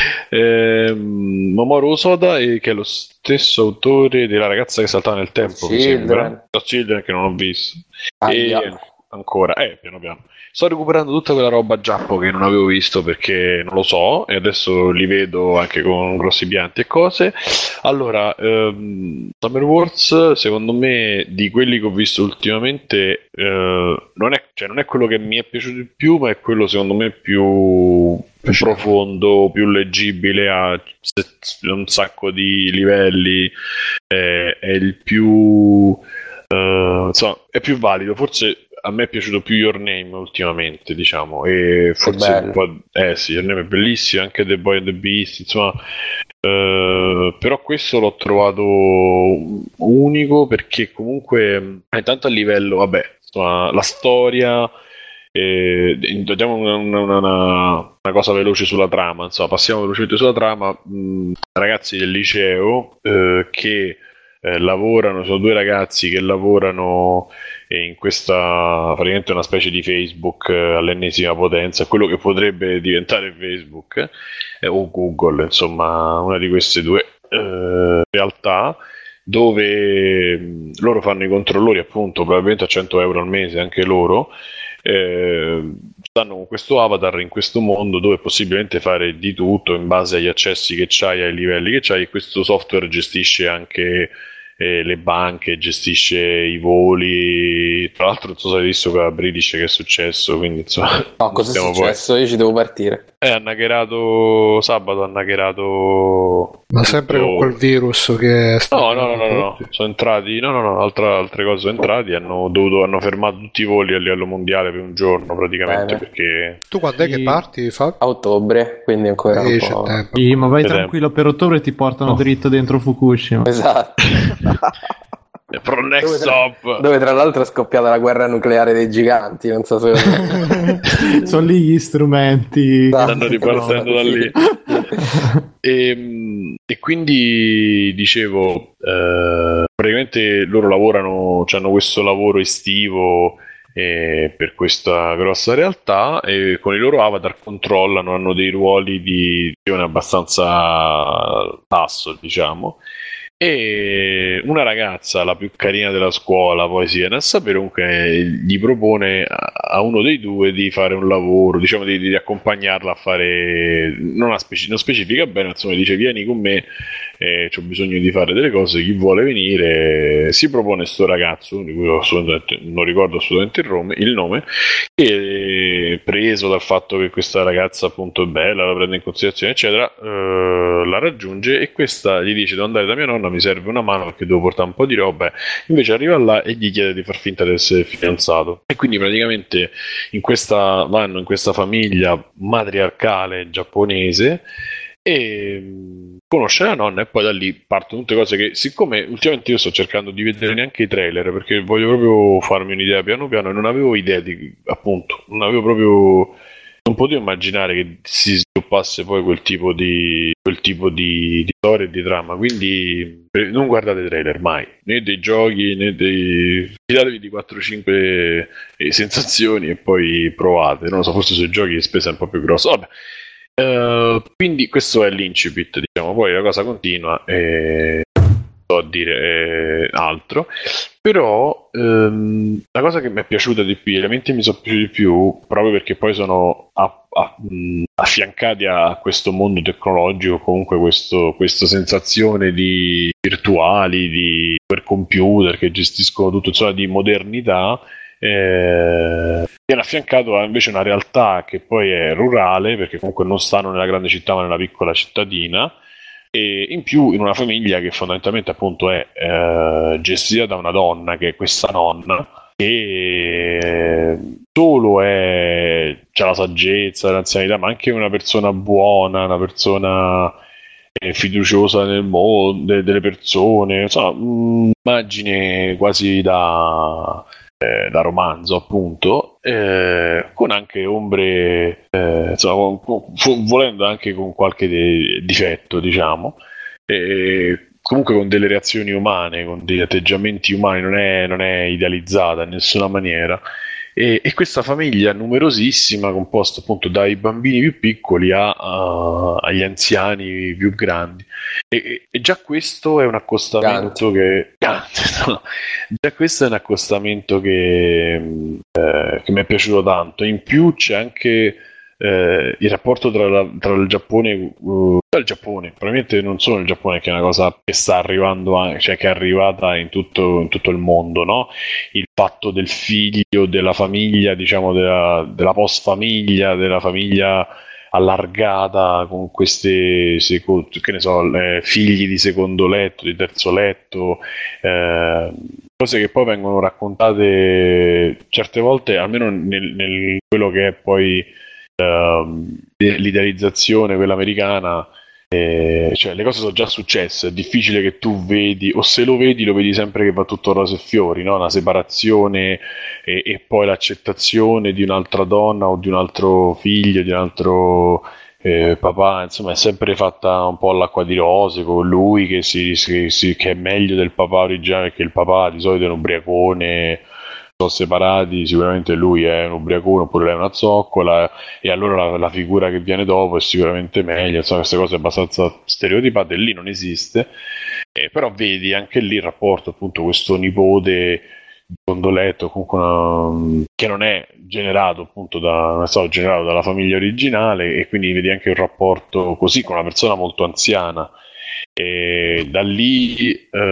Eh, Mamoru Soda, che è lo stesso autore della ragazza che saltava nel tempo, mi sembra. Lost Children, che non ho visto. Ah, e yeah. ancora, eh, piano piano. Sto recuperando tutta quella roba giappo che non avevo visto perché non lo so e adesso li vedo anche con grossi pianti e cose. Allora, ehm, Summer Wars secondo me di quelli che ho visto ultimamente eh, non, è, cioè, non è quello che mi è piaciuto di più, ma è quello secondo me più, più profondo, più leggibile, ha un sacco di livelli, eh, è il più eh, insomma è più valido, forse. A me è piaciuto più Your Name ultimamente, diciamo, e forse un po'... Eh sì, Your Name è bellissimo, anche The Boy and the Beast, insomma... Uh, però questo l'ho trovato unico perché comunque intanto a livello, vabbè, insomma, la storia... Eh, diamo una, una, una, una cosa veloce sulla trama, insomma, passiamo velocemente sulla trama. Mh, ragazzi del liceo eh, che eh, lavorano, sono due ragazzi che lavorano in questa praticamente una specie di Facebook eh, all'ennesima potenza, quello che potrebbe diventare Facebook eh, o Google, insomma una di queste due eh, realtà, dove mh, loro fanno i controllori appunto probabilmente a cento euro al mese anche loro. Eh, stanno con questo avatar in questo mondo dove è possibilmente fare di tutto in base agli accessi che c'hai, ai livelli che c'hai, e questo software gestisce anche eh, le banche, gestisce i voli. Tra l'altro non so se hai visto con la British che è successo, quindi insomma no, cosa è successo? Poi... io ci devo partire. Eh, hanno hackerato sabato, hanno hackerato ma sempre tutto... con quel virus che no no no no, no. sono entrati no no no altre, altre cose sono entrati, hanno dovuto hanno fermato tutti i voli a livello mondiale per un giorno praticamente. Bene. Perché tu quando è che parti, Fabio? A ottobre, quindi ancora un po'. Sì, ma vai tranquillo, per ottobre ti portano oh. dritto dentro Fukushima. Esatto. Pro next dove, tra, dove tra l'altro è scoppiata la guerra nucleare dei giganti, non so se sono lì gli strumenti, stanno ripartendo da lì. e, e quindi dicevo eh, praticamente loro lavorano, hanno questo lavoro estivo eh, per questa grossa realtà e con i loro avatar controllano, hanno dei ruoli di abbastanza basso, diciamo. E una ragazza, la più carina della scuola, poi si viene a sapere, comunque gli propone a uno dei due di fare un lavoro, diciamo di, di accompagnarla a fare, non, a speci- non specifica bene, insomma dice vieni con me, eh, ho bisogno di fare delle cose, chi vuole venire. Si propone sto ragazzo, di cui assolutamente, non ricordo assolutamente il nome, il nome, che preso dal fatto che questa ragazza appunto è bella, la prende in considerazione eccetera, eh, la raggiunge e questa gli dice devo andare da mia nonna, mi serve una mano perché devo portare un po' di roba. Invece arriva là e gli chiede di far finta di essere fidanzato, e quindi praticamente in questa vanno in questa famiglia matriarcale giapponese e conosce la nonna, e poi da lì partono tutte cose che, siccome ultimamente io sto cercando di vedere neanche i trailer perché voglio proprio farmi un'idea piano piano e non avevo idea di, appunto, non avevo proprio non potevo immaginare che si sviluppasse poi quel tipo di quel tipo di, di storia e di trama, quindi non guardate trailer mai, né dei giochi né dei, fidatevi di quattro cinque sensazioni e poi provate, non lo so, forse sui giochi la spesa è un po' più grossa, vabbè. Uh, quindi questo è l'incipit, diciamo, poi la cosa continua e so dire eh, altro, però ehm, la cosa che mi è piaciuta di più, gli elementi mi sono piaciuti di più proprio perché poi sono a, a, mh, affiancati a questo mondo tecnologico, comunque questo, questa sensazione di virtuali, di supercomputer che gestiscono tutto, insomma, di modernità. Eh, viene affiancato a invece una realtà che poi è rurale, perché comunque non stanno nella grande città ma nella piccola cittadina, e in più in una famiglia che fondamentalmente appunto è eh, gestita da una donna, che è questa nonna, che solo è c'ha la saggezza, l'anzianità, ma anche una persona buona, una persona eh, fiduciosa nel mondo, delle persone, insomma, un'immagine quasi da Eh, da romanzo, appunto, eh, con anche ombre, eh, insomma, con, con, volendo anche con qualche de- difetto, diciamo, eh, comunque con delle reazioni umane, con degli atteggiamenti umani, non è, non è idealizzata in nessuna maniera. E, e questa famiglia numerosissima, composta appunto dai bambini più piccoli a, a, agli anziani più grandi, e, e già questo è un accostamento Gante. che no, già questo è un accostamento che, eh, che mi è piaciuto tanto. In più c'è anche eh, il rapporto tra, la, tra il Giappone uh, il Giappone, probabilmente non solo il Giappone, che è una cosa che sta arrivando anche, cioè che è arrivata in tutto, in tutto il mondo, no? Il fatto del figlio, della famiglia, diciamo della, della post famiglia, della famiglia allargata con queste seco- che ne so, eh, figli di secondo letto, di terzo letto, eh, cose che poi vengono raccontate certe volte, almeno nel, nel quello che è poi uh, l'idealizzazione, quella americana. Eh, cioè le cose sono già successe, è difficile che tu vedi, o se lo vedi lo vedi sempre che va tutto rose e fiori, no? Una separazione e, e poi l'accettazione di un'altra donna o di un altro figlio, di un altro eh, papà, insomma è sempre fatta un po' all'acqua di rose, con lui che, si, si, si, che è meglio del papà originale, perché il papà di solito è un ubriacone, sono separati, sicuramente lui è un ubriacone oppure lei è una zoccola, e allora la, la figura che viene dopo è sicuramente meglio, insomma queste cose abbastanza stereotipate, lì non esiste, eh, però vedi anche lì il rapporto, appunto, questo nipote di secondo letto, comunque una, che non è generato appunto da, non so, generato dalla famiglia originale, e quindi vedi anche un rapporto così con una persona molto anziana. E da lì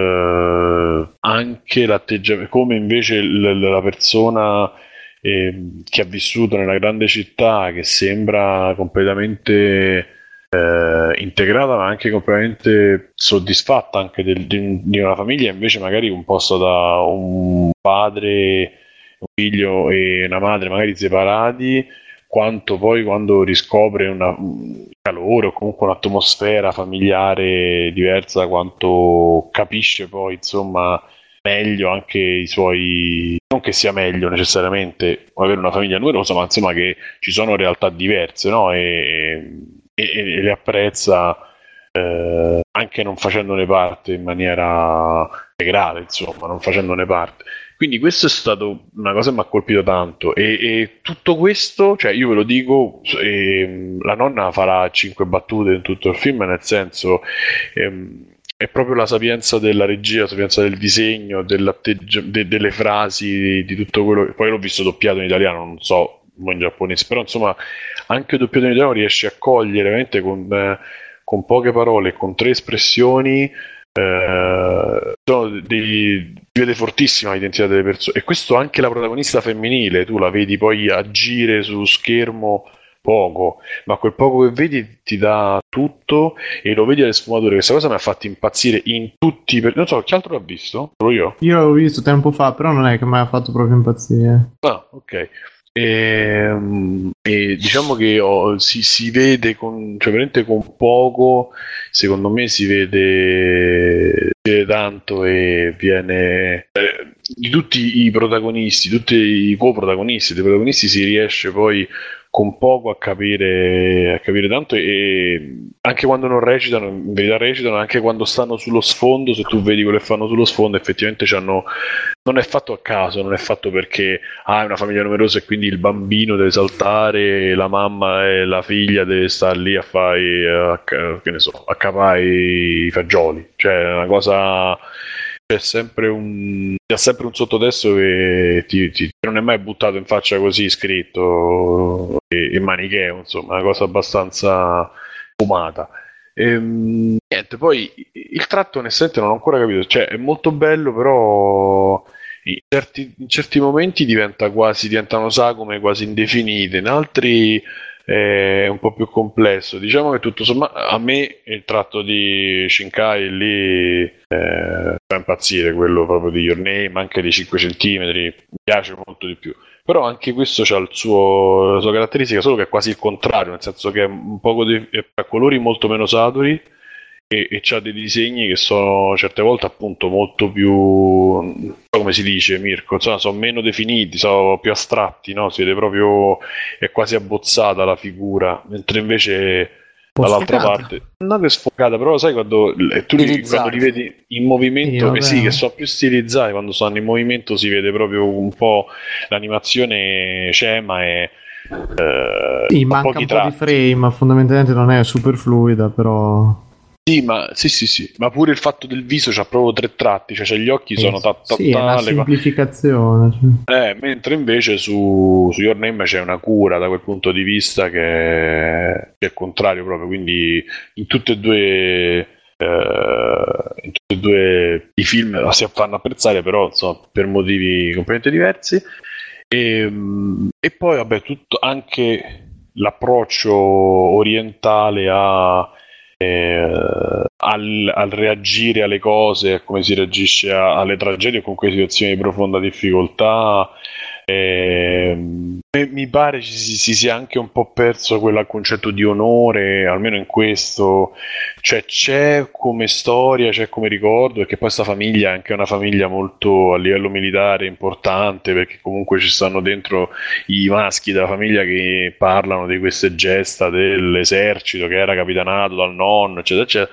eh, anche l'atteggiamento, come invece l- la persona eh, che ha vissuto nella grande città, che sembra completamente eh, integrata, ma anche completamente soddisfatta anche del, di, di una famiglia invece magari composta da un padre, un figlio e una madre magari separati, quanto poi quando riscopre una, un calore o comunque un'atmosfera familiare diversa, quanto capisce poi insomma meglio anche i suoi, non che sia meglio necessariamente avere una famiglia numerosa, ma insomma che ci sono realtà diverse, no? e, e, e le apprezza eh, anche non facendone parte in maniera integrale, insomma, non facendone parte. Quindi questo è stato una cosa che mi ha colpito tanto, e, e tutto questo, cioè io ve lo dico, e, la nonna farà cinque battute in tutto il film, nel senso ehm, è proprio la sapienza della regia, la sapienza del disegno, de, delle frasi, di, di tutto quello che poi l'ho visto doppiato in italiano, non so in giapponese, però insomma anche doppiato in italiano riesce a cogliere veramente con, eh, con poche parole, con tre espressioni. Uh, sono dei, si vede fortissima l'identità delle persone, e questo anche la protagonista femminile, tu la vedi poi agire su schermo poco, ma quel poco che vedi ti dà tutto, e lo vedi alle sfumature. Questa cosa mi ha fatto impazzire in tutti, per... non so, chi altro l'ha visto? Solo io? Io l'avevo visto tempo fa, però non è che mi ha fatto proprio impazzire. Ah, ok. E, e diciamo che oh, si, si vede con, cioè veramente con poco, secondo me si vede, si vede tanto, e viene eh, di tutti i protagonisti, tutti i coprotagonisti, dei protagonisti si riesce poi con poco a capire, a capire tanto, e anche quando non recitano, in verità recitano, anche quando stanno sullo sfondo, se tu vedi quello che fanno sullo sfondo, effettivamente c'hanno, non è fatto a caso, non è fatto perché ah, è una famiglia numerosa e quindi il bambino deve saltare, la mamma e la figlia deve stare lì a fare, a, che ne so, a capare i fagioli, cioè è una cosa... C'è sempre un c'è sempre un sottotesto che ti, ti, non è mai buttato in faccia così scritto e, e manicheo, insomma, una cosa abbastanza fumata. E, niente, poi il tratto onestamente non ho ancora capito, cioè è molto bello, però in certi, in certi momenti diventa quasi diventano sagome quasi indefinite, in altri è un po' più complesso. Diciamo che tutto sommato a me il tratto di Shinkai lì eh, fa impazzire, quello proprio di Your Name, anche di cinque centimetri, mi piace molto di più. Però anche questo c'ha il suo, la sua caratteristica, solo che è quasi il contrario, nel senso che è un poco di, ha colori molto meno saturi e, e c'ha dei disegni che sono certe volte appunto molto più, non so come si dice Mirko, insomma sono meno definiti, sono più astratti, no? Si vede proprio, è quasi abbozzata la figura, mentre invece dall'altra parte non è sfocata, però sai quando tu li, quando li vedi in movimento, eh, sì, che sono più stilizzati, quando stanno in movimento si vede proprio un po' l'animazione c'è, ma è eh, sì, manca un po' di frame, fondamentalmente non è super fluida, però Sì, ma sì, sì, sì, ma pure il fatto del viso c'ha proprio tre tratti, cioè, cioè gli occhi eh, sono ta- ta- sì, è una semplificazione. Cioè. Eh, mentre invece su, su Your Name c'è una cura da quel punto di vista che, che è il contrario proprio, quindi in tutte e due eh, in tutti e due i film la si fanno apprezzare, però insomma per motivi completamente diversi. E, e poi vabbè, tutto anche l'approccio orientale a Eh, al, al reagire alle cose, come si reagisce a, alle tragedie o comunque situazioni di profonda difficoltà, eh, mi pare ci si, si sia anche un po' perso quel concetto di onore, almeno in questo, cioè c'è come storia, c'è come ricordo, perché poi sta famiglia è anche una famiglia molto a livello militare importante, perché comunque ci stanno dentro i maschi della famiglia che parlano di queste gesta dell'esercito che era capitanato dal nonno, eccetera eccetera,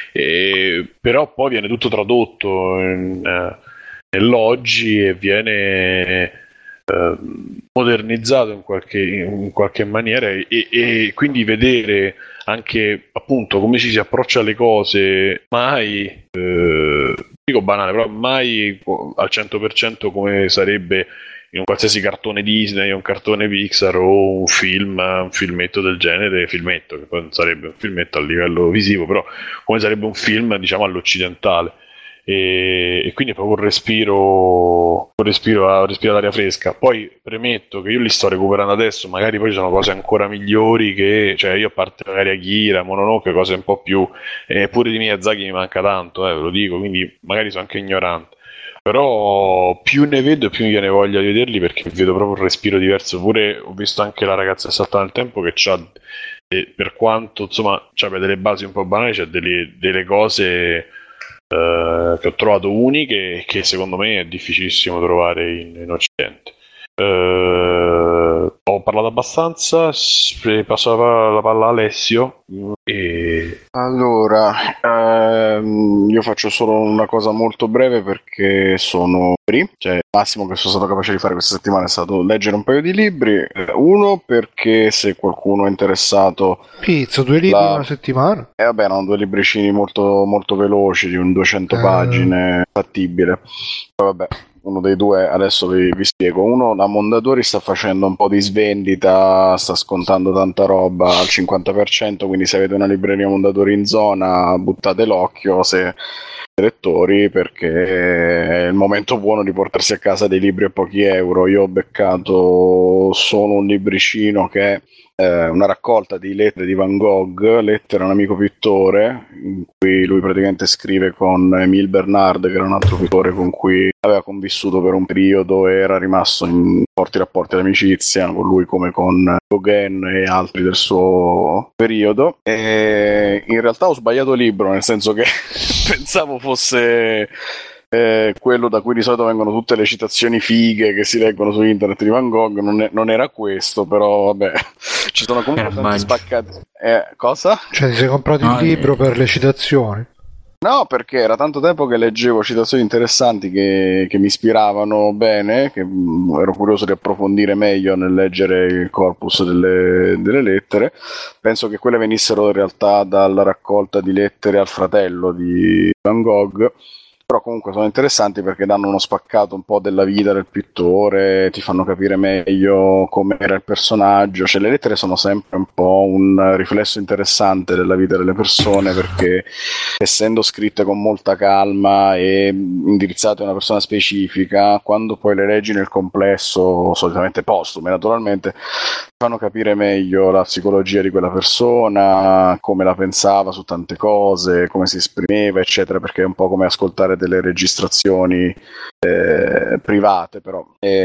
e, però poi viene tutto tradotto in, eh, nell'oggi e viene eh, modernizzato in qualche, in qualche maniera, e, e quindi vedere anche appunto come ci si approccia alle cose, mai eh, dico banale, però mai al cento per cento come sarebbe in un qualsiasi cartone Disney, un cartone Pixar o un film, un filmetto del genere, filmetto, che poi non sarebbe un filmetto a livello visivo, però come sarebbe un film, diciamo, all'occidentale. E, e quindi è proprio un respiro, un respiro, un respiro d'aria fresca. Poi premetto che io li sto recuperando adesso, magari poi ci sono cose ancora migliori che, cioè io a parte magari Akira, Mononoke, cose un po' più, eh, pure di Miyazaki mi manca tanto, eh, ve lo dico, quindi magari sono anche ignorante. Però più ne vedo e più mi viene voglia di vederli, perché vedo proprio un respiro diverso. Pure ho visto anche La ragazza saltata nel tempo, che c'ha, eh, per quanto insomma c'ha delle basi un po' banali, c'ha delle, delle cose eh, che ho trovato uniche e che secondo me è difficilissimo trovare in, in Occidente. Eh, ho parlato abbastanza, passo la, la palla a Alessio. E... Allora, ehm, io faccio solo una cosa molto breve perché sono free, cioè il massimo che sono stato capace di fare questa settimana è stato leggere un paio di libri. Uno perché se qualcuno è interessato, Pizzo, due libri la... in una settimana? Eh vabbè, erano due libricini molto, molto veloci di un duecento eh... pagine, fattibile. Poi vabbè, uno dei due adesso vi, vi spiego. Uno, la Mondadori sta facendo un po' di svendita, sta scontando tanta roba al cinquanta per cento, quindi se avete una libreria Mondadori in zona buttate l'occhio se lettori, perché è il momento buono di portarsi a casa dei libri a pochi euro. Io ho beccato solo un libricino che è eh, una raccolta di lettere di Van Gogh, lettere a un amico pittore, in cui lui praticamente scrive con Emile Bernard, che era un altro pittore con cui aveva convissuto per un periodo e era rimasto in forti rapporti di amicizia con lui come con Gauguin e altri del suo periodo. E in realtà ho sbagliato libro, nel senso che pensavo fosse eh, quello da cui di solito vengono tutte le citazioni fighe che si leggono su internet di Van Gogh, non, è, non era questo, però vabbè, ci sono comunque tanti spaccati. Eh, cosa? Cioè ti sei comprato il no, libro eh. per le citazioni? No, perché era tanto tempo che leggevo citazioni interessanti che, che mi ispiravano bene, che mh, ero curioso di approfondire meglio nel leggere il corpus delle, delle lettere. Penso che quelle venissero in realtà dalla raccolta di lettere al fratello di Van Gogh, però comunque sono interessanti perché danno uno spaccato un po' della vita del pittore, ti fanno capire meglio come era il personaggio. Cioè le lettere sono sempre un po' un riflesso interessante della vita delle persone, perché essendo scritte con molta calma e indirizzate a una persona specifica, quando poi le leggi nel complesso, solitamente postume naturalmente, fanno capire meglio la psicologia di quella persona, come la pensava su tante cose, come si esprimeva eccetera, perché è un po' come ascoltare delle registrazioni eh, private, però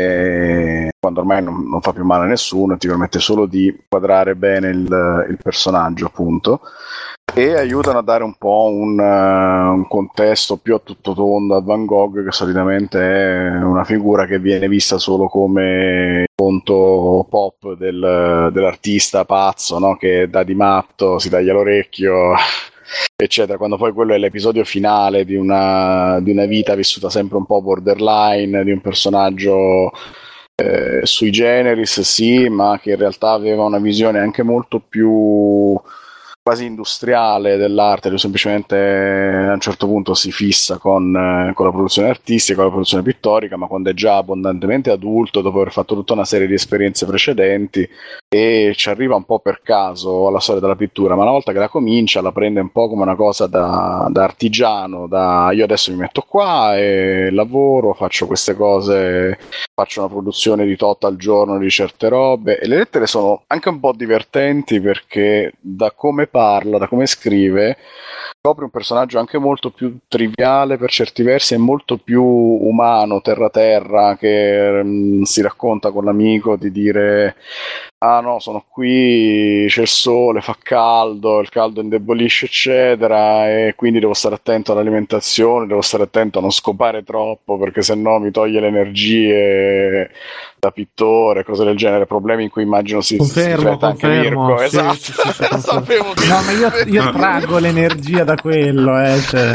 e quando ormai non, non fa più male a nessuno, ti permette solo di quadrare bene il, il personaggio, appunto, e aiutano a dare un po' un, uh, un contesto più a tutto tondo a Van Gogh, che solitamente è una figura che viene vista solo come conto pop del, dell'artista pazzo, no? Che dà di matto, si taglia l'orecchio eccetera, quando poi quello è l'episodio finale di una, di una vita vissuta sempre un po' borderline, di un personaggio eh, sui generis, sì, ma che in realtà aveva una visione anche molto più quasi industriale dell'arte. Lui semplicemente a un certo punto si fissa con, eh, con la produzione artistica, con la produzione pittorica, ma quando è già abbondantemente adulto, dopo aver fatto tutta una serie di esperienze precedenti, e ci arriva un po' per caso alla storia della pittura, ma una volta che la comincia la prende un po' come una cosa da, da artigiano, da io adesso mi metto qua e lavoro, faccio queste cose, faccio una produzione di tot al giorno di certe robe. E le lettere sono anche un po' divertenti perché da come parla, da come scrive, scopri un personaggio anche molto più triviale per certi versi e molto più umano, terra terra, che mh, si racconta con l'amico di dire ah no, sono qui, c'è il sole, fa caldo, il caldo indebolisce eccetera, e quindi devo stare attento all'alimentazione, devo stare attento a non scopare troppo perché sennò mi toglie le energie da pittore, cose del genere, problemi in cui immagino si, confermo, si rifletta anche Mirko. Sì, esatto, sì, sì, sì, sapevo che... no, ma io, io traggo l'energia da quello, eh, cioè.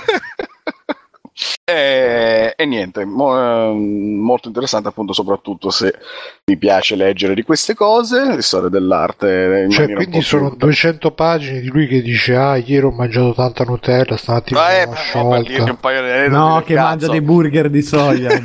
E, e niente, mo, molto interessante, appunto, soprattutto se mi piace leggere di queste cose, di storia dell'arte. Cioè, quindi sono più... duecento pagine di lui che dice ah, ieri ho mangiato tanta Nutella, stamattina ma è, sciolta. Un paio di no, che cazzo. Mangia dei burger di soia.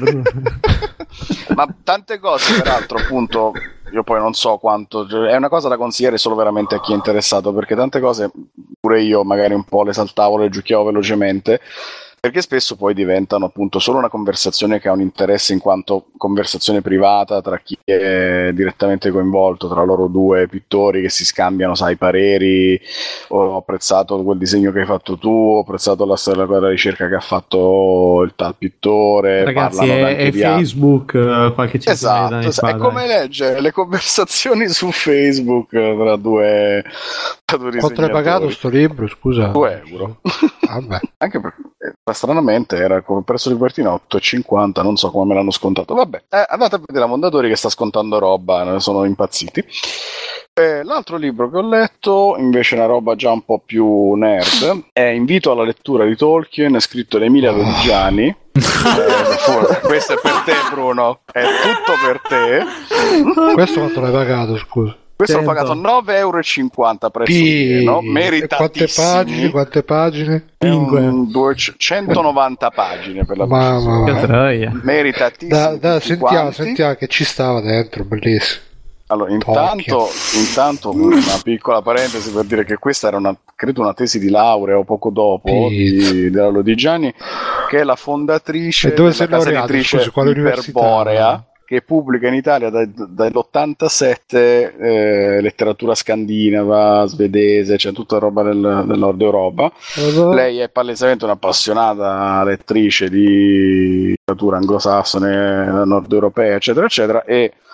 Ma tante cose, peraltro, appunto, io poi non so quanto, è una cosa da consigliare solo veramente a chi è interessato, perché tante cose pure io magari un po' le saltavo, le giochiavo velocemente, perché spesso poi diventano appunto solo una conversazione che ha un interesse in quanto conversazione privata tra chi è direttamente coinvolto, tra loro due pittori che si scambiano, sai, pareri. Ho apprezzato quel disegno che hai fatto tu, ho apprezzato la storia della ricerca che ha fatto il tal pittore. Ragazzi, è, è Facebook uh, qualche esatto, esatto. Fa, è come leggere le conversazioni su Facebook tra due, tra due quanto hai pagato sto libro, scusa? due euro. Vabbè. Anche perché stranamente era come prezzo di copertina otto e cinquanta, non so come me l'hanno scontato. Vabbè, eh, andate a vedere la Mondadori che sta scontando roba, ne sono impazziti. Eh, l'altro libro che ho letto, invece è una roba già un po' più nerd, è Invito alla lettura di Tolkien, scritto da Emilia Lodigiani. eh, questo è per te, Bruno, è tutto per te. Questo quanto l'hai pagato, scusa? Questo l'ho pagato nove euro e cinquanta prezzo pieno, meritatissimi. Quante pagine? Quante pagine? Un centonovanta pagine per la precisione. Meritatissimi. Da, da, sentiamo, sentiamo che ci stava dentro, bellissimo. Allora, intanto, intanto una piccola parentesi per dire che questa era una, credo una tesi di laurea o poco dopo di, della Lodigiani, che è la fondatrice della casa editrice Iperborea, che pubblica in Italia da, dall'ottantasette eh, letteratura scandinava, svedese, cioè tutta roba del, del nord Europa. Uh-huh. Lei è palesemente un'appassionata lettrice di letteratura anglosassone, nord europea, eccetera, eccetera, e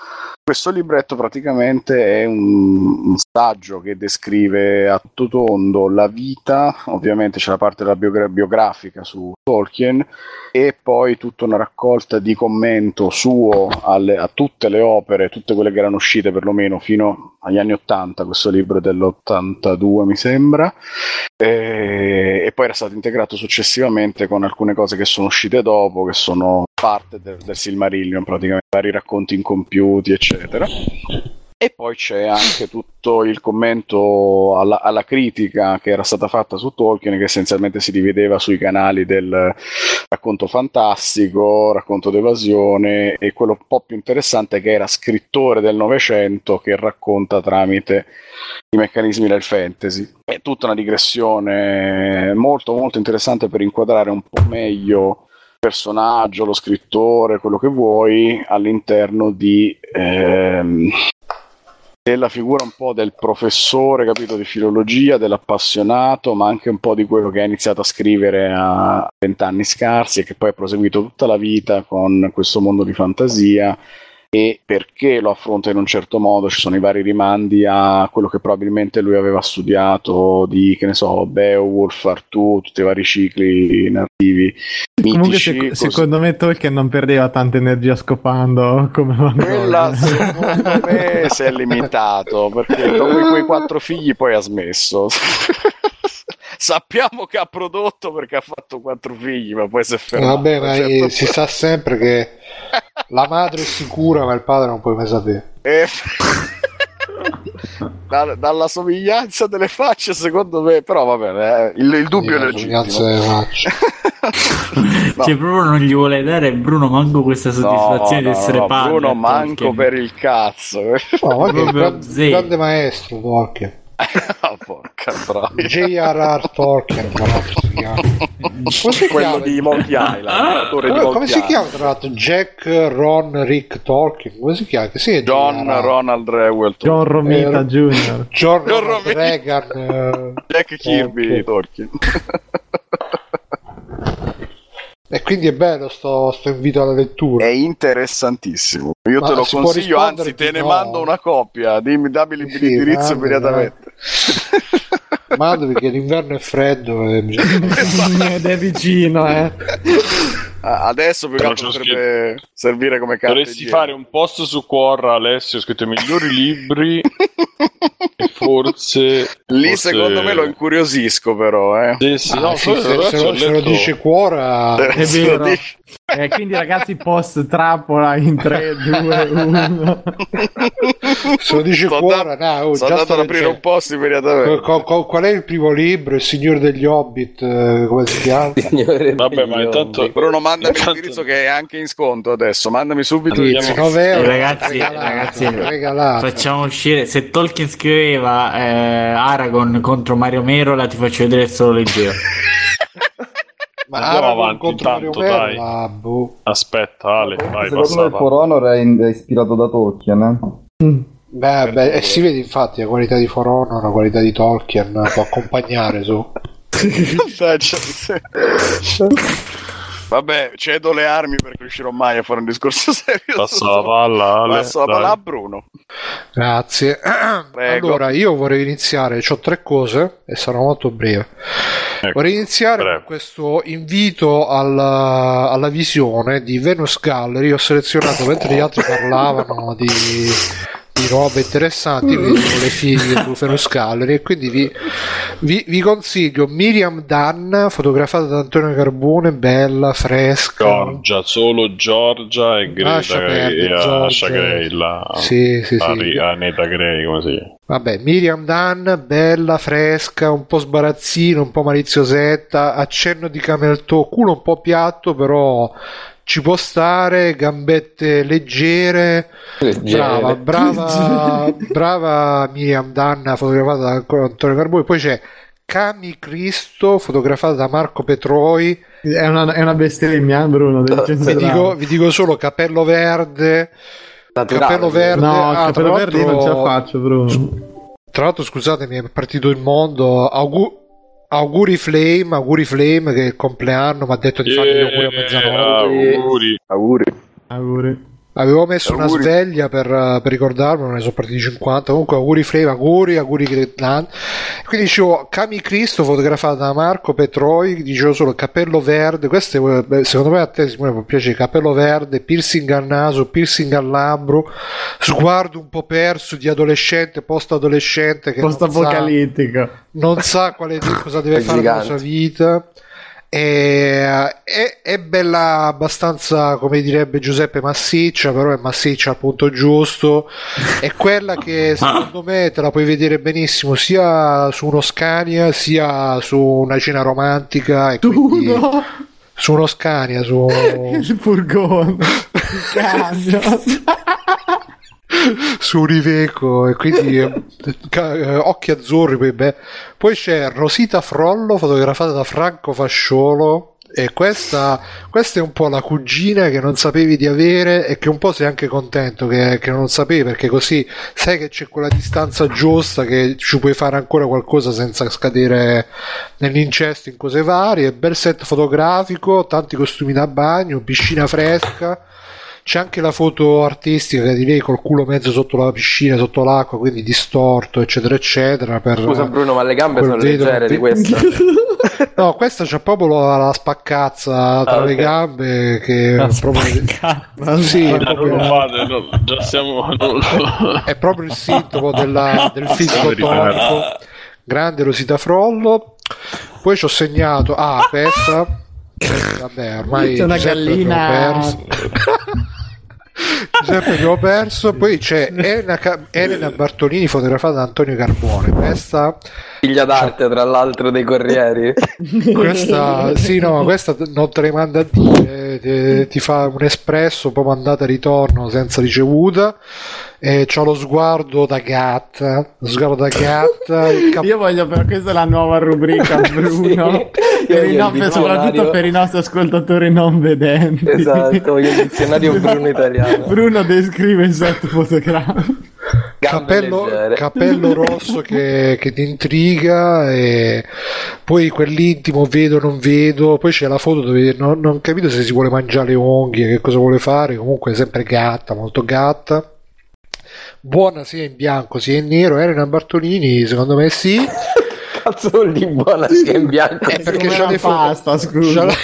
Questo libretto praticamente è un, un saggio che descrive a tutto tondo la vita, ovviamente c'è la parte della biogra- biografica su Tolkien e poi tutta una raccolta di commento suo alle, a tutte le opere, tutte quelle che erano uscite perlomeno fino agli anni ottanta, questo libro è dell'ottantadue mi sembra, e, e poi era stato integrato successivamente con alcune cose che sono uscite dopo, che sono parte del, del Silmarillion, praticamente vari racconti incompiuti eccetera. E poi c'è anche tutto il commento alla, alla critica che era stata fatta su Tolkien, che essenzialmente si divideva sui canali del racconto fantastico, racconto d'evasione e quello un po' più interessante che era scrittore del Novecento che racconta tramite i meccanismi del fantasy. È tutta una digressione molto molto interessante per inquadrare un po' meglio il personaggio, lo scrittore, quello che vuoi all'interno di ehm, della figura un po' del professore, capito, di filologia, dell'appassionato, ma anche un po' di quello che ha iniziato a scrivere a vent'anni scarsi e che poi ha proseguito tutta la vita con questo mondo di fantasia. E perché lo affronta in un certo modo, ci sono i vari rimandi a quello che probabilmente lui aveva studiato di, che ne so, Beowulf, Artù, tutti i vari cicli narrativi mitici. Comunque se, secondo me Tolkien non perdeva tanta energia scopando come Van Gogh. Quella secondo me si è limitato, perché dopo quei quattro figli poi ha smesso. Sappiamo che ha prodotto perché ha fatto quattro figli, ma poi si è fermato. Vabbè, ma certo si sa sempre che la madre è sicura, ma il padre non puoi mai sapere. Eh, da, dalla somiglianza delle facce, secondo me, però va bene, eh, il, il dubbio è legittimo. Delle facce. No. Cioè, proprio non gli vuole dare Bruno manco questa soddisfazione no, no, di essere no, padre. Bruno manco per il cazzo. No, ma che grande, grande maestro Tolkien. Oh, porca troia. J R R Tolkien, tra l'altro si chiama. Come si quello chiama? di Monkey Island, ah, come, di come Monkey si chiama tra l'altro? Jack, Ron, Rick Tolkien, come si chiama? Che sì, John J R R. Ronald Reuel John Romita eh, Junior John, John Ronald Romita. Reagan eh, Jack Kirby Tolkien. E quindi è bello sto, sto invito alla lettura. È interessantissimo. Io Ma te lo si può consiglio, anzi risponderti? te ne No. mando una copia. Dimmi, dammi l'indirizzo Sì, immediatamente. Mando perché l'inverno è freddo e ed è vicino, eh. Adesso più che altro potrebbe servire come carta dovresti fare un post su Quora, Alessio, ho scritto i migliori libri e forse lì forse... secondo me lo incuriosisco però eh. Sì, sì, ah, no, sì, se, se, lo, se lo dice Quora è vero. Eh, quindi ragazzi post trappola in tre, due, uno. Se lo dice sto Quora da, no, sto già andando ad aprire un post immediatamente. Qual, qual, qual è il primo libro? Il Signore degli Hobbit, eh, come si chiama? Vabbè, ma intanto Bruno mandami l'indirizzo che è anche in sconto adesso, mandami subito sì, nove euro, eh, ragazzi, regalato, ragazzi regalato. facciamo uscire, se Tolkien scriveva eh, Aragorn contro Mario Merola ti faccio vedere solo leggero. Ma andiamo Aragorn avanti contro intanto, Mario dai. Merola, boh. Aspetta Ale, vai, secondo passa me For Honor è, in- è ispirato da Tolkien, eh? Mm. Beh, beh, e si vede infatti la qualità di For Honor, la qualità di Tolkien può accompagnare su. Vabbè, cedo le armi perché riuscirò mai a fare un discorso serio. Passa la palla, Ale, Passo la palla a Bruno. Grazie. Prego. Allora, io vorrei iniziare, ho tre cose e sarò molto breve. Ecco, Vorrei iniziare breve. con questo invito alla, alla visione di Venus Gallery. Ho selezionato, mentre gli altri parlavano di, di robe interessanti, vedo le figlie su Venus Gallery, e quindi vi, vi, vi consiglio Miriam Dunn, fotografata da Antonio Carbone, bella, fresca. Giorgia, solo Giorgia e Greta Lascia perdere, e Giorgia. Asha Gray, la Sì, sì, sì. Ari- Aneta Gray, come si chiama? Vabbè, Miriam Dunn, bella, fresca, un po' sbarazzino, un po' maliziosetta, accenno di camel toe, culo un po' piatto, però ci può stare, gambette leggere, Leggere. brava, brava, brava Miriam Dunn, fotografata da Antonio Carboni. Poi c'è Cami Cristo, fotografata da Marco Petroi. È una, è una bestemmia, Bruno. devi Vi dico, vi dico solo capello verde. Naturale. Capello verde, No, ah, il capello tra verde io non ce la faccio, Bruno. Tra l'altro, scusatemi, è partito il mondo. Augu- auguri Flame, auguri Flame, che è il compleanno, mi ha detto di fargli gli auguri a mezzanotte. Auguri. Auguri. Auguri. Avevo messo auguri. Una sveglia per, per ricordarlo, non ne sono partiti cinquanta. Comunque auguri Frame, auguri, auguri Gretland. Quindi dicevo Kami Cristo fotografata da Marco Petroi, dicevo solo il capello verde, questo è, secondo me a te Simone può piacere, capello verde, piercing al naso, piercing al labbro, sguardo un po' perso di adolescente, post adolescente che post apocalittico, non sa quale cosa deve fare nella sua vita. E, è, è bella abbastanza, come direbbe Giuseppe, massiccia, però è massiccia al punto giusto. È quella che secondo me te la puoi vedere benissimo sia su uno Scania sia su una cena romantica e quindi, uno? Su uno Scania, su il furgone, il camion. Su un Iveco, e quindi eh, occhi azzurri. Poi, beh. Poi c'è Rosita Frollo fotografata da Franco Fasciolo, e questa, questa è un po' la cugina che non sapevi di avere e che un po' sei anche contento che, che non sapevi, perché così sai che c'è quella distanza giusta, che ci puoi fare ancora qualcosa senza scadere nell'incesto in cose varie. Bel set fotografico, tanti costumi da bagno, piscina fresca. C'è anche la foto artistica di lei col culo mezzo sotto la piscina, sotto l'acqua, quindi distorto, eccetera, eccetera. Per, Scusa Bruno, ma le gambe sono leggere di questa? No, questa c'ha proprio la, la spaccazza tra ah, okay. le gambe, che la è proprio... spaccazza. Sì, no, proprio... non lo fate, no, già siamo... è proprio il sintomo della, del fisico tonico. Grande Rosita Frollo. Poi ci ho segnato, ah, questa... Vabbè, ormai c'è una gallina. Giuseppe abbiamo perso. Poi c'è Elena, Elena Bartolini fotografata da Antonio Carbone, questa figlia d'arte tra l'altro dei Corrieri. Questa sì, no, questa non te le manda a dire, ti, ti fa un espresso poi mandata e ritorno senza ricevuta. E c'ha lo sguardo da gatta, lo sguardo da gatta. Cap- io voglio, però questa è la nuova rubrica, Bruno, sì, per i non, soprattutto per i nostri ascoltatori non vedenti. Esatto, il dizionario Bruno italiano. Bruno descrive il set fotografico. Capello, capello rosso che, che ti intriga, e poi quell'intimo vedo non vedo. Poi c'è la foto dove non, non capito se si vuole mangiare le unghie, che cosa vuole fare. Comunque sempre gatta, molto gatta, buona sia in bianco sia in nero. Elena Bartolini secondo me sì. Cazzo vuol dire buona sia in bianco? È perché c'ha le pasta, foto, scusa. C'ha, la...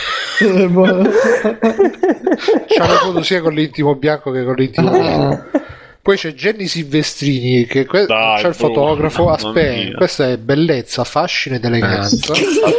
c'ha le foto sia con l'intimo bianco che con l'intimo nero. Poi c'è Jenny Silvestrini che que- Dai, c'è il fotografo. Aspetta, questa è bellezza, fascino ed eleganza.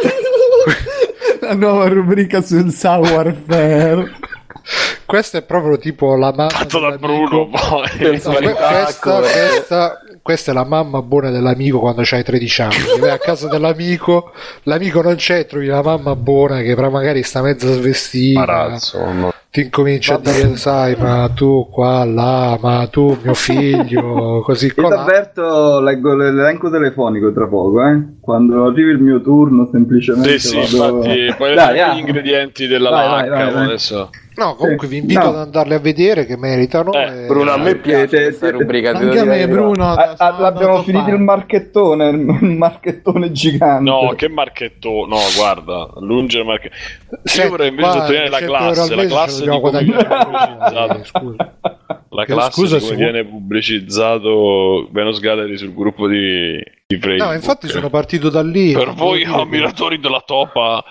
La nuova rubrica sul savoir-faire. Questa è proprio tipo la mamma fatto da Bruno, poi. No, questa, questa, questa è la mamma buona dell'amico quando c'hai tredici anni. Vai a casa dell'amico, l'amico non c'è, trovi la mamma buona che però magari sta mezza svestita. Parazzo, no. Ti incomincia a dire, sai, ma tu qua, là, ma tu, mio figlio, così qua. Io t'avverto, leggo l'elenco telefonico tra poco, eh? Quando arrivi il mio turno, semplicemente. Sì, sì, vado... infatti, poi dai, gli ingredienti della vai, lacca vai, vai, adesso. No, comunque sì, vi invito no. ad andarle a vedere, che meritano. Eh, e... Bruno, a me piace questa rubrica. Anche a me, Bruno. A, a, abbiamo finito il marchettone, il marchettone gigante. No, che marchettone? No, guarda, lunge il marchettone. Sì, io vorrei invece sottolineare la classe, la classe di come viene pubblicizzato. Scusa. La classe Scusa, di come viene pubblicizzato Venus Gallery sul gruppo di, di Facebook. No, infatti sono partito da lì. Per voi ammiratori della topa.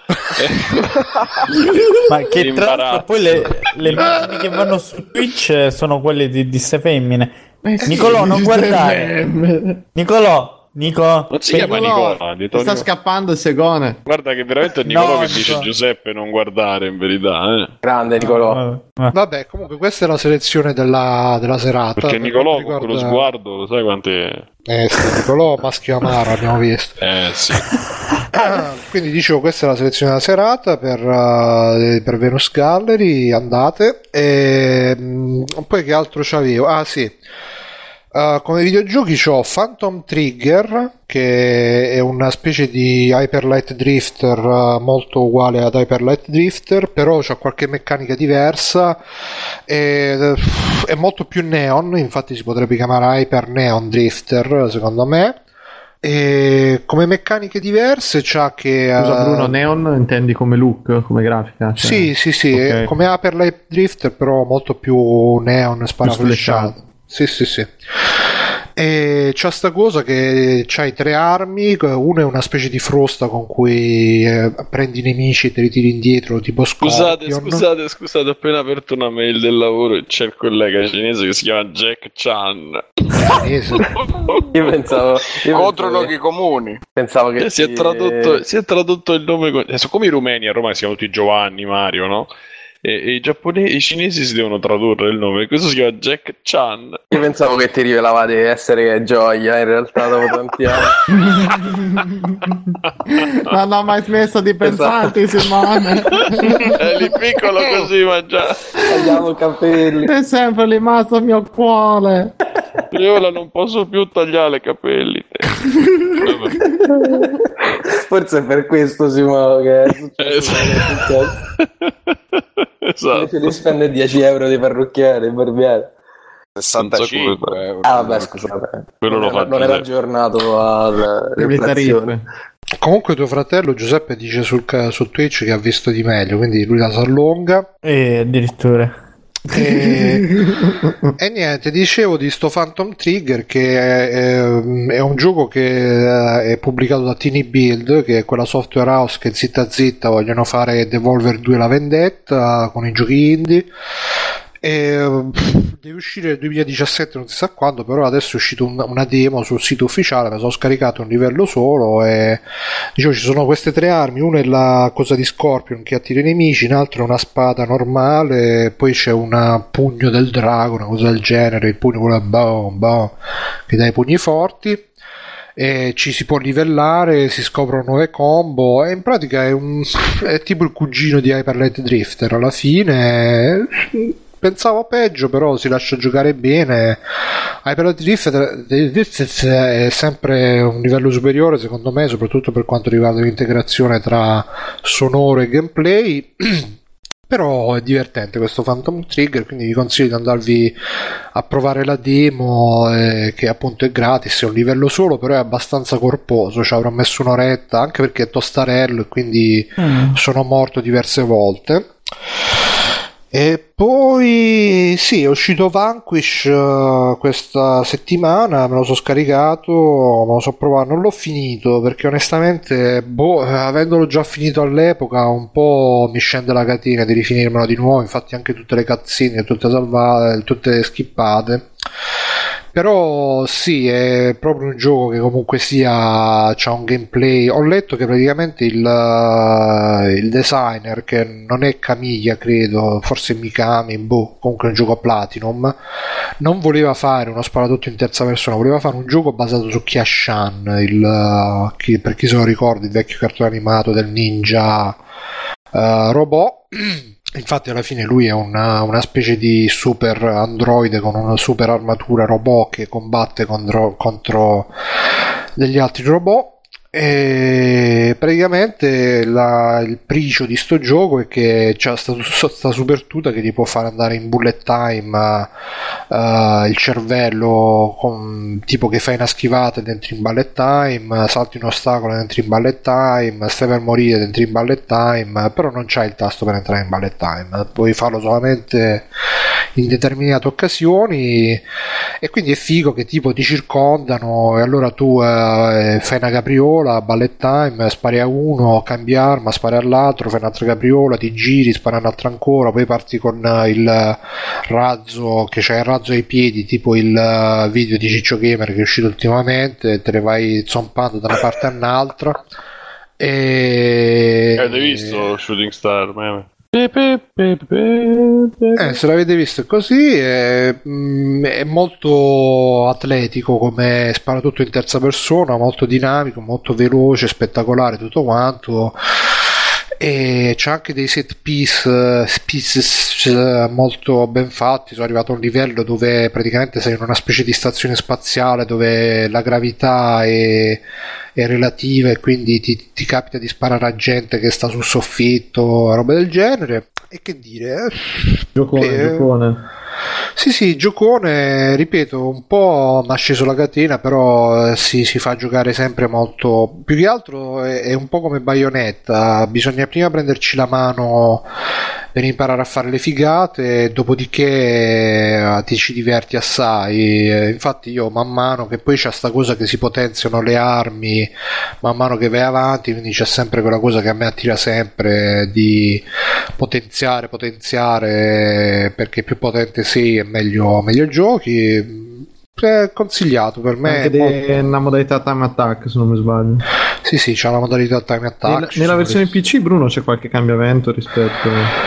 Ma che tra l'altro poi le, le immagini che vanno su Twitch sono quelle di, di ste femmine. Eh sì, Nicolò, non guardare. Nicolò. Nico, non si chiama Nicola, sta scappando il segone. Guarda che veramente è Nicolò no, che dice no. Giuseppe non guardare, in verità, eh. Grande Nicolò. Vabbè, comunque questa è la selezione della, della serata. Perché per Nicolò riguarda... con quello sguardo, lo sai quante... Eh sì, Nicolò maschio amaro abbiamo visto. Eh sì. Quindi dicevo, questa è la selezione della serata per, uh, per Venus Gallery, andate. E mh, poi che altro c'avevo? Ah sì. Uh, come videogiochi c'ho Phantom Trigger, che è una specie di Hyper Light Drifter uh, molto uguale ad Hyper Light Drifter, però c'ha qualche meccanica diversa e, uh, è molto più neon, infatti si potrebbe chiamare Hyper Neon Drifter secondo me. E come meccaniche diverse c'ha che scusa uh... Bruno, Neon intendi come look, come grafica? Cioè... sì sì sì okay. Come Hyperlight Drifter, però molto più neon, sparaflesciato. Sì sì sì. E c'ha sta cosa che c'hai tre armi, uno è una specie di frosta con cui eh, prendi i nemici e te li tiri indietro tipo Scusate, Scorpion. scusate, scusate, ho appena aperto una mail del lavoro e c'è il collega cinese che si chiama Jack Chan. Io pensavo io controloghi comuni. Pensavo che si, ti... è tradotto, si è tradotto il nome con... adesso, come i rumeni a Roma si chiamano tutti Giovanni, Mario, no? E, e i giapponesi, i cinesi si devono tradurre il nome. Questo si chiama Jack Chan. Io pensavo che ti rivelavate essere Gioia, in realtà dopo tanti anni. Non ho mai smesso di pensarti, Simone. È lì piccolo così, ma già tagliamo i capelli. È sempre rimasto il mio cuore. Io ora non posso più tagliare i capelli. Forse è per questo, Simone, che è successo. Esatto. Invece di spendere dieci euro di parrucchiere e barbiere. sessantacinque Ah vabbè, scusate. Quello non, lo era, non era aggiornato all'inflazione. Comunque tuo fratello Giuseppe dice sul, su Twitch che ha visto di meglio, quindi lui la s'allunga. E addirittura e, e niente, dicevo di sto Phantom Trigger che è, è un gioco che è pubblicato da Tiny Build, che è quella software house che zitta zitta vogliono fare Devolver due La Vendetta con i giochi indie. E, deve uscire nel duemiladiciassette, non si sa quando, però adesso è uscito un, una demo sul sito ufficiale, me sono scaricato un livello solo e dicevo ci sono queste tre armi, una è la cosa di Scorpion che attira i nemici, un altro è una spada normale, poi c'è un pugno del drago, una cosa del genere, il pugno quello boom, boom, che dà i pugni forti. E ci si può livellare, si scoprono nuove combo e in pratica è, un, è tipo il cugino di Hyperlight Drifter alla fine. Pensavo peggio, però si lascia giocare bene. Hyperlight Drifter è sempre un livello superiore secondo me, soprattutto per quanto riguarda l'integrazione tra sonoro e gameplay. Però è divertente questo Phantom Trigger, quindi vi consiglio di andarvi a provare la demo, eh, che appunto è gratis, è un livello solo, però è abbastanza corposo, ci avrò messo un'oretta, anche perché è tostarello e quindi mm. sono morto diverse volte. E poi sì, è uscito Vanquish uh, questa settimana, me lo so scaricato, me lo so provato, non l'ho finito perché onestamente, boh, avendolo già finito all'epoca un po' mi scende la catena di rifinirmelo di nuovo, infatti anche tutte le cutscene tutte salvate, tutte skippate. Però sì, è proprio un gioco che comunque sia c'ha un gameplay. Ho letto che praticamente il, il designer, che non è Kamiya credo, forse Mikami, boh, comunque è un gioco a Platinum, non voleva fare uno sparatutto in terza persona, voleva fare un gioco basato su Kya-Shan, il, chi, per chi se lo ricorda, il vecchio cartone animato del ninja uh, robot. Infatti alla fine lui è una, una specie di super androide con una super armatura robot che combatte contro, contro degli altri robot. E praticamente la, il pricio di sto gioco è che c'è sta, sta super tuta che ti può fare andare in bullet time uh, il cervello con, tipo che fai una schivata ed entri in bullet time, salti un ostacolo ed entri in bullet time, stai per morire ed entri in bullet time, però non c'hai il tasto per entrare in bullet time, puoi farlo solamente in determinate occasioni. E quindi è figo che tipo ti circondano e allora tu uh, fai una capriola, bullet time, spari a uno, cambi arma, spari all'altro, fai un'altra capriola, ti giri, spari un'altra ancora, poi parti con il razzo, che c'è il razzo ai piedi, tipo il video di Ciccio Gamer che è uscito ultimamente, te ne vai zompando da una parte all'altra. E... Avete visto Shooting Star, meme? Eh, se l'avete visto così è, è molto atletico, come spara tutto in terza persona, molto dinamico, molto veloce, spettacolare tutto quanto, e c'è anche dei set piece, piece molto ben fatti. Sono arrivato a un livello dove praticamente sei in una specie di stazione spaziale dove la gravità è, è relativa e quindi ti, ti capita di sparare a gente che sta sul soffitto, roba del genere. E che dire, giocone, eh, giocone. Sì, sì, giocone, ripeto, un po' mi ha sceso la catena, però eh, si, si fa giocare sempre molto. Più che altro è, è un po' come Bayonetta, bisogna prima prenderci la mano per imparare a fare le figate, dopodiché eh, ti ci diverti assai. Eh, infatti io man mano che poi c'è sta cosa che si potenziano le armi, man mano che vai avanti, quindi c'è sempre quella cosa che a me attira sempre di potenziare, potenziare, perché più potente sei e meglio, meglio giochi. È consigliato per me. Anche molto... una modalità time attack, se non mi sbaglio. Sì, sì, c'è la modalità time attack. Nella, nella versione P C, Bruno, c'è qualche cambiamento rispetto...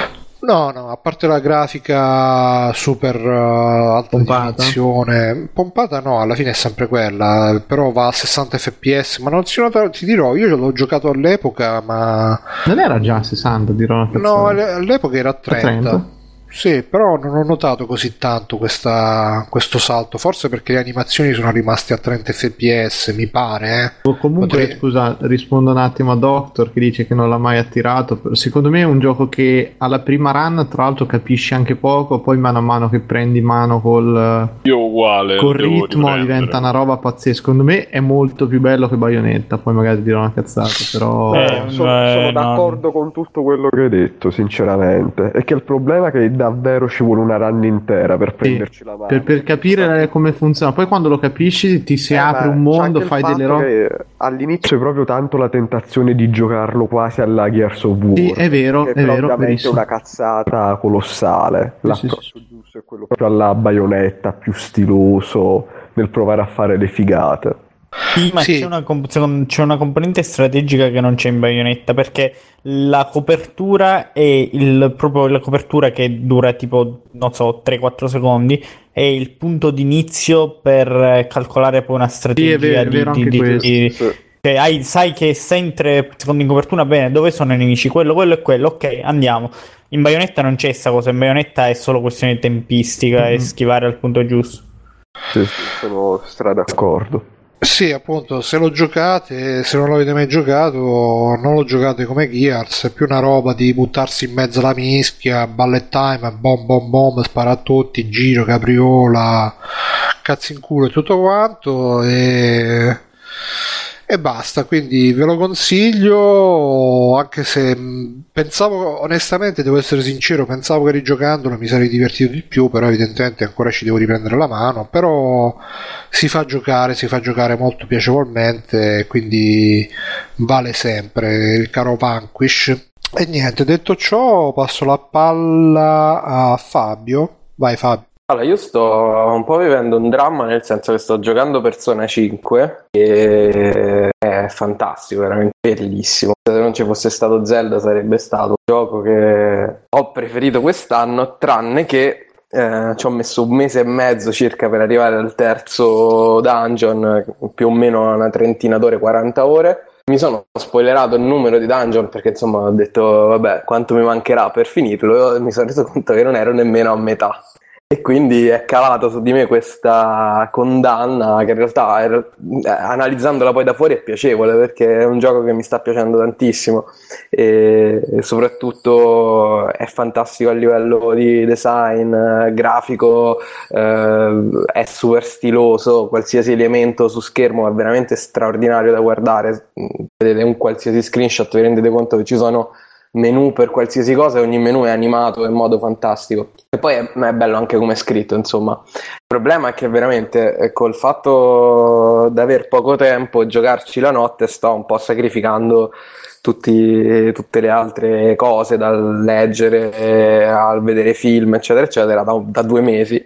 No, no, a parte la grafica super uh, alta pompata. definizione, pompata no, alla fine è sempre quella, però va a sessanta F P S, ma non si nota, ti dirò, io l'ho giocato all'epoca, ma... Non era già a sessanta, dirò una cazzata. No, all'epoca era a trenta. A trenta? Sì, però non ho notato così tanto questa, questo salto, forse perché le animazioni sono rimaste a trenta F P S, mi pare. Eh. O comunque, Potrei... scusa, rispondo un attimo a Doctor che dice che non l'ha mai attirato. Secondo me è un gioco che alla prima run, tra l'altro, capisci anche poco, poi mano a mano che prendi mano col, Io uguale, col ritmo diventa una roba pazzesca. Secondo me è molto più bello che Bayonetta, poi magari dirò una cazzata, però... Eh, sono, sono d'accordo con tutto quello che hai detto, sinceramente. È che il problema è che davvero ci vuole una run intera per prenderci sì, la mano per, per capire come funziona, poi quando lo capisci ti si eh, apre un mondo, fai delle robe. All'inizio è proprio tanto la tentazione di giocarlo quasi alla Gears of War. Sì, è vero, è vero, ovviamente è una cazzata colossale. Sì, l'approccio sì, sì. giusto è quello proprio alla Bayonetta, più stiloso nel provare a fare le figate. Sì, ma sì. C'è, una comp- c'è una componente strategica che non c'è in Bayonetta, perché la copertura è il, proprio la copertura che dura tipo, non so, tre quattro secondi, è il punto d'inizio per calcolare poi una strategia. Sì, è vero, di, è vero di, anche di, questo. Di, sì. Cioè, hai, sai che sei in tre secondi in copertura, bene, dove sono i nemici? Quello, quello e quello, ok, andiamo. In Bayonetta non c'è questa cosa, in Bayonetta è solo questione di tempistica mm-hmm. e schivare al punto giusto. Sì, sono stra d'accordo. Sì, appunto, se lo giocate, se non l'avete mai giocato, non lo giocate come Gears, è più una roba di buttarsi in mezzo alla mischia, bullet time, bom bom bom, spara a tutti, giro, capriola, cazzo in culo e tutto quanto, e... e basta, quindi ve lo consiglio, anche se pensavo, onestamente devo essere sincero, pensavo che rigiocandolo mi sarei divertito di più, però evidentemente ancora ci devo riprendere la mano, però si fa giocare, si fa giocare molto piacevolmente, quindi vale sempre il caro Vanquish. E niente, detto ciò passo la palla a Fabio. Vai Fabio. Allora, io sto un po' vivendo un dramma, nel senso che sto giocando Persona cinque e è fantastico, veramente bellissimo. Se non ci fosse stato Zelda sarebbe stato un gioco che ho preferito quest'anno, tranne che eh, ci ho messo un mese e mezzo circa per arrivare al terzo dungeon, più o meno una trentina d'ore, quaranta ore. Mi sono spoilerato il numero di dungeon perché insomma ho detto vabbè, quanto mi mancherà per finirlo, e mi sono reso conto che non ero nemmeno a metà. E quindi è calata su di me questa condanna che in realtà era, analizzandola poi da fuori è piacevole, perché è un gioco che mi sta piacendo tantissimo e, e soprattutto è fantastico a livello di design, grafico, eh, è super stiloso, qualsiasi elemento su schermo è veramente straordinario da guardare. Vedete un qualsiasi screenshot vi rendete conto che ci sono menu per qualsiasi cosa e ogni menu è animato in modo fantastico, e poi è, è bello anche come è scritto, insomma. Il problema è che veramente col fatto di aver poco tempo e giocarci la notte sto un po' sacrificando tutti, tutte le altre cose, dal leggere al vedere film eccetera eccetera, da, da due mesi,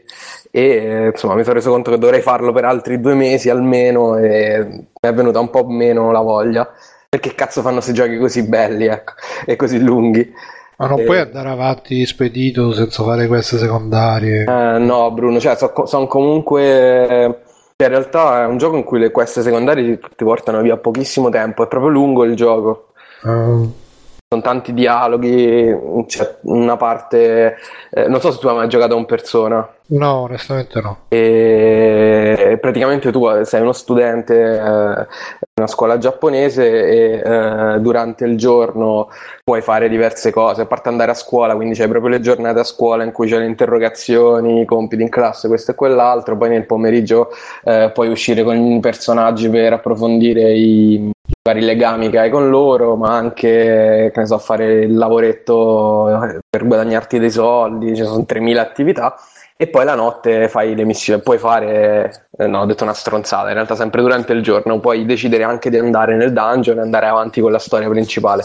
e insomma mi sono reso conto che dovrei farlo per altri due mesi almeno, e mi è venuta un po' meno la voglia. Perché cazzo fanno questi giochi così belli, ecco, e così lunghi? Ma non e... puoi andare avanti spedito senza fare queste secondarie? Eh, no, Bruno, cioè sono son comunque... In realtà è un gioco in cui le queste secondarie ti, ti portano via pochissimo tempo, è proprio lungo il gioco. Uh. Sono tanti dialoghi, c'è una parte... Eh, non so se tu hai mai giocato a un Persona. No, onestamente no. E praticamente praticamente tu sei uno studente eh, in una scuola giapponese e eh, durante il giorno puoi fare diverse cose, a parte andare a scuola, quindi c'hai proprio le giornate a scuola in cui c'è le interrogazioni, i compiti in classe, questo e quell'altro, poi nel pomeriggio eh, puoi uscire con i personaggi per approfondire i vari legami che hai con loro, ma anche, che ne so, fare il lavoretto per guadagnarti dei soldi, ci sono tremila attività. E poi la notte fai le missioni, puoi fare, eh, no ho detto una stronzata, in realtà sempre durante il giorno puoi decidere anche di andare nel dungeon e andare avanti con la storia principale.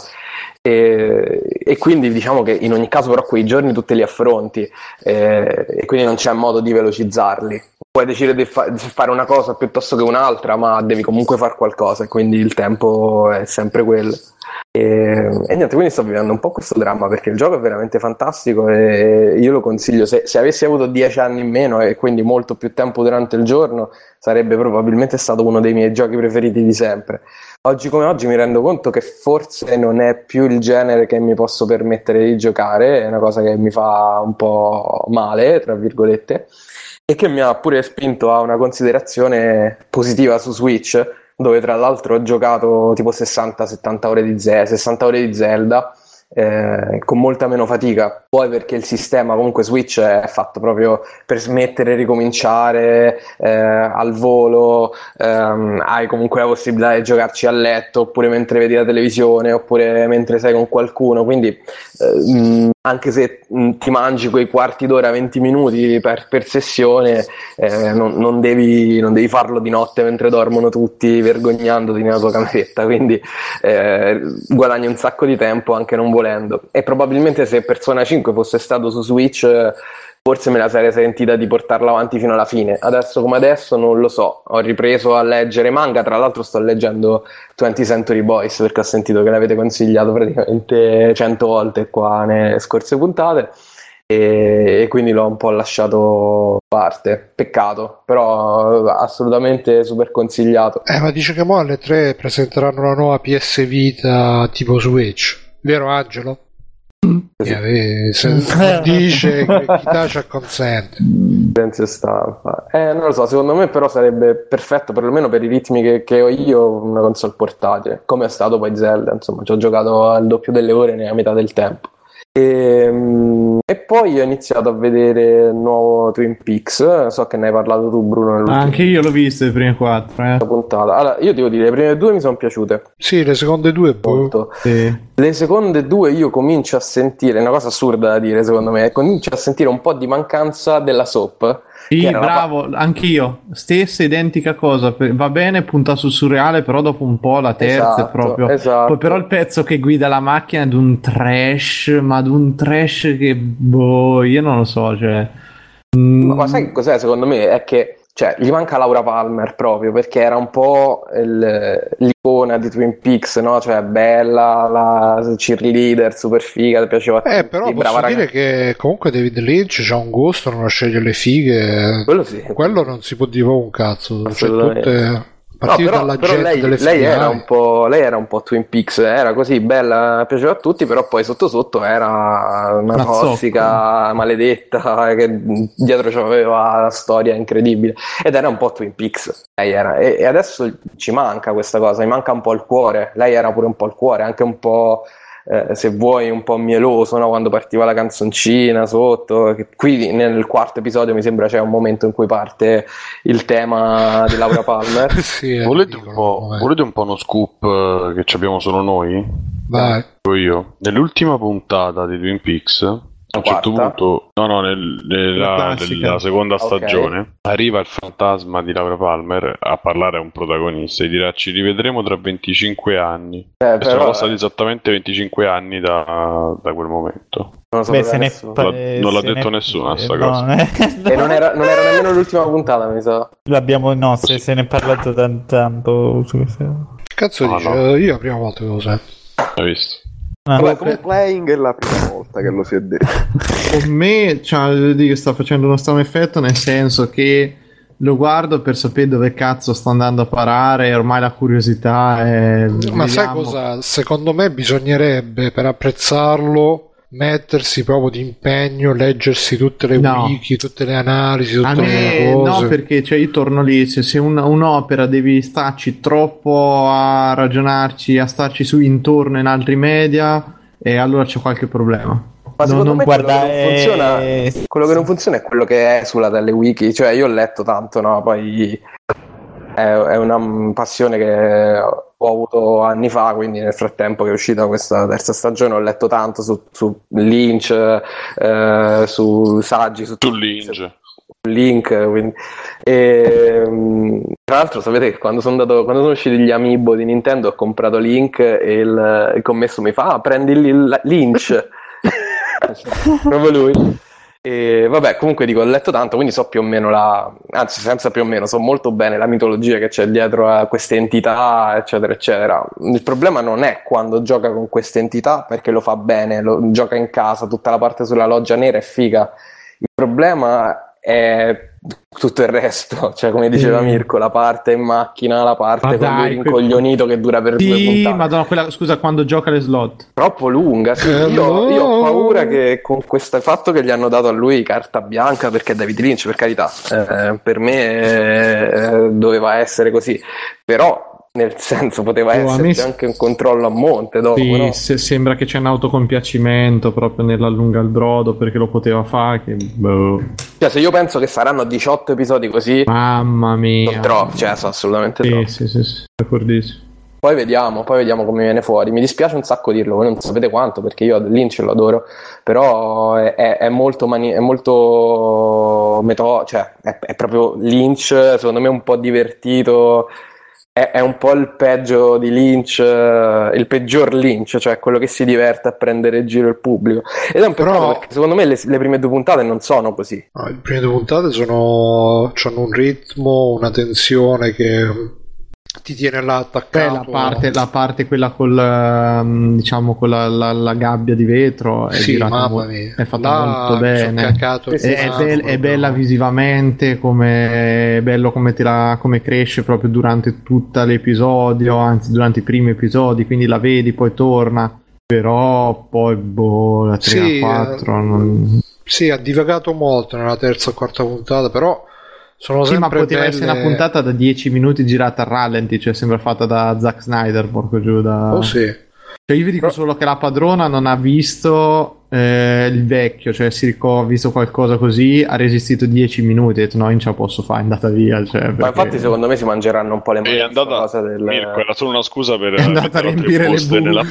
E, e quindi diciamo che in ogni caso però quei giorni tu te li affronti eh, e quindi non c'è modo di velocizzarli. Puoi decidere di, fa- di fare una cosa piuttosto che un'altra, ma devi comunque fare qualcosa e quindi il tempo è sempre quello. E, e niente, quindi sto vivendo un po' questo dramma perché il gioco è veramente fantastico e io lo consiglio. Se, se avessi avuto dieci anni in meno e quindi molto più tempo durante il giorno, sarebbe probabilmente stato uno dei miei giochi preferiti di sempre. Oggi come oggi mi rendo conto che forse non è più il genere che mi posso permettere di giocare, è una cosa che mi fa un po' male, tra virgolette, e che mi ha pure spinto a una considerazione positiva su Switch, dove tra l'altro ho giocato tipo sessanta settanta ore di Zelda, sessanta ore di Zelda eh, con molta meno fatica, poi perché il sistema comunque Switch è fatto proprio per smettere e ricominciare eh, al volo, ehm, hai comunque la possibilità di giocarci a letto oppure mentre vedi la televisione oppure mentre sei con qualcuno, quindi eh, mh, anche se mh, ti mangi quei quarti d'ora, venti minuti per, per sessione, eh, non, non, devi, non devi farlo di notte mentre dormono tutti vergognandoti nella tua cameretta, quindi eh, guadagni un sacco di tempo anche non volendo. E probabilmente se Persona cinque fosse stato su Switch forse me la sarei sentita di portarla avanti fino alla fine. Adesso come adesso non lo so, ho ripreso a leggere manga, tra l'altro sto leggendo venti Century Boys perché ho sentito che l'avete consigliato praticamente cento volte qua nelle scorse puntate e, e quindi l'ho un po' lasciato parte, peccato, però assolutamente super consigliato. Eh ma dice che mo alle tre presenteranno una nuova P S Vita tipo Switch, vero Angelo? Sì. Eh, se dice che chi tace acconsente. Senza stampa. Eh, non lo so, secondo me però sarebbe perfetto, perlomeno per i ritmi che, che ho io, una console portatile, come è stato poi Zelda, insomma, ci ho giocato al doppio delle ore nella metà del tempo. E, e poi ho iniziato a vedere il nuovo Twin Peaks, so che ne hai parlato tu Bruno. Anche io l'ho visto le prime quattro eh. puntata. Allora, io devo dire, le prime due mi sono piaciute. Sì, le seconde due molto. Sì. Le seconde due io comincio a sentire, è una cosa assurda da dire secondo me, comincio a sentire un po' di mancanza della soap. Sì, bravo, pa- anch'io, stessa identica cosa, va bene, punta sul surreale, però dopo un po' la terza esatto, è proprio... Esatto. Poi però il pezzo che guida la macchina è di un trash, ma di un trash che, boh, io non lo so, cioè... Mm. Ma sai che cos'è secondo me? È che cioè gli manca Laura Palmer proprio perché era un po' il, l'icona di Twin Peaks, no? Cioè bella, la cheerleader super figa, piaceva a eh tutti, però posso brava dire ragazza. Che comunque David Lynch c'ha un gusto, non sceglie le fighe, quello sì, quello non si può dire un cazzo, cioè tutte no, però, però lei, lei, era un po', lei era un po' Twin Peaks, era così bella, piaceva a tutti, però poi sotto sotto era una tossica maledetta che dietro c'aveva la storia incredibile ed era un po' Twin Peaks lei era. E, e adesso ci manca questa cosa, mi manca un po' il cuore, lei era pure un po' il cuore, anche un po' Eh, se vuoi un po' mieloso, no? Quando partiva la canzoncina sotto, che qui nel quarto episodio mi sembra c'è un momento in cui parte il tema di Laura Palmer. Sì, volete, un po', volete un po' uno scoop che ci abbiamo solo noi? Vai. Io nell'ultima puntata di Twin Peaks a un certo punto, no, no, nel, nella, nella seconda stagione okay. arriva il fantasma di Laura Palmer a parlare a un protagonista e dirà: ci rivedremo tra venticinque anni. Eh, e sono passati esattamente venticinque anni da, da quel momento. Non, so Beh, se ne pa- La, non l'ha detto ne... nessuno sta no, cosa. Eh. E non era, non era nemmeno l'ultima puntata, mi sa. L'abbiamo, no, se, se ne è parlato tanto, tanto su questo. Che cazzo no, dice? No. Io la prima volta che lo sento. Hai visto? Ah, Vabbè, come playing è la prima volta che lo si è detto. Con me, cioè, che sta facendo uno strano effetto, nel senso che lo guardo per sapere dove cazzo sto andando a parare e ormai la curiosità è... Ma vediamo. Sai cosa? Secondo me bisognerebbe, per apprezzarlo, mettersi proprio di impegno, leggersi tutte le No. wiki, tutte le analisi, tutte A le me cose. no, perché cioè, io torno lì, se, se un- un'opera devi starci troppo a ragionarci, a starci su intorno in altri media, e allora c'è qualche problema. Ma No, secondo non me guarda- quello, che non funziona, quello che non funziona è quello che esula dalle wiki, cioè io ho letto tanto, no? Poi è, è una passione che ho avuto anni fa, quindi nel frattempo che è uscita questa terza stagione ho letto tanto su, su Lynch, eh, su saggi, su, Su Lynch. Link, quindi. E, mh, tra l'altro sapete che quando sono andato, quando sono usciti gli amiibo di Nintendo ho comprato Link e il, il commesso mi fa ah, prendi il, il Lynch proprio lui. E vabbè, comunque dico, ho letto tanto, quindi so più o meno la, anzi senza più o meno, so molto bene la mitologia che c'è dietro a queste entità, eccetera eccetera. Il problema non è quando gioca con queste entità, perché lo fa bene, lo gioca in casa, tutta la parte sulla loggia nera è figa. Il problema è tutto il resto, cioè come diceva Mm. Mirko, la parte in macchina, la parte Ma con lui dai, rincoglionito che dura per due Sì, puntate. madonna, quella, scusa, quando gioca le slot. Troppo lunga, sì. Io, io ho paura che con questo fatto che gli hanno dato a lui carta bianca, perché è David Lynch, per carità, eh, per me eh, doveva essere così, però nel senso poteva Oh, a me esserci s- anche un controllo a monte dopo, Sì, no? se- sembra che c'è un autocompiacimento proprio nell'allunga il brodo perché lo poteva fare. Che, boh. Cioè se io penso che saranno diciotto episodi così, Mamma mia. sono troppi, cioè sono assolutamente Sì, troppi. sì, sì, sì, d'accordissimo. Poi vediamo, poi vediamo come viene fuori. Mi dispiace un sacco dirlo, voi non sapete quanto, perché io Lynch lo adoro, però è, è- è molto mani- è molto meto- cioè è, è proprio Lynch, secondo me un po' divertito, è, è un po' il peggio di Lynch, eh, il peggior Lynch, cioè quello che si diverte a prendere in giro il pubblico. Ed è un peccato Però- perché secondo me le, le prime due puntate non sono così. No, le prime due puntate sono hanno un ritmo, una tensione che ti tiene là Beh, attaccato. la parte, la parte quella col ehm, diciamo con la, la- la gabbia di vetro è Sì, girata mamma mo- mia. è fatta Là molto mi son bene. caccato È, il è naso, bel- è proprio. bella visivamente, come è bello come, te la- come cresce proprio durante tutto l'episodio, anzi durante i primi episodi, quindi la vedi, poi torna. Però poi boh, la tre Sì, a quattro eh, non... Sì, ha divagato molto nella terza o quarta puntata, però sono Sì, ma sempre poteva belle... essere una puntata da dieci minuti girata a rallenti, cioè sembra fatta da Zack Snyder, porco giù da... Oh sì. Cioè io vi dico solo che la padrona non ha visto eh, il vecchio, cioè si ricorda, ha visto qualcosa così, ha resistito dieci minuti e ha detto no, non ce la posso fare, è andata via. Cioè, Ma perché infatti secondo me si mangeranno un po' le mani. È andata, questa cosa del... Mirko, era solo una scusa per è andata a mettere riempire le buste nella-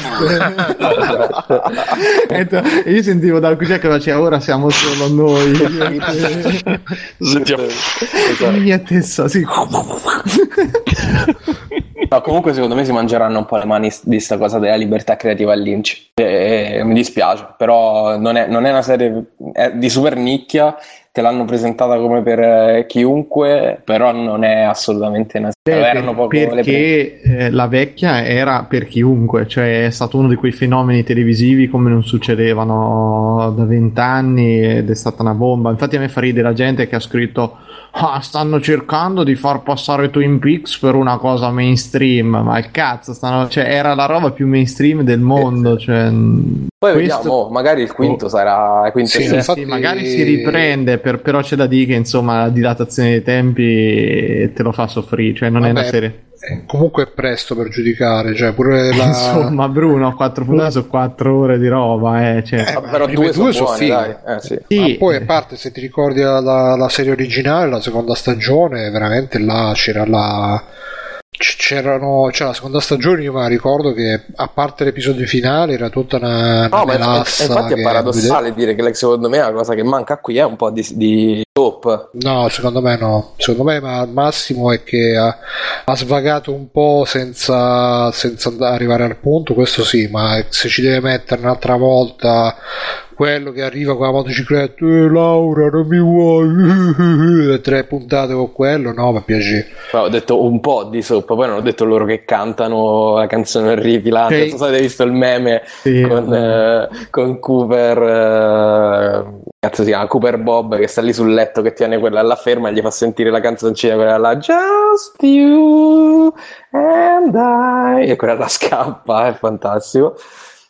buste. E io sentivo dal cucina che faceva ora siamo solo noi. Sentiamo. Esatto. Mia testa, sì. No, comunque secondo me si mangeranno un po' le mani di sta cosa della libertà creativa a Lynch. E, e mi dispiace, però non è, non è una serie è di super nicchia, te l'hanno presentata come per eh, chiunque, però non è assolutamente una serie. Beh, Erano poco le prime. perché eh, la vecchia era per chiunque, cioè è stato uno di quei fenomeni televisivi come non succedevano da vent'anni ed è stata una bomba. Infatti a me fa ridere la gente che ha scritto ah, stanno cercando di far passare Twin Peaks per una cosa mainstream, ma il cazzo stanno... cioè era la roba più mainstream del mondo, cioè... Poi questo- vediamo, magari il quinto Oh. sarà il quinto Sì, e sesto. infatti- Sì, magari si riprende, per- però c'è da dire che insomma la dilatazione dei tempi te lo fa soffrire, cioè non è Vabbè, una serie... eh, comunque è presto per giudicare, cioè pure la... Insomma, Bruno, quattro puntate su quattro ore di roba, eh, cioè. Eh, ma Però le prime due sono due sono buone, fighe. dai. Eh, sì. Sì, Ma poi a parte, se ti ricordi la, la- la serie originale, la seconda stagione, veramente là c'era la c- c'erano c'era la seconda stagione, io me la ricordo che a parte l'episodio finale era tutta una, No, una ma melassa infatti è che- paradossale dire che secondo me la cosa che manca qui è un po' di, di top. No, secondo me no. Secondo me ma al massimo è che ha, ha svagato un po' senza, senza andare- arrivare al punto, questo sì, ma se ci deve mettere un'altra volta quello che arriva con la motocicletta, eh, Laura non mi vuoi, e tre puntate con quello, no, mi piace. No, ho detto un po' di soap, poi non ho detto loro che cantano la canzone orripilante. Sì. Non so se avete visto il meme Sì. con, eh, con Cooper, eh, cazzo si chiama Cooper Bob, che sta lì sul letto che tiene quella alla ferma e gli fa sentire la canzoncina, quella là, Just You and I, e quella là scappa, è fantastico.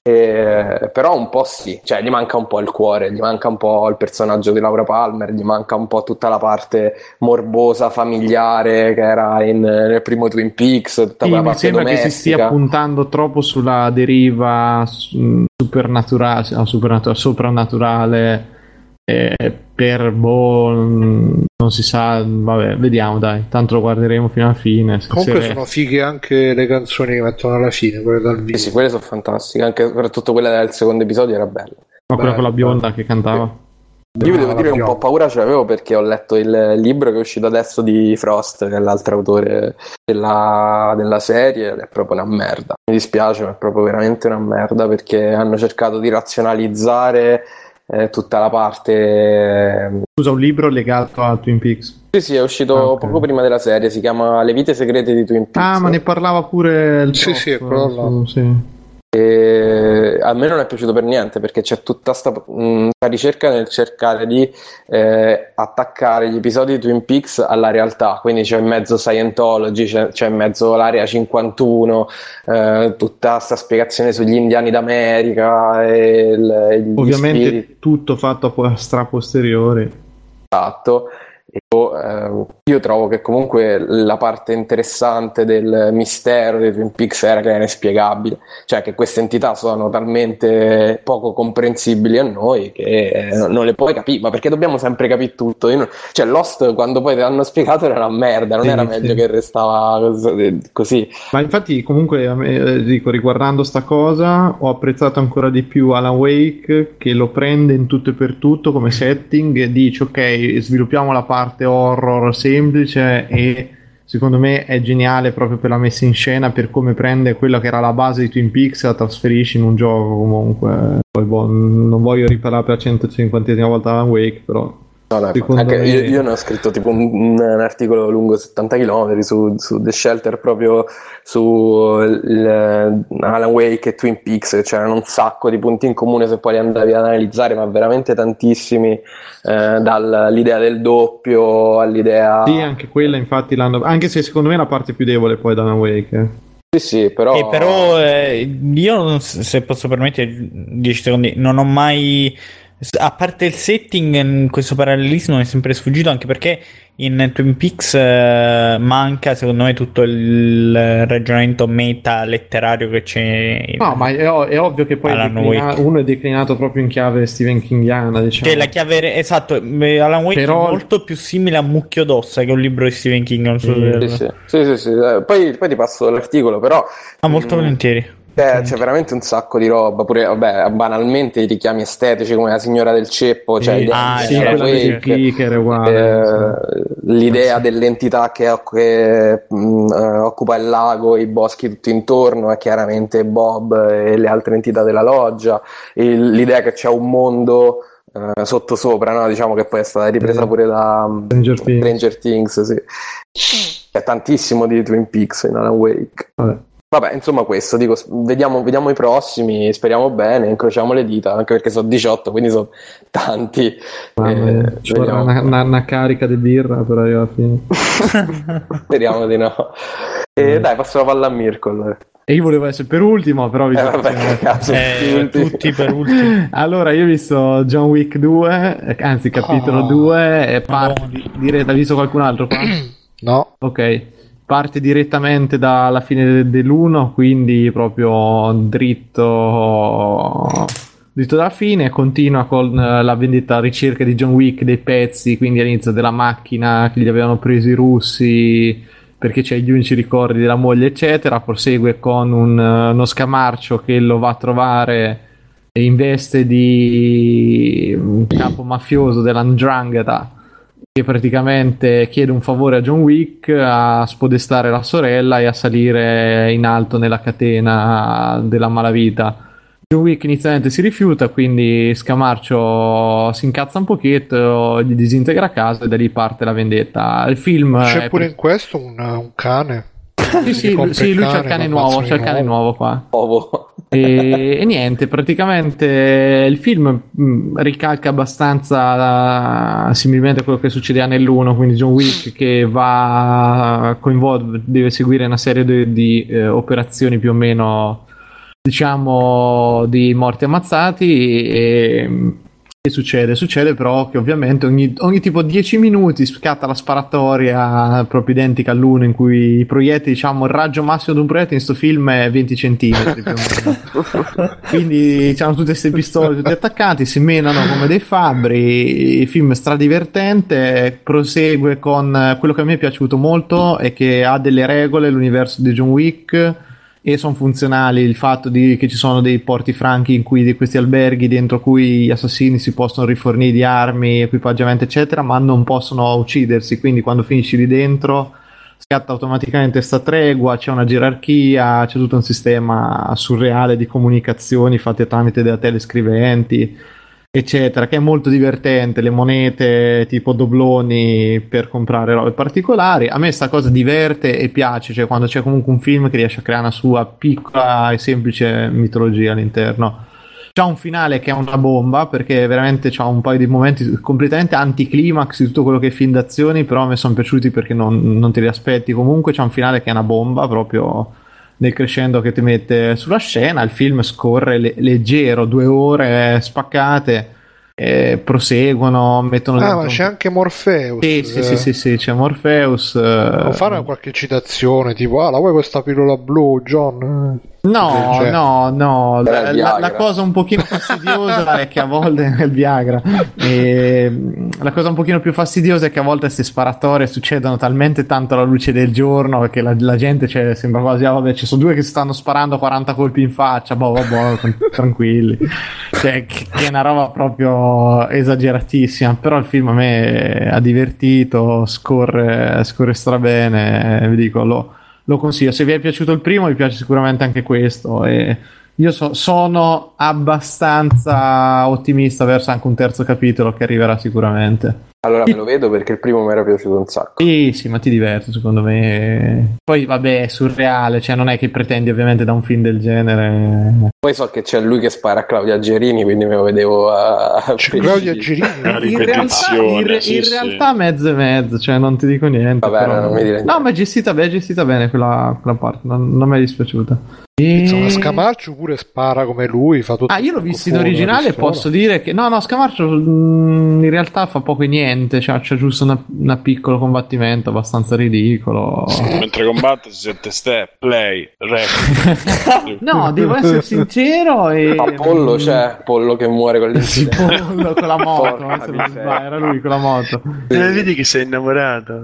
E, però un po' sì, cioè gli manca un po' il cuore, gli manca un po' il personaggio di Laura Palmer, gli manca un po' tutta la parte morbosa, familiare che era in, nel primo Twin Peaks, tutta sì, quella mi parte sembra domestica. che si stia puntando troppo sulla deriva su- supernaturale, no, supernaturale soprannaturale, eh, per boh, non si sa, vabbè, vediamo, dai, tanto lo guarderemo fino alla fine. Se Comunque se- sono fighe anche le canzoni che mettono alla fine, quelle dal vivo. Sì, sì, quelle sono fantastiche, anche soprattutto quella del secondo episodio era bella. Ma quella con la Bello, bionda che cantava. Io vi devo la dire un bionda. po' paura ce l'avevo perché ho letto il libro che è uscito adesso di Frost, che è l'altro autore della, della serie, ed è proprio una merda. Mi dispiace, ma è proprio veramente una merda perché hanno cercato di razionalizzare eh, tutta la parte. Scusa, un libro legato a Twin Peaks. Sì, sì, è uscito Ah, ok. poco prima della serie, si chiama Le vite segrete di Twin Peaks. Ah, ma ne parlava pure il Sì, prof, sì, è quello là. su- sì. E a me non è piaciuto per niente perché c'è tutta sta, mh, sta ricerca nel cercare di eh, attaccare gli episodi di Twin Peaks alla realtà, quindi c'è in mezzo Scientology, c'è, c'è in mezzo l'area cinquantuno, eh, tutta sta spiegazione sugli indiani d'America e il, e gli Ovviamente spiriti. tutto fatto a po- stra posteriori. Esatto. E io, eh, io trovo che comunque la parte interessante del mistero dei Twin Peaks era che era inspiegabile, cioè che queste entità sono talmente poco comprensibili a noi che eh, non, non le puoi capire, ma perché dobbiamo sempre capire tutto? Io non- cioè Lost quando poi te l'hanno spiegato era una merda, non Sì, era sì. meglio che restava cos- così. Ma infatti comunque a me, eh, dico, riguardando sta cosa ho apprezzato ancora di più Alan Wake, che lo prende in tutto e per tutto come setting e dice ok, sviluppiamo la parte horror semplice, e secondo me è geniale proprio per la messa in scena, per come prende quella che era la base di Twin Peaks e la trasferisce in un gioco. Comunque poi boh, non voglio riparare per la centocinquantesima volta Alan Wake, però No, no, secondo anche me- io, io ne ho scritto tipo un, un articolo lungo settanta chilometri su, su The Shelter, proprio su il, Alan Wake e Twin Peaks, che c'erano un sacco di punti in comune se poi li andavi ad analizzare, ma veramente tantissimi, eh, dall'idea del doppio all'idea. sì, anche quella infatti l'hanno, anche se secondo me è la parte più debole poi da Alan Wake, eh. Sì, sì, però. E però eh, io, se posso permettere dieci secondi, non ho mai, a parte il setting, questo parallelismo mi è sempre sfuggito, anche perché in Twin Peaks eh, manca secondo me tutto il ragionamento meta letterario che c'è in... No, ma è, ov- è ovvio che poi è Alan declina- Wake. uno è declinato proprio in chiave Stephen Kingiana, diciamo. Che la chiave, esatto, eh, Alan Wake Però- è molto più simile a Mucchio d'Ossa, che è un libro di Stephen King, non so Sì, se- Sì, sì, sì, sì, sì. Eh, Poi, poi ti passo l'articolo, però. Ah, molto mm, volentieri. C'è, c'è veramente un sacco di roba, pure vabbè, banalmente i richiami estetici come la signora del ceppo, cioè Sì, idea ah, di sì, sì, Alan quella del Wake, clicker è uguale, eh, l'idea dell'entità che, che mh, eh, occupa il lago e i boschi tutto intorno è chiaramente Bob e le altre entità della loggia, il- l'idea che c'è un mondo eh, sottosopra, no? Diciamo che poi è stata ripresa pure da um, Stranger Things. Stranger Things, sì. C'è tantissimo di Twin Peaks in Alan Wake. Vabbè. Vabbè, insomma, questo dico, s- vediamo, vediamo i prossimi, speriamo bene, incrociamo le dita, anche perché sono diciotto, quindi sono tanti. Mamma Eh, mia, ci vorrà vediamo. una, una- una carica di birra per arrivare alla fine. Speriamo di no. E dai, passo la palla a Mirko. E io volevo essere per ultimo, però vi Eh, vabbè, che cazzo, Eh, tutti. tutti per ultimo. Allora, io ho visto John Wick due, eh, anzi capitolo Oh. due, e parte di, diretta, hai visto qualcun altro qua? No. Ok, parte direttamente dalla fine dell'uno, quindi proprio dritto dritto dalla fine, continua con eh, la vendetta, la ricerca di John Wick dei pezzi, quindi all'inizio della macchina che gli avevano preso i russi perché c'è gli unici ricordi della moglie eccetera, prosegue con un, eh, uno scamarcio che lo va a trovare in veste di un capo mafioso dell'Ndrangheta, che praticamente chiede un favore a John Wick a spodestare la sorella e a salire in alto nella catena della malavita. John Wick inizialmente si rifiuta, quindi Scamarcio si incazza un pochetto, gli disintegra casa e da lì parte la vendetta. Il film C'è è pure in questo un, un cane. sì, sì, lui, sì, lui c'è il cane nuovo, c'è il cane nuovo qua. Nuovo. E, e niente, praticamente il film mh, ricalca abbastanza uh, similmente a quello che succedeva nell'uno, quindi John Wick che va coinvolto, deve seguire una serie di, di eh, operazioni più o meno diciamo di morti ammazzati. E che succede? Succede però che ovviamente ogni, ogni tipo dieci minuti scatta la sparatoria proprio identica all'uno, in cui i proiettili, diciamo, il raggio massimo di un proiettile in sto film è venti centimetri più o meno. Quindi hanno tutte queste pistole tutti attaccati, si menano come dei fabbri. Il film è stradivertente, prosegue con quello che a me è piaciuto molto e che ha delle regole, l'universo di John Wick, e sono funzionali il fatto di, che ci sono dei porti franchi in cui di questi alberghi dentro cui gli assassini si possono rifornire di armi, equipaggiamento eccetera, ma non possono uccidersi, quindi quando finisci lì dentro scatta automaticamente sta tregua, c'è una gerarchia, c'è tutto un sistema surreale di comunicazioni fatte tramite delle telescriventi eccetera, che è molto divertente. Le monete tipo dobloni per comprare robe particolari. A me sta cosa diverte e piace, cioè quando c'è comunque un film che riesce a creare una sua piccola e semplice mitologia all'interno. C'ha un finale che è una bomba, perché veramente c'ha un paio di momenti completamente anticlimax di tutto quello che è film d'azioni, però a me sono piaciuti perché non, non te li aspetti. Comunque c'ha un finale che è una bomba proprio nel crescendo che ti mette sulla scena. Il film scorre le- leggero, due ore spaccate, e proseguono, mettono ah dentro ma c'è anche Morpheus. sì sì sì sì, sì c'è Morpheus. Non fare qualche citazione tipo ah la vuoi questa pillola blu John? No, Cioè, no, no, la, il la, Viagra. la cosa un pochino fastidiosa è che a volte è il Viagra. E, la cosa un pochino più fastidiosa è che a volte queste sparatorie succedono talmente tanto alla luce del giorno che la, la gente, cioè, sembra quasi, ah, vabbè, ci sono due che si stanno sparando quaranta colpi in faccia, boh, boh, boh, tranquilli. Cioè, che, che è una roba proprio esageratissima, però il film a me ha divertito, scorre, scorre strabene, vi dico, lo lo consiglio. Se vi è piaciuto il primo, vi piace sicuramente anche questo, e io so, sono abbastanza ottimista verso anche un terzo capitolo che arriverà sicuramente. Allora me lo vedo perché il primo mi era piaciuto un sacco. Sì, sì, ma ti diverti secondo me. Poi vabbè, è surreale, cioè non è che pretendi ovviamente da un film del genere. Poi so che c'è lui che spara a Claudia Gerini, quindi me lo vedevo a... C'è Claudia Gerini? In realtà, in, re- sì, in sì. realtà mezzo e mezzo, cioè non ti dico niente. Vabbè, però... non mi dire niente. No, ma è gestita bene, è gestita bene quella, quella parte, non, non mi è dispiaciuta. E... Insomma, Scamarcio pure spara come lui, fa tutto. Ah, io l'ho visto in originale e posso dire che no, no, Scamarcio mh, in realtà fa poco e niente, cioè c'è giusto una, una piccolo combattimento abbastanza ridicolo. Mentre combatte si sente step, play, rec. No, devo essere sincero e... Ma Pollo c'è, Pollo che muore con l'incidente. Pollo con la moto, se non sbaglio, era lui con la moto. E vedi che sei innamorato.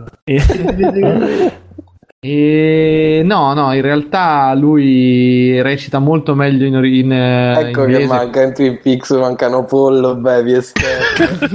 E no, no, in realtà lui recita molto meglio in, in Ecco inglese. che manca in Twin Peaks, mancano Pollo, Bevi e Steph.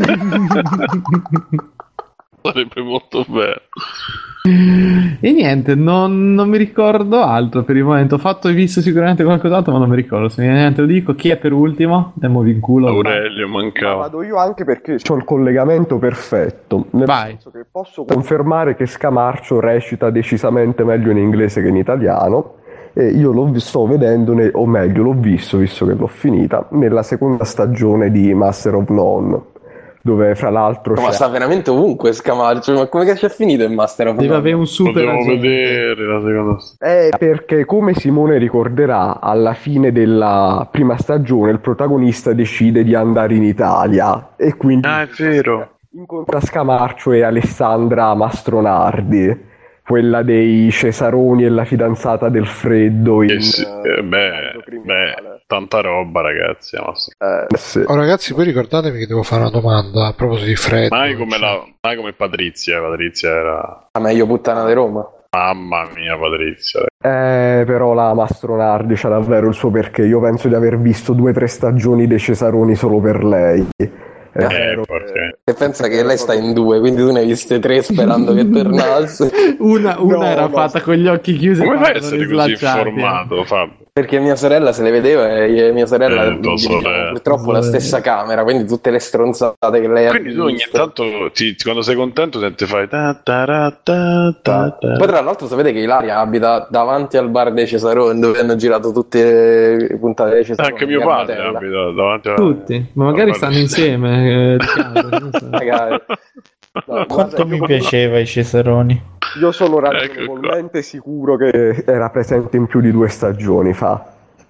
Sarebbe molto bello. E niente, non, non mi ricordo altro per il momento. Ho fatto e visto sicuramente qualcos'altro, ma non mi ricordo. Se niente lo dico. Chi è per ultimo? Andiamo in culo. Aurelio mancava. Vado io anche perché ho il collegamento perfetto. Nel Vai. senso che posso confermare che Scamarcio recita decisamente meglio in inglese che in italiano. E io lo sto vedendo, ne- o meglio, l'ho visto, visto che l'ho finita, nella seconda stagione di Master of None, dove fra l'altro Ma c'è... sta veramente ovunque Scamarcio, ma come che c'è finito il Master of Deve None? avere un super Potevo agente. vedere la seconda Eh, perché come Simone ricorderà, alla fine della prima stagione il protagonista decide di andare in Italia e quindi Ah, è vero. incontra Scamarcio e Alessandra Mastronardi, quella dei Cesaroni e la fidanzata del freddo in, Eh sì, eh, beh, beh, tanta roba, ragazzi. ma- eh, sì. Oh ragazzi, poi ricordatemi che devo fare una domanda a proposito di freddo. Mai come, cioè. la, mai come Patrizia. Patrizia era. La meglio puttana di Roma. Mamma mia, Patrizia. Eh, però la Mastronardi c'ha davvero il suo perché. Io penso di aver visto due o tre stagioni dei Cesaroni solo per lei. È Eh, vero perché? E pensa che lei sta in due, quindi tu ne hai viste tre sperando che tornasse. Una, una No, era no. fatta con gli occhi chiusi. Come e fai a quando essere li così slacciati, informato, Fabio? Perché mia sorella se le vedeva e mia sorella Eh, tua diciamo, sorella. purtroppo la stessa camera, quindi tutte le stronzate che lei ha Quindi tu ogni visto. tanto, ti- quando sei contento, te fai. Ta, ta, ra, ta, ta, ta. Poi tra l'altro sapete che Ilaria abita davanti al bar dei Cesaroni dove hanno girato tutte le puntate dei Cesaroni. Anche mio di padre Armatella. abita davanti a. Tutti, ma magari Guarda. stanno insieme. eh, di casa, non so. Magari. No, Quanto mi piaceva i Cesaroni. Io sono Ecco ragionevolmente sicuro che era presente in più di due stagioni fa.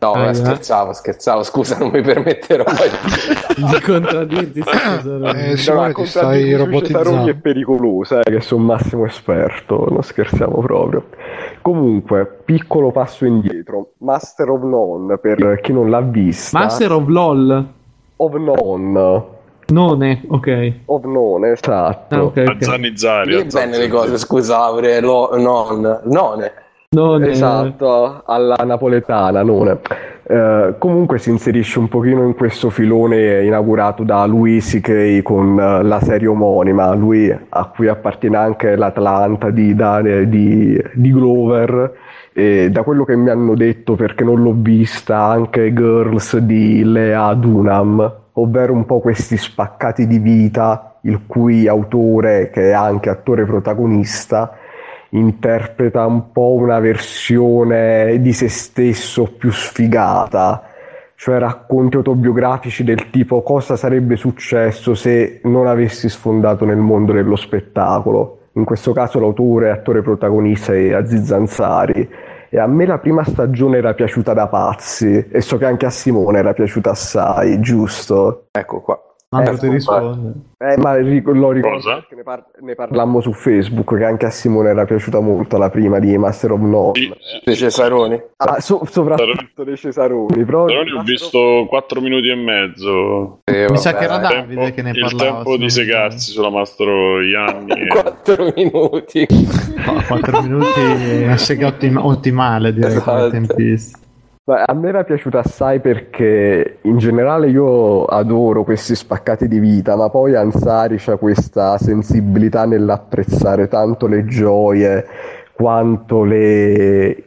No, ah, scherzavo, scherzavo, scusa, non mi permetterò mai di contraddirti. eh, Simone, ti stai robotizzando. È pericoloso, eh, che sono massimo esperto, non scherziamo proprio. Comunque, piccolo passo indietro. Master of None, per chi non l'ha vista. Master of LOL? Of None. None, ok. Of None, esatto. Ah, okay, okay. Zannizzari. Che bene le cose, scusa, avrei lo, non, none. Non esatto, alla napoletana, non eh, comunque si inserisce un pochino in questo filone inaugurato da Louis C K con uh, la serie omonima, lui a cui appartiene anche l'Atlanta di, da, di, di Glover, e da quello che mi hanno detto, perché non l'ho vista, anche Girls di Lea Dunham, ovvero un po' questi spaccati di vita, il cui autore, che è anche attore protagonista, interpreta un po' una versione di se stesso più sfigata, cioè racconti autobiografici del tipo cosa sarebbe successo se non avessi sfondato nel mondo dello spettacolo. In questo caso l'autore e attore protagonista è Aziz Ansari, e a me la prima stagione era piaciuta da pazzi, e so che anche a Simone era piaciuta assai, giusto? Ecco qua. Ma eh, ti risponde. Eh, ma lo ricordo perché ne, par- ne parlammo su Facebook, che anche a Simone era piaciuta molto la prima di Master of None. Sì, dei Cesaroni. Ah, so- soprattutto dei Cesaroni. Però Cesaroni ho visto quattro minuti e mezzo. Eh, Mi sa che era Davide tempo, che ne il parlava. Il tempo di segarsi sulla Mastro Ianni. quattro minuti. No, quattro minuti è una sega ottima- ottimale, direi, esatto. Come tempisti. Beh, a me era piaciuta assai perché in generale io adoro questi spaccati di vita, ma poi Ansari c'ha questa sensibilità nell'apprezzare tanto le gioie quanto le,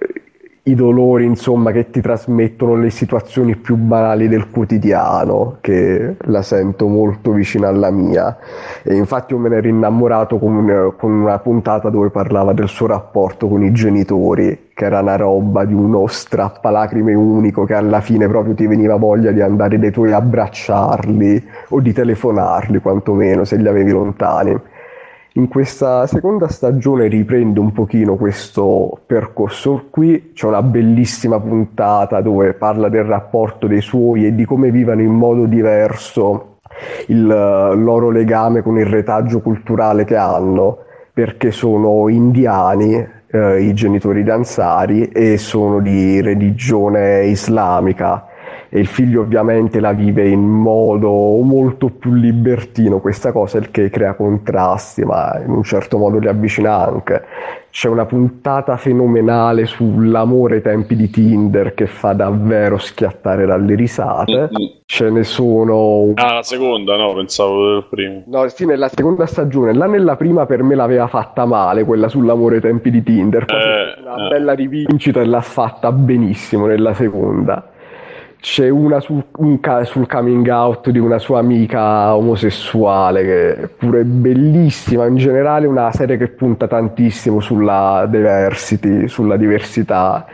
i dolori, insomma, che ti trasmettono le situazioni più banali del quotidiano, che la sento molto vicina alla mia. E infatti io me ne ero innamorato con, con una puntata dove parlava del suo rapporto con i genitori, che era una roba di uno strappalacrime unico, che alla fine proprio ti veniva voglia di andare dai tuoi a abbracciarli o di telefonarli, quantomeno, se li avevi lontani. In questa seconda stagione riprende un pochino questo percorso qui, c'è una bellissima puntata dove parla del rapporto dei suoi e di come vivano in modo diverso il loro legame con il retaggio culturale che hanno, perché sono indiani, eh, i genitori di Ansari, e sono di religione islamica. E il figlio ovviamente la vive in modo molto più libertino, questa cosa, il che crea contrasti, ma in un certo modo li avvicina anche. C'è una puntata fenomenale sull'amore ai tempi di Tinder che fa davvero schiattare dalle risate. Mm-hmm. Ce ne sono... Ah, la seconda, no, pensavo del primo. No, sì, nella seconda stagione. Là nella prima per me l'aveva fatta male, quella sull'amore ai tempi di Tinder. Poi eh, una eh. bella rivincita e l'ha fatta benissimo nella seconda. C'è una sul, un, sul coming out di una sua amica omosessuale, che è pure bellissima. In generale una serie che punta tantissimo sulla diversity, sulla diversità,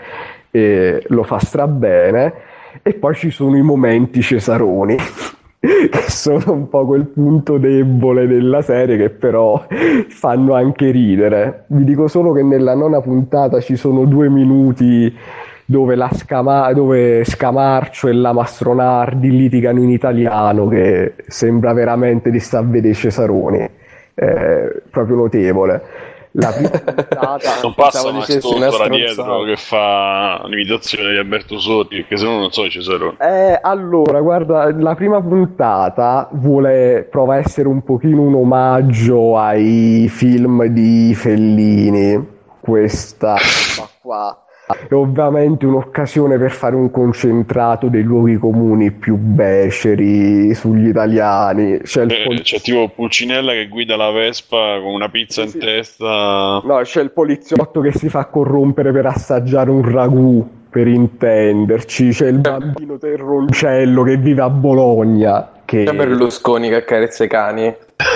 e lo fa strabene. E poi ci sono i momenti Cesaroni che sono un po' quel punto debole della serie, che però fanno anche ridere. Vi dico solo che nella nona puntata ci sono due minuti dove, la Scama- dove Scamarcio e la Mastronardi litigano in italiano, che sembra veramente di sta a vedere Cesaroni, è proprio notevole. La prima puntata non passa una stoltora dietro che fa l'imitazione di Alberto Sordi, perché se no non so i Cesaroni. Eh, allora, guarda, la prima puntata vuole prova a essere un pochino un omaggio ai film di Fellini, questa qua. È ovviamente un'occasione per fare un concentrato dei luoghi comuni più beceri sugli italiani. C'è, il eh, poliz... c'è tipo Pulcinella che guida la Vespa con una pizza sì, in sì. testa. No, c'è il poliziotto che si fa corrompere per assaggiare un ragù, per intenderci. C'è il bambino terroncello che vive a Bologna. Che... C'è Berlusconi che accarezza i cani.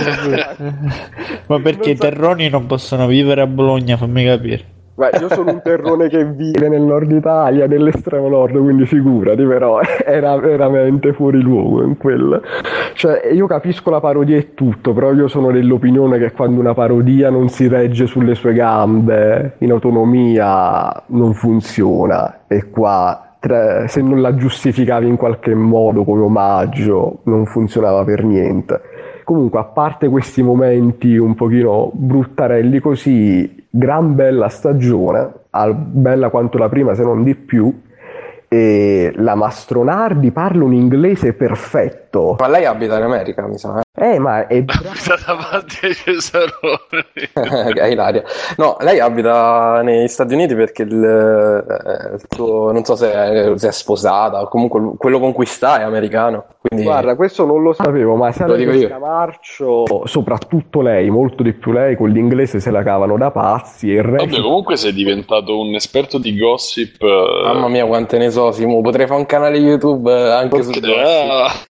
Ma perché i terroni non possono vivere a Bologna? Fammi capire. Beh, io sono un terrone che vive nel nord Italia, nell'estremo nord, quindi figurati, però era veramente fuori luogo in quel. Cioè, io capisco la parodia e tutto, però io sono dell'opinione che quando una parodia non si regge sulle sue gambe in autonomia non funziona, e qua tra, se non la giustificavi in qualche modo come omaggio, non funzionava per niente. Comunque, a parte questi momenti un pochino bruttarelli così, gran bella stagione, bella quanto la prima se non di più, e la Mastronardi parla un inglese perfetto. Ma lei abita in America, mi sa. Eh, ma è abita davanti ai Cesaroni. È Ilaria. No, lei abita negli Stati Uniti perché il, il suo, non so se è, se è sposata o comunque quello con cui sta è americano. Quindi... Guarda, questo non lo sapevo, ma se lo dico io. Marcio, soprattutto lei, molto di più lei, con l'inglese se la cavano da pazzi. E il resto... Vabbè, comunque sei diventato un esperto di gossip. Mamma mia, quante ne so, Simo. Potrei fare un canale YouTube anche okay. su gossip.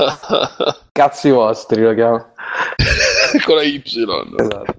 Cazzi vostri lo chiamo. Con la Y. Esatto.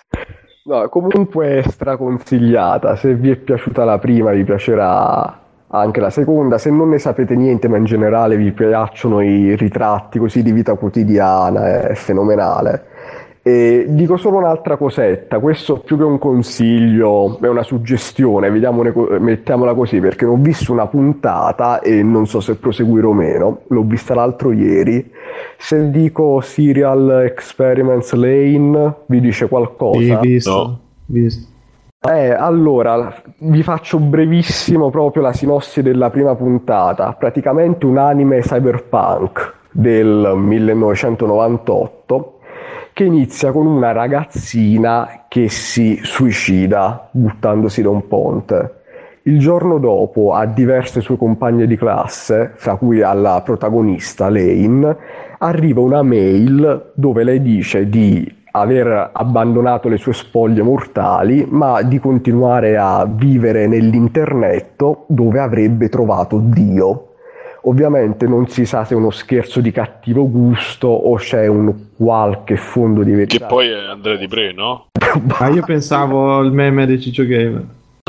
No, comunque straconsigliata. Se vi è piaciuta la prima, vi piacerà anche la seconda. Se non ne sapete niente, ma in generale vi piacciono i ritratti così di vita quotidiana, è fenomenale. E dico solo un'altra cosetta, questo più che un consiglio è una suggestione, vediamone, mettiamola così, perché ho visto una puntata e non so se proseguire o meno, l'ho vista l'altro ieri. Se dico Serial Experiments Lane vi dice qualcosa? Sì, visto, no. visto. Eh, allora, vi faccio brevissimo proprio la sinossi della prima puntata. Praticamente un anime cyberpunk del millenovecentonovantotto che inizia con una ragazzina che si suicida buttandosi da un ponte. Il giorno dopo a diverse sue compagne di classe, fra cui alla protagonista Lane, arriva una mail dove lei dice di aver abbandonato le sue spoglie mortali, ma di continuare a vivere nell'internetto dove avrebbe trovato Dio. Ovviamente non si sa se è uno scherzo di cattivo gusto o c'è un qualche fondo di verità. Che poi è Andrea Di Pre, no? Ma io pensavo al meme di Ciccio Gamer.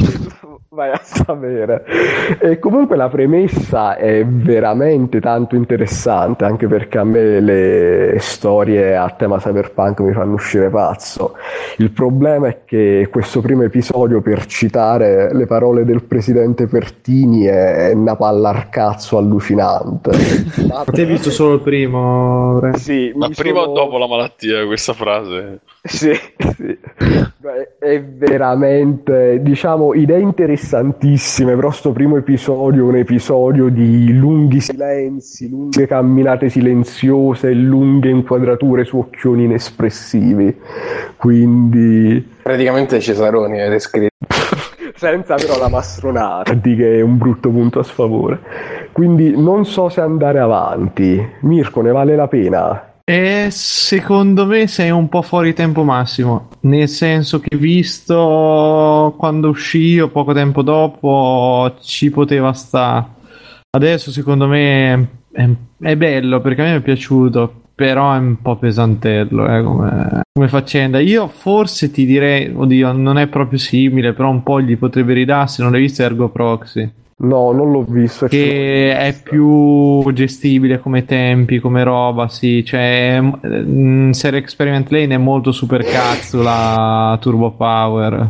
Vai a sapere. E comunque la premessa è veramente tanto interessante, anche perché a me le storie a tema cyberpunk mi fanno uscire pazzo. Il problema è che questo primo episodio, per citare le parole del presidente Pertini, è una pallarcazzo allucinante. Ma te hai visto solo il primo? Re? Sì, ma prima sono... o dopo la malattia questa frase? Sì, sì. Beh, è veramente, diciamo, idee interessantissime, però sto primo episodio è un episodio di lunghi silenzi, lunghe camminate silenziose, lunghe inquadrature su occhioni inespressivi, quindi... Praticamente Cesaroni è descritto. Senza però la mastronata, di che è un brutto punto a sfavore. Quindi non so se andare avanti. Mirko, ne vale la pena? E secondo me sei un po' fuori tempo massimo, nel senso che visto quando uscì o poco tempo dopo ci poteva stare. Adesso secondo me è, è bello perché a me è piaciuto, però è un po' pesantello eh, come, come faccenda. Io forse ti direi, oddio, non è proprio simile, però un po' gli potrebbe ridarsi. Non l'hai visto Ergo Proxy? No, non l'ho visto. Che è più gestibile come tempi, come roba, sì. Cioè, mh, Serial Experiment Lane è molto supercazzola, Turbo Power.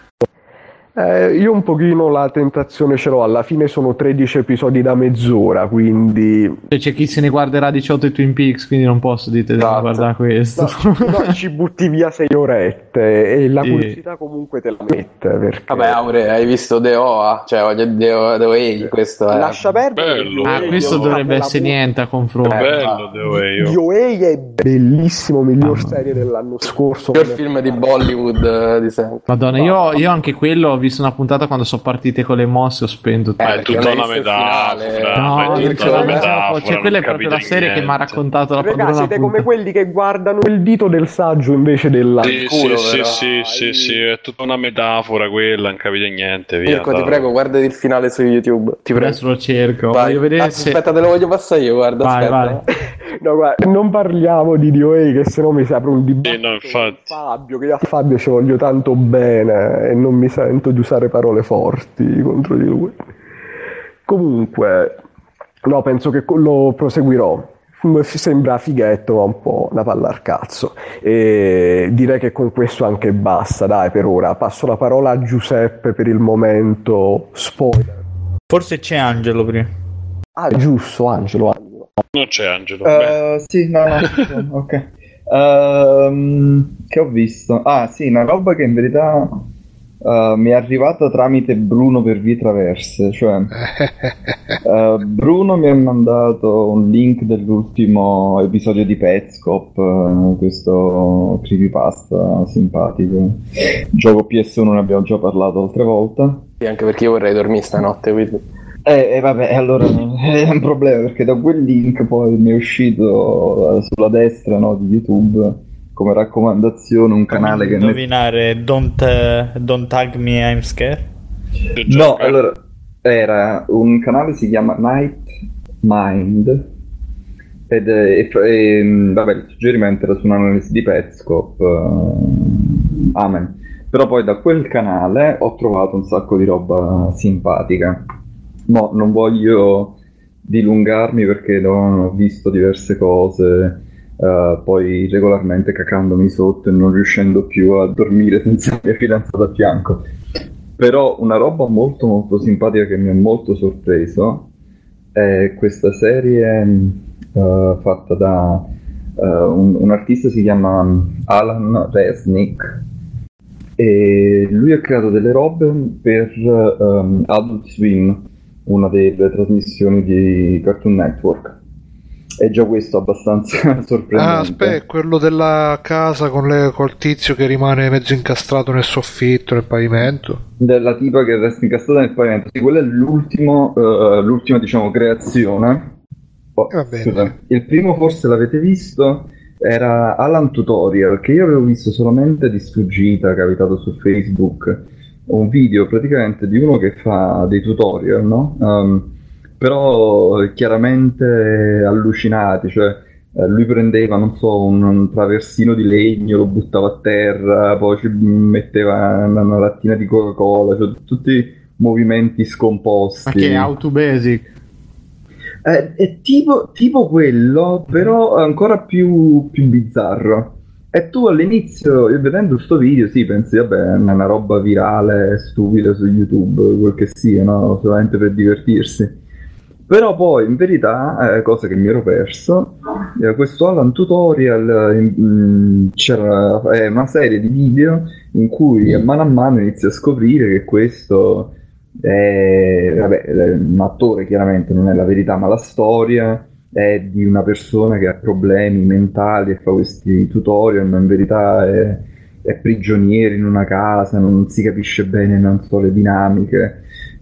Eh, io un pochino la tentazione ce l'ho, alla fine sono tredici episodi da mezz'ora, quindi... Cioè, c'è chi se ne guarderà diciotto di Twin Peaks, quindi non posso dire esatto. di guardare questo. No, no, ci butti via sei orette e la sì. curiosità comunque te la mette. Perché... Vabbè, Aure, hai visto The O A? Cioè, voglio The O A, questo è... Lascia perdere. Bello. Ah, questo dovrebbe essere niente a confronto. È bello The O A. The O A è bellissimo, miglior ah, serie dell'anno scorso. Il film di Bollywood di sempre. Madonna, io, io anche quello ho visto una puntata quando sono partite con le mosse, ho spento tutto. Eh, è tutta una metafora. No, è tutta una metafora, cioè quella è proprio la serie niente. Che mi ha raccontato la padrona. Ragazzi, siete come quelli che guardano il dito del saggio invece della sì, culo, sì, sì, sì, sì, sì, è tutta una metafora quella, non capite niente. Via, Mirko, ti prego, guarda il finale su YouTube. Ti prego. Adesso lo cerco. Vai. Voglio vedere Aspetta, se... aspetta, te lo voglio passare io, guarda. Vai, aspetta. vai. No, guarda, non parliamo di D O A che sennò mi si apre un dibattito. Sì, no, infatti. Fabio, che a Fabio ci voglio tanto bene e non mi sento di usare parole forti contro di lui. Comunque, no, penso che lo proseguirò. Sembra fighetto, ma un po' una palla al cazzo. E direi che con questo anche basta, dai, per ora. Passo la parola a Giuseppe per il momento spoiler. Forse c'è Angelo prima. Ah, giusto, Angelo. Angelo. Non c'è Angelo. Uh, sì, no, no, ok. Uh, che ho visto? Ah, sì, una roba che in verità uh, mi è arrivata tramite Bruno per vie traverse. Cioè, uh, Bruno mi ha mandato un link dell'ultimo episodio di Petscop, uh, questo creepypasta simpatico. Gioco P S uno, ne abbiamo già parlato altre volte. Sì, anche perché io vorrei dormire stanotte, quindi... Eh, eh vabbè, allora è un problema, perché da quel link poi mi è uscito sulla destra, no, di YouTube come raccomandazione un canale che... Indovinare ne... don't, uh, don't tag me, I'm scared? No, allora era un canale, si chiama Night Mind ed è, è, è, vabbè, il suggerimento era su un'analisi di Petscop, uh, amen. Però poi da quel canale ho trovato un sacco di roba simpatica. No, non voglio dilungarmi perché no, ho visto diverse cose, uh, poi regolarmente cacandomi sotto e non riuscendo più a dormire senza la mia fidanzata a fianco. Però una roba molto molto simpatica che mi ha molto sorpreso è questa serie uh, fatta da uh, un, un artista, si chiama Alan Resnick, e lui ha creato delle robe per um, Adult Swim, una delle trasmissioni di Cartoon Network. È già questo abbastanza sorprendente. Ah, aspetta, quello della casa con le, col tizio che rimane mezzo incastrato nel soffitto, nel pavimento. Della tipa che resta incastrata nel pavimento. Sì, quello è l'ultimo, uh, l'ultima, diciamo, creazione. Oh, Va bene. Scusa. Il primo forse l'avete visto, era Alan Tutorial, che io avevo visto solamente di sfuggita, capitato su Facebook. Un video praticamente di uno che fa dei tutorial, no? Um, però chiaramente allucinati, cioè eh, lui prendeva, non so, un, un traversino di legno, lo buttava a terra, poi ci metteva una, una lattina di Coca-Cola, cioè tutti movimenti scomposti. Ma che è How to Basic? Eh, è tipo, tipo quello, però ancora più, più bizzarro. E tu all'inizio, vedendo sto video, sì, pensi, vabbè, è una roba virale, stupida su YouTube, quel che sia, no? Solamente per divertirsi. Però poi, in verità, eh, cosa che mi ero perso, eh, questo Alan Tutorial, in, in, c'era eh, una serie di video in cui a mano a mano inizia a scoprire che questo è, vabbè, è un attore, chiaramente, non è la verità, ma la storia è di una persona che ha problemi mentali e fa questi tutorial, ma in verità è, è prigioniero in una casa, non si capisce bene, non so, le dinamiche.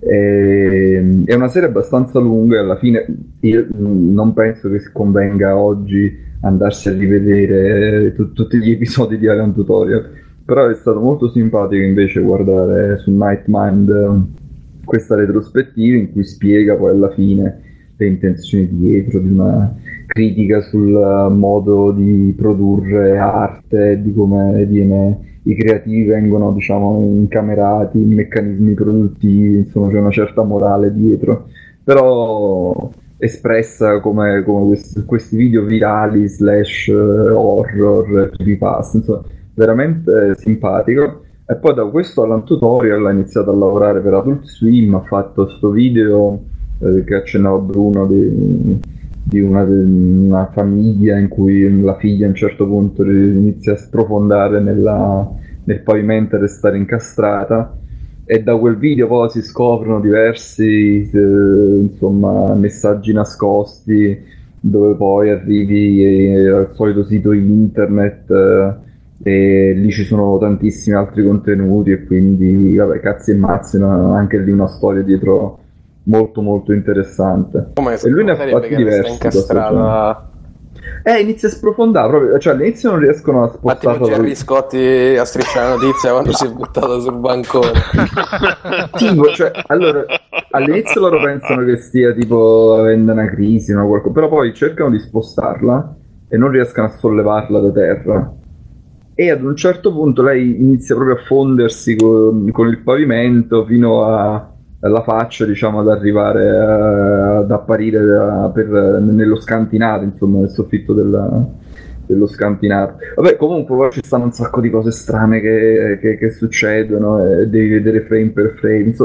E, è una serie abbastanza lunga e alla fine io non penso che convenga oggi andarsi a rivedere t- tutti gli episodi di Alan Tutorial, però è stato molto simpatico invece guardare su Nightmind questa retrospettiva in cui spiega poi alla fine le intenzioni dietro, di una critica sul modo di produrre arte, di come viene, i creativi vengono, diciamo, incamerati in meccanismi produttivi, insomma c'è una certa morale dietro, però espressa come, come questi, questi video virali slash horror, creepypasta, insomma veramente simpatico. E poi da questo Alan Tutorial ha iniziato a lavorare per Adult Swim, ha fatto sto video eh, che accennava Bruno di, di una, di una famiglia in cui la figlia a un certo punto inizia a sprofondare nella, nel pavimento e restare incastrata, e da quel video poi si scoprono diversi eh, insomma messaggi nascosti dove poi arrivi eh, al solito sito internet eh, e lì ci sono tantissimi altri contenuti e quindi vabbè, cazzi e mazzi, no? Anche lì una storia dietro molto molto interessante. Come e lui ne ha fatti diversi incastrata... eh inizia a sprofondare proprio, cioè all'inizio non riescono a spostare. Ma tipo Gerry Scotti a Striscia la Notizia quando si è buttato sul bancone. Tipo, cioè, allora all'inizio loro pensano che stia tipo avendo una crisi, no, qualcosa, però poi cercano di spostarla e non riescono a sollevarla da terra. E ad un certo punto lei inizia proprio a fondersi con, con il pavimento fino a, alla faccia, diciamo, ad arrivare a, ad apparire a, per, nello scantinato, insomma, nel soffitto della, dello scantinato. Vabbè, comunque poi ci stanno un sacco di cose strane che, che, che succedono, e devi vedere frame per frame, insomma,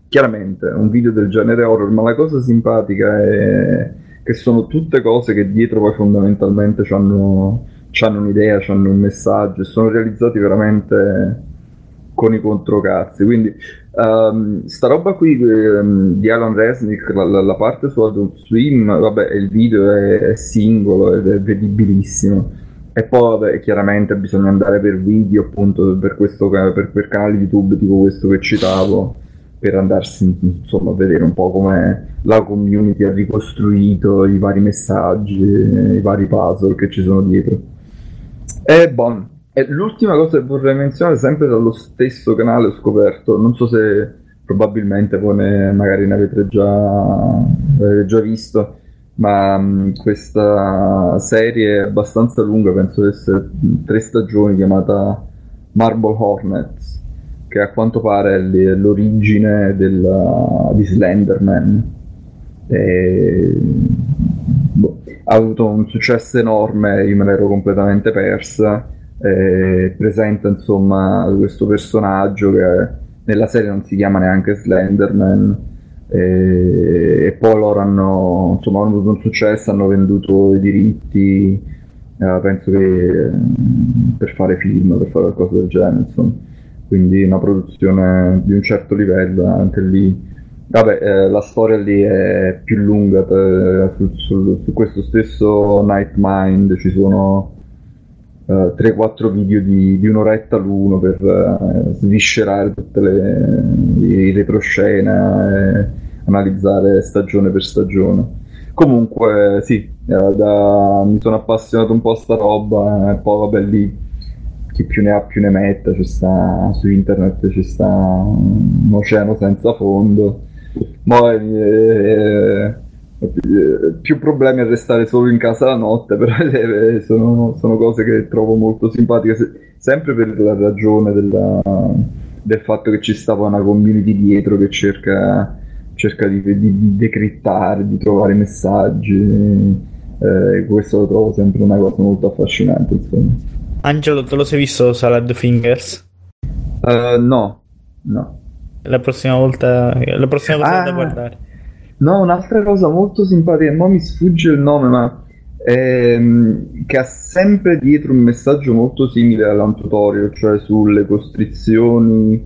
chiaramente un video del genere horror, ma la cosa simpatica è che sono tutte cose che dietro poi fondamentalmente c'hanno, c'hanno un'idea, c'hanno un messaggio, e sono realizzati veramente con i controcazzi. Quindi um, sta roba qui um, di Alan Resnick, la, la, la parte su Adult Swim, vabbè, il video è, è singolo ed è vedibilissimo, e poi vabbè, chiaramente bisogna andare per video, appunto, per questo per, per canali YouTube tipo questo che citavo, per andarsi insomma a vedere un po' come la community ha ricostruito i vari messaggi, i vari puzzle che ci sono dietro. E buono. E l'ultima cosa che vorrei menzionare, sempre dallo stesso canale ho scoperto, non so se probabilmente voi ne, magari ne avete già, avete già visto, ma um, questa serie è abbastanza lunga, penso di essere tre stagioni, chiamata Marble Hornets, che a quanto pare è l'origine della, di Slenderman. E, boh, ha avuto un successo enorme, io me l'ero completamente persa. Eh, presenta insomma questo personaggio che nella serie non si chiama neanche Slenderman, eh, e poi loro hanno insomma hanno avuto un successo, hanno venduto i diritti, eh, penso che eh, per fare film, per fare qualcosa del genere, insomma. Quindi una produzione di un certo livello anche lì. Vabbè, eh, la storia lì è più lunga, per, su, su, su questo stesso Nightmind ci sono Uh, tre quattro video di, di un'oretta l'uno per uh, sviscerare tutte le, le retroscena e analizzare stagione per stagione. Comunque sì, uh, da, mi sono appassionato un po' a sta roba, e poi vabbè lì chi più ne ha più ne metta, ci sta, su internet ci sta un oceano senza fondo. Ma eh, più problemi a restare solo in casa la notte, però eh, sono, sono cose che trovo molto simpatiche, se, sempre per la ragione della, del fatto che ci stava una community dietro che cerca, cerca di, di, di decrittare, di trovare messaggi, eh, questo lo trovo sempre una cosa molto affascinante, insomma. Angelo, te lo sei visto Salad Fingers? Uh, no, no. La prossima volta, la prossima cosa ah. da guardare. No, un'altra cosa molto simpatica, non mi sfugge il nome, ma ehm, che ha sempre dietro un messaggio molto simile all'Antutorial, cioè sulle costrizioni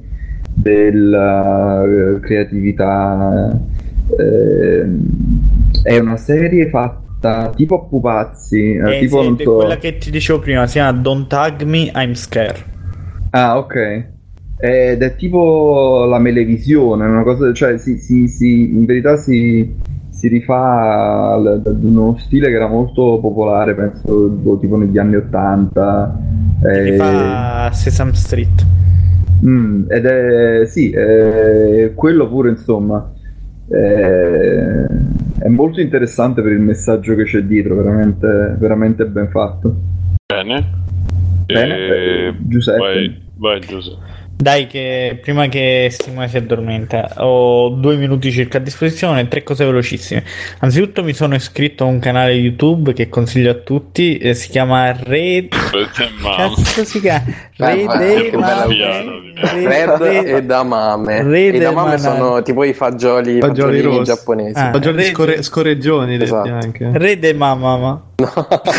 della uh, creatività. Eh, è una serie fatta tipo a pupazzi, eh, eh, tipo sì, non so... quella che ti dicevo prima, si chiama Don't Tag Me, I'm Scared. Ah, ok. Ed è tipo la Melevisione, una cosa, cioè si, si, si, in verità si, si rifà ad uno stile che era molto popolare, penso tipo negli anni ottanta. Si rifà e... Sesame Street. Mm, ed è, sì, è, quello pure insomma, è, è molto interessante per il messaggio che c'è dietro, veramente, veramente ben fatto. Bene. Bene, e... Giuseppe. Vai, vai Giuseppe. Dai, che prima che Simone si addormenta ho due minuti circa a disposizione, tre cose velocissime. Anzitutto mi sono iscritto a un canale YouTube che consiglio a tutti, eh, si chiama Red... Cazzo si chiama? Red Red e Damame. Red e Damame sono tipo i fagioli, fagioli, fagioli giapponesi. Ah, fagioli Red... score... scorreggioni. Esatto. Anche. Red e Mamma. No.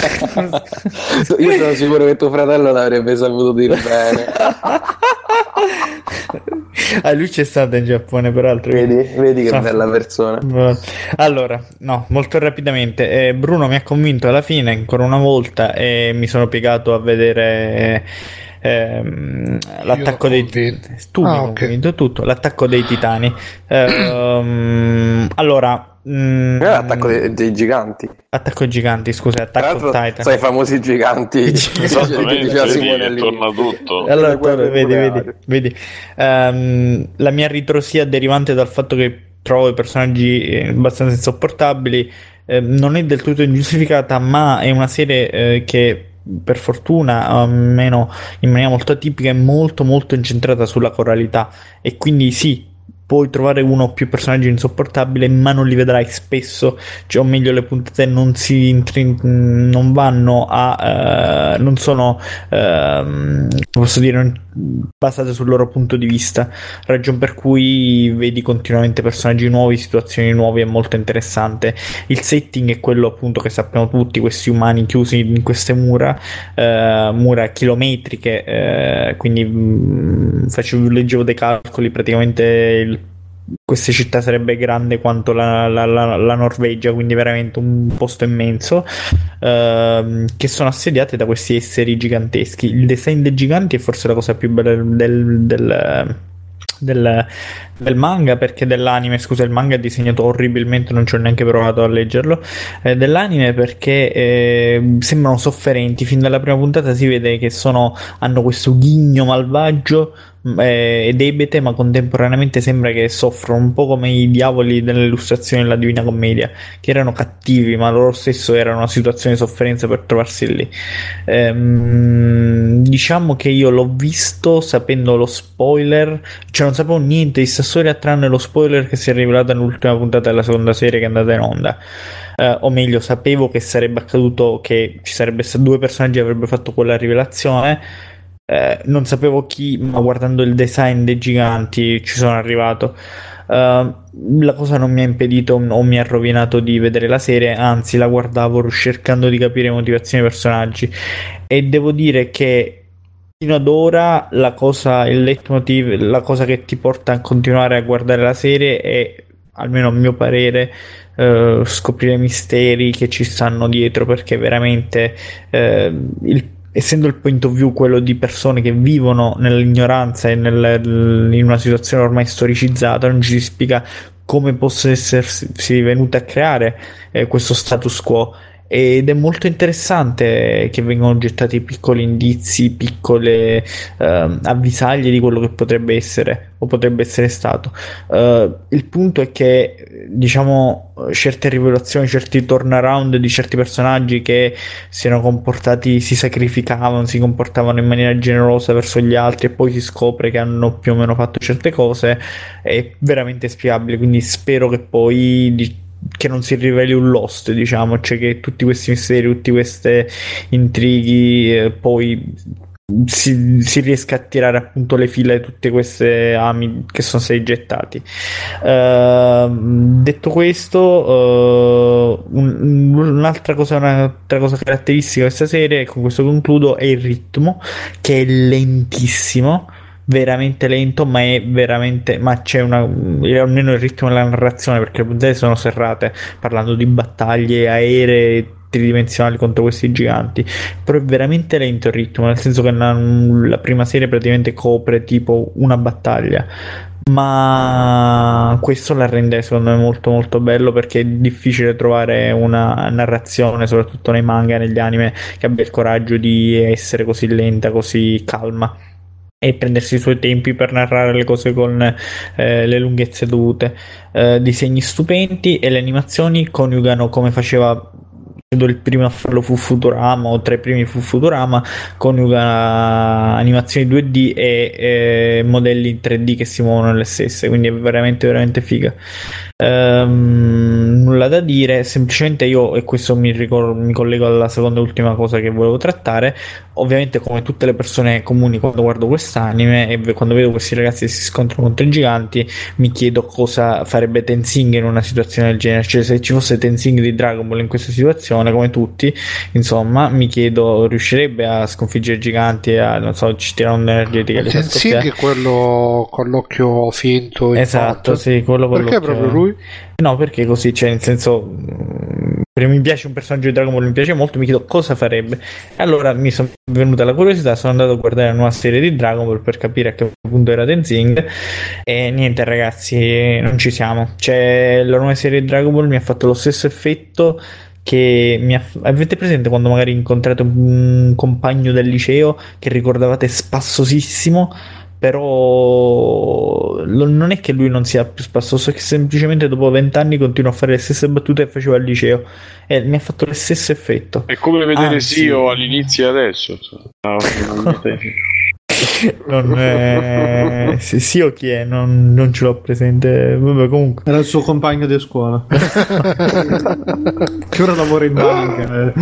Io sono sicuro che tuo fratello l'avrebbe saputo dire bene. Ah, lui c'è stato in Giappone peraltro. Vedi, vedi che bella persona. Allora, no, molto rapidamente, eh, Bruno mi ha convinto alla fine ancora una volta e mi sono piegato a vedere ehm, l'attacco dei tu ah, okay. tutto l'attacco dei titani. ehm, allora Mm, è l'attacco dei, dei giganti. Attacco ai giganti, scusa, attacco Titan. Sai i famosi giganti. Torna tutto. Allora, torna, vedi, vedi, vedi. Um, la mia ritrosia derivante dal fatto che trovo i personaggi abbastanza insopportabili eh, non è del tutto ingiustificata, ma è una serie eh, che per fortuna, almeno in maniera molto atipica, è molto molto incentrata sulla coralità, e quindi sì, puoi trovare uno o più personaggi insopportabili, ma non li vedrai spesso, cioè, o meglio, le puntate non si intri- non vanno a uh, non sono uh, posso dire basate sul loro punto di vista, ragion per cui vedi continuamente personaggi nuovi, situazioni nuove, è molto interessante. Il setting è quello appunto che sappiamo tutti, questi umani chiusi in queste mura uh, mura chilometriche, uh, quindi mh, facevo, leggevo dei calcoli, praticamente il, queste città sarebbe grande quanto la, la, la, la Norvegia, quindi veramente un posto immenso, uh, che sono assediate da questi esseri giganteschi. Il design dei giganti è forse la cosa più bella del, del, del, del manga, perché dell'anime, scusa, il manga è disegnato orribilmente, non ci ho neanche provato a leggerlo, eh, dell'anime perché eh, sembrano sofferenti. Fin dalla prima puntata si vede che sono, hanno questo ghigno malvagio eh, ed ebete, ma contemporaneamente sembra che soffrono un po' come i diavoli delle illustrazioni della Divina Commedia, che erano cattivi ma loro stesso erano una situazione di sofferenza per trovarsi lì. Ehm, diciamo che io l'ho visto sapendo lo spoiler, cioè non sapevo niente di sta storia tranne lo spoiler che si è rivelato nell'ultima puntata della seconda serie che è andata in onda. Uh, o meglio, sapevo che sarebbe accaduto, che ci sarebbe stato, due personaggi avrebbero fatto quella rivelazione. Uh, non sapevo chi, ma guardando il design dei giganti ci sono arrivato. Uh, la cosa non mi ha impedito o mi ha rovinato di vedere la serie, anzi la guardavo cercando di capire le motivazioni dei personaggi, e devo dire che fino ad ora la cosa, il leitmotiv, la cosa che ti porta a continuare a guardare la serie è, almeno a mio parere, Uh, scoprire misteri che ci stanno dietro, perché veramente uh, il, essendo il point of view quello di persone che vivono nell'ignoranza e nel, in una situazione ormai storicizzata, non ci si spiega come possa essersi venuta a creare eh, questo status quo. Ed è molto interessante che vengono gettati piccoli indizi, piccole uh, avvisaglie di quello che potrebbe essere o potrebbe essere stato. Uh, il punto è che, diciamo, certe rivelazioni, certi turnaround di certi personaggi che si erano comportati, si sacrificavano, si comportavano in maniera generosa verso gli altri e poi si scopre che hanno più o meno fatto certe cose, è veramente spiegabile. Quindi spero che poi di- che non si riveli un Lost, diciamo, cioè che tutti questi misteri, tutti questi intrighi eh, poi si, si riesca a tirare appunto le fila di tutte queste ami che sono stati gettati. Uh, detto questo, uh, un, un'altra cosa un'altra cosa caratteristica di questa serie, e con questo concludo, è il ritmo, che è lentissimo, veramente lento, ma è veramente, ma c'è una, almeno il ritmo della narrazione, perché le puntate sono serrate parlando di battaglie aeree tridimensionali contro questi giganti, però è veramente lento il ritmo, nel senso che la, la prima serie praticamente copre tipo una battaglia, ma questo la rende secondo me molto molto bello, perché è difficile trovare una narrazione, soprattutto nei manga e negli anime, che abbia il coraggio di essere così lenta, così calma e prendersi i suoi tempi per narrare le cose con eh, le lunghezze dovute. Eh, disegni stupendi, e le animazioni coniugano, come faceva il primo a farlo fu Futurama, o tra i primi fu Futurama, coniuga animazioni due D e eh, modelli in tre D che si muovono nelle stesse, quindi è veramente veramente figa. Um, nulla da dire, semplicemente io, e questo mi, ricordo, mi collego alla seconda e ultima cosa che volevo trattare, ovviamente come tutte le persone comuni quando guardo quest'anime e quando vedo questi ragazzi che si scontrano contro i giganti, mi chiedo cosa farebbe Tenzing in una situazione del genere, cioè se ci fosse Tenzing di Dragon Ball in questa situazione, come tutti, insomma, mi chiedo, riuscirebbe a sconfiggere i giganti e a, non so, ci tirare un'energetica? Tenzing è quello con l'occhio finto, esatto, sì, quello con perché l'occhio... proprio lui? No, perché così, cioè nel senso, mi piace un personaggio di Dragon Ball, mi piace molto, mi chiedo cosa farebbe, e allora mi sono venuta la curiosità, sono andato a guardare la nuova serie di Dragon Ball per capire a che punto era Tenzing, e niente ragazzi, non ci siamo, cioè la nuova serie di Dragon Ball mi ha fatto lo stesso effetto che mi ha... avete presente quando magari incontrate un compagno del liceo che ricordavate spassosissimo, però non è che lui non sia più spassoso, è che semplicemente dopo vent'anni continua a fare le stesse battute che faceva al liceo, e mi ha fatto lo stesso effetto. È come vedere Anzi... Sio all'inizio e adesso. non è... sì, sì o chi è? Non, non ce l'ho presente. Vabbè, comunque era il suo compagno di scuola che ora lavora in banca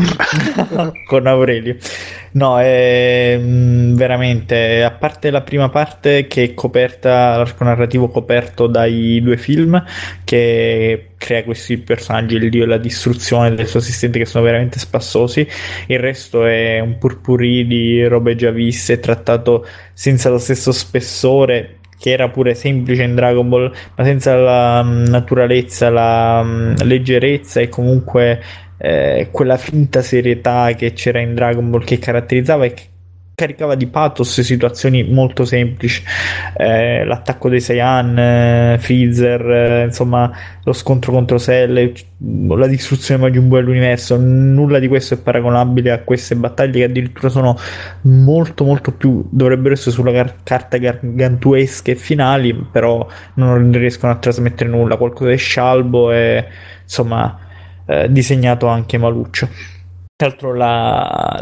con Aurelio. No, è veramente, a parte la prima parte che è coperta, l'arco narrativo coperto dai due film, che crea questi personaggi, il dio e la distruzione del suo assistente, che sono veramente spassosi. Il resto è un purpurri di robe già viste, trattato senza lo stesso spessore, che era pure semplice in Dragon Ball, ma senza la naturalezza, la leggerezza e comunque eh, quella finta serietà che c'era in Dragon Ball, che caratterizzava e che caricava di pathos situazioni molto semplici, eh, l'attacco dei Saiyan, eh, Freezer, eh, insomma lo scontro contro Cell, la distruzione di Majin Buu dell'universo. Nulla di questo è paragonabile a queste battaglie, che addirittura sono molto molto più, dovrebbero essere sulla car- carta gargantuesche e finali, però non riescono a trasmettere nulla, qualcosa è scialbo e insomma eh, disegnato anche maluccio. Tra l'altro la,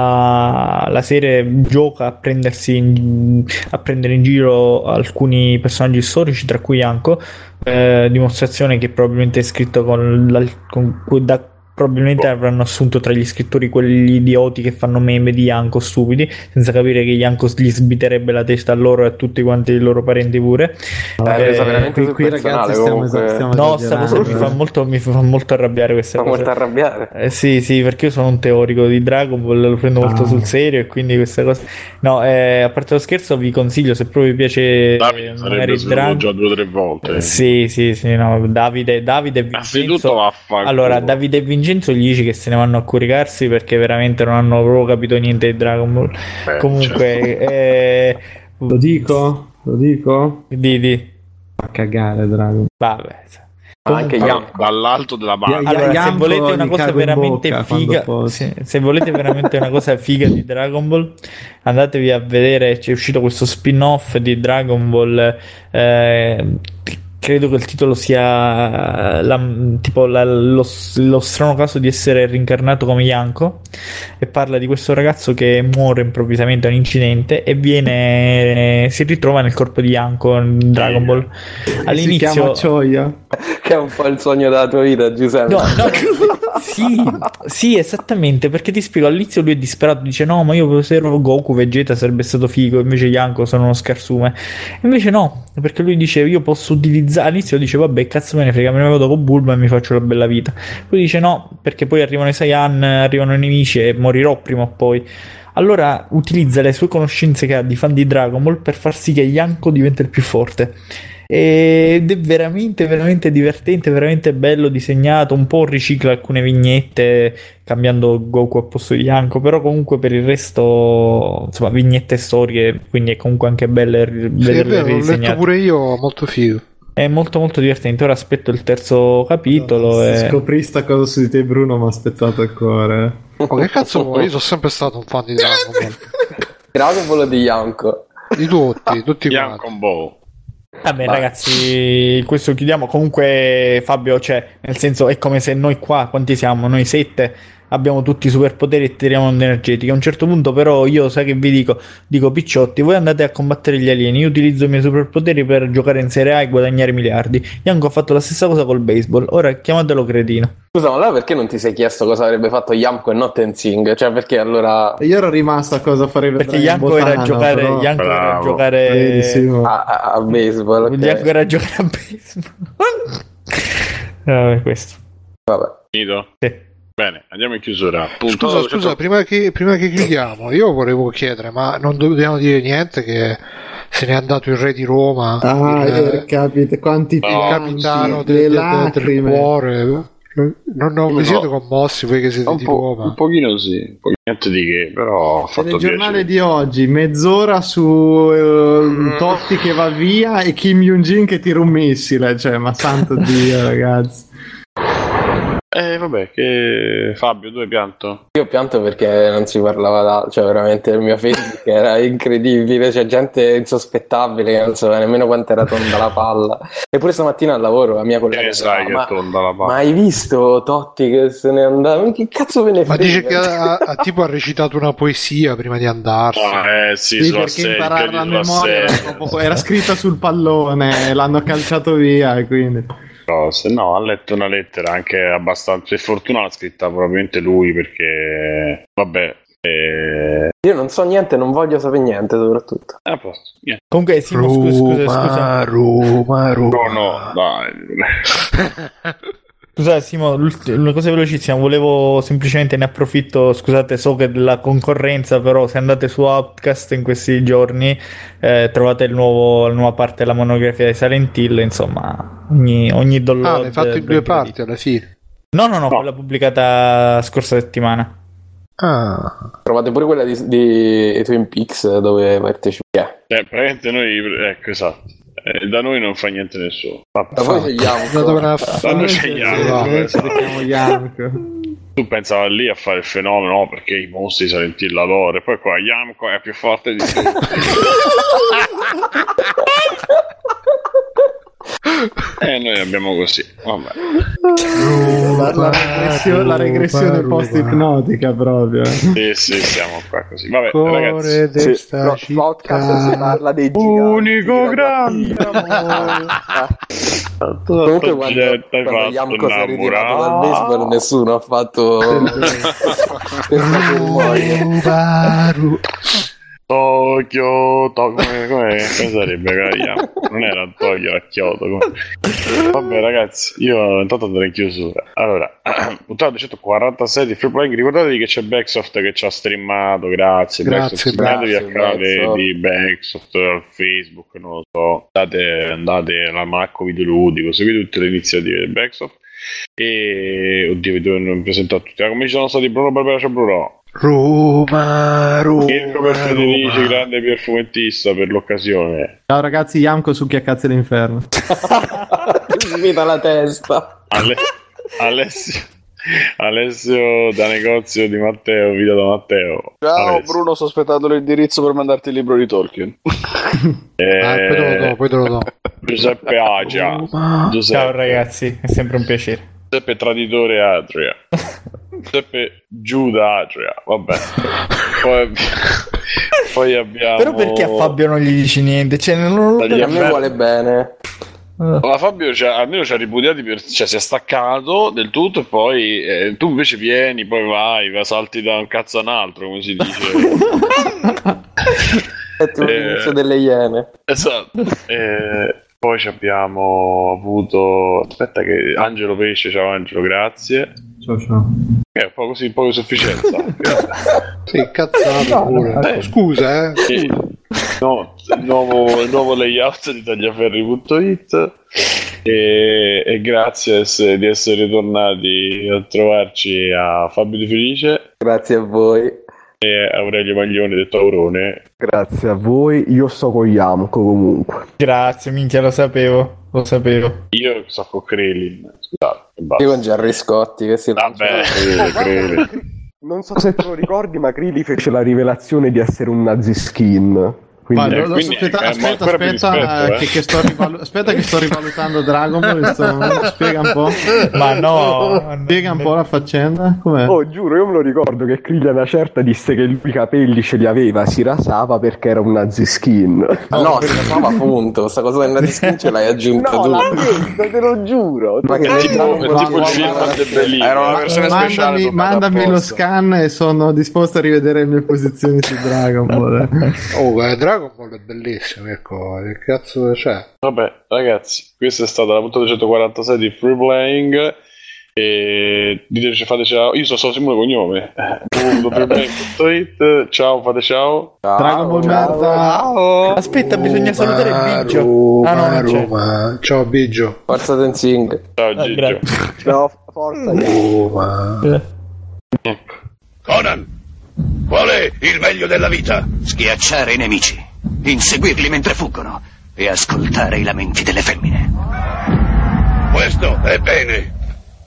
la, la serie gioca a prendersi in, a prendere in giro alcuni personaggi storici, tra cui Yanko, eh, dimostrazione che probabilmente è scritto con, la, con da, probabilmente avranno assunto tra gli scrittori quegli idioti che fanno meme di Yanko stupidi, senza capire che Yanko gli sbiterebbe la testa a loro e a tutti quanti i loro parenti pure. Eh, eh, veramente qui, qui ragazzi stiamo, stiamo no, sta cosa mi fa molto mi fa molto arrabbiare questa fa cosa. molto arrabbiare. Eh, sì, sì, perché io sono un teorico di Dragon Ball, lo prendo molto ah. sul serio, e quindi questa cosa. No, eh, a parte lo scherzo, vi consiglio, se proprio vi piace Davide, magari Dragon già due o tre volte. Eh, sì, sì, sì, no, Davide, Davide e Vincenzo. Allora, Davide e Vincenzo gli dici che se ne vanno a curicarsi, perché veramente non hanno proprio capito niente di Dragon Ball. Beh, comunque certo. eh, lo dico lo dico di, di. a cagare Dragon Ball. Vabbè, anche Yamko dall'alto della barca. Allora, se volete una cosa veramente figa, se, se volete veramente una cosa figa di Dragon Ball, andatevi a vedere, c'è uscito questo spin-off di Dragon Ball, eh, credo che il titolo sia la, tipo la, lo, lo strano caso di essere rincarnato come Yanko, e parla di questo ragazzo che muore improvvisamente a un incidente e viene si ritrova nel corpo di Yanko in Dragon Ball. All'inizio si chiama Choya, che è un po' il sogno della tua vita, Giuseppe. No, no, sì, sì, esattamente, perché ti spiego, all'inizio lui è disperato, dice no, ma io se ero Goku, Vegeta sarebbe stato figo, invece Yanko sono uno scarsume. Invece no, perché lui dice io posso utilizzare, all'inizio dice vabbè cazzo me ne frega, me ne vado con Bulma e mi faccio la bella vita. Poi dice no, perché poi arrivano i Saiyan, arrivano i nemici e morirò prima o poi. Allora utilizza le sue conoscenze che ha di fan di Dragon Ball per far sì che Yanko diventi il più forte. Ed è veramente veramente divertente, veramente bello disegnato, un po' ricicla alcune vignette cambiando Goku al posto di Yanko, però comunque per il resto insomma vignette e storie, quindi è comunque anche bello sì, vederle ridisegnate. L'ho letto pure io, molto figo. È molto molto divertente. Ora aspetto il terzo capitolo. No, e... Se scoprì sta cosa su di te, Bruno, mi ha spezzato il cuore. Ma che cazzo vuoi? Io sono sempre stato un fan di Dragon Ball. Dragon Ball di Yanko. Di tutti, tutti Yanko Ball. Vabbè, Vai. ragazzi, questo chiudiamo. Comunque, Fabio, cioè, nel senso, è come se noi qua, quanti siamo? Noi sette abbiamo tutti i superpoteri e tiriamo onde energetiche. A un certo punto, però, io sai che vi dico: dico picciotti, voi andate a combattere gli alieni. Io utilizzo i miei superpoteri per giocare in Serie A e guadagnare miliardi. Yanko ha fatto la stessa cosa col baseball. Ora chiamatelo cretino. Scusa, ma allora perché non ti sei chiesto cosa avrebbe fatto Yanko e not Tenzing? Cioè, perché allora. Io ero rimasto a cosa farebbe perché Yanko era a giocare. Però... Yanko era a giocare a, a, a baseball. Okay. Yanko era a giocare a baseball. Vabbè, questo. Vabbè. Finito? Sì. Bene, andiamo in chiusura. Punto scusa, scusa, cento... prima, che, prima che chiudiamo, io volevo chiedere, ma non dobbiamo dire niente che se n'è andato il re di Roma? Ah, il, eh, capite quanti no, il capitano del, del, del cuore. Non, non vi no. siete commossi voi che siete un di po', Roma? Un pochino sì, un pochino niente di che, però ho fatto nel giornale piacere. di oggi, mezz'ora su uh, Totti che va via e Kim Jong-un che tira un missile, cioè, ma santo Dio, ragazzi. Eh vabbè, che Fabio, tu hai pianto? Io pianto perché non si parlava da, cioè veramente il mio Facebook era incredibile, c'è gente insospettabile che non sapeva nemmeno quanto era tonda la palla. Eppure stamattina al lavoro la mia collega Eh, sai diceva, che è tonda la ma palla. hai visto Totti che se ne andava? Che cazzo ve ne Ma frega? dice che ha, ha- tipo ha recitato una poesia prima di andarsene. Ah, eh sì, Sì, sulla perché serie, impararla a sulla memoria era, serie. troppo- era scritta sul pallone, l'hanno calciato via e quindi... Cose. No, ha letto una lettera anche abbastanza. Per fortuna l'ha scritta probabilmente lui perché, vabbè, eh... Io non so niente, non voglio sapere niente soprattutto. a posto. Niente. Comunque, Simo, scusa, scusa, scusa. Roma, Roma. No, no, dai. Scusa Simo, l'ult- una cosa velocissima, volevo semplicemente, ne approfitto, scusate, so che della concorrenza, però se andate su Outcast in questi giorni eh, trovate il nuovo, la nuova parte della monografia di Silent Hill, insomma, ogni, ogni download... Ah, l'hai fatto in due ben parti gradito. alla fine. No, no, no, quella pubblicata scorsa settimana. Ah. Trovate pure quella di, di Twin Peaks dove partecipi. Eh, praticamente noi, ecco, esatto. Eh, da noi non fa niente nessuno. Da voi scegliamo. Da dove la Da noi scegliamo. Noi ci mettiamo Yamko. Tu pensava lì a fare il fenomeno, no, perché i mostri Silent Hill la lore, poi qua Yamco è più forte di tutti. E noi abbiamo così, vabbè. La, la regressione, la regressione post-ipnotica proprio. eh. Sì, sì, siamo qua così. Vabbè, Cuore ragazzi. di Sì, sta no, città. podcast si parla dei giganti. Unico grande amore. Comunque quando, Gente, hai quando fatto Yamco si è ritirato innamorare. dal baseball nessuno ha fatto questa cerimonia. Rubaru. Tokyo, to- come, come, come sarebbe che Yamco? Non era Tokyo, era Kyoto. Come... Vabbè, ragazzi, io intanto andrei in chiusura. Allora, puntata duecentoquarantasei di Free Playing. Ricordatevi che c'è Backsoft che ci ha streamato. Grazie, Grazie, Backsoft. Iscrivetevi al grazie, canale Backsoft. di Backsoft al Facebook, non lo so. Andate, andate alla Marco Videoludico, seguite tutte le iniziative di Backsoft. E oddio, vi devo presentare tutti. Come ci sono stati Bruno Barbera, c'è Bruno. Roma, Roma, Mirko per Federici, Roma. grande perfumettista per l'occasione. Ciao ragazzi, Yamko su chi a cazzo l'inferno. Svita la testa. Ale- Alessio, Alessio da negozio di Matteo, video da Matteo. Ciao Alessio. Bruno, sto aspettando l'indirizzo per mandarti il libro di Tolkien. Eh, Ah, poi te lo do, poi te lo do. Giuseppe Agia. Giuseppe, Ciao ragazzi, è sempre un piacere. Giuseppe Traditore Adria. Giuseppe Giuda Adria. Vabbè. Poi, poi abbiamo. Però perché a Fabio non gli dici niente? Cioè, non lo Dagli A me vuole bene. Ma Fabio ci ha- almeno ci ha ripudiati, per, cioè si è staccato del tutto e poi eh, tu invece vieni, poi vai, vai, salti da un cazzo a un altro, come si dice. È tipo Eh. l'inizio delle iene. Esatto. Eh, poi ci abbiamo avuto. Aspetta, che Angelo Pesce, ciao Angelo, grazie. Ciao ciao. È un po' così, un po' di sufficienza. Sei incazzato pure. Eh. Scusa, eh. Sì. No, il, nuovo, il nuovo layout di tagliaferri punto it e, e grazie ess- di essere tornati a trovarci a Fabio Di Felice Grazie a voi. e Aurelio Maglione detto Aurone. Grazie a voi, io sto con Yamco comunque. Grazie, minchia, lo sapevo, lo sapevo. Io sto con Krillin, scusate, e basta. Io con Gerry Scotti che si Vabbè, Oh, Krillin. Non so se te lo ricordi, ma Krillin fece Fece la rivelazione di essere un nazi skin. Quindi Ma, Eh, lo- lo- quindi, aspetta, eh, ma aspetta, ancora più aspetta, rispetto, eh. che, che sto rivalu- aspetta che sto rivalutando Dragon Ball in questo momento. Spiega un po'. Ma no, Spiega un po' la faccenda. Com'è? Oh, giuro, io me lo ricordo che Krillin una certa disse che lui i capelli ce li aveva, si rasava perché era un nazi skin. Ma no, si chiamava appunto. Sta cosa della diskin ce l'hai aggiunta No, tu. l'ha detto, te lo giuro. Ma che È tipo, Dragon è Ball tipo il Z film era- de Bellino. Era una versione speciale. Mandami, tornata mandami lo apposta. scan e sono disposto a rivedere le mie posizioni su Dragon Ball. eh. Oh, eh, Dragon Ball è bellissimo, Mirko. Che cazzo c'è? Vabbè, ragazzi, questa è stata la puntata duecentoquarantasei di Free Playing. E diteci, fate ciao. Io sono stato Simone Cognome. w w w punto freeplaying punto it. Ciao, fate ciao. Dragon Ball ciao. merda. Aspetta, bisogna salutare Biggio. Roma, Ah no, non c'è. Roma. Ciao Biggio. Forza Tenzing. Ciao, Ah, Gigio. grazie. No, forza. Roma. Conan, qual è il meglio della vita? Schiacciare i nemici, inseguirli mentre fuggono e ascoltare i lamenti delle femmine. Questo è bene.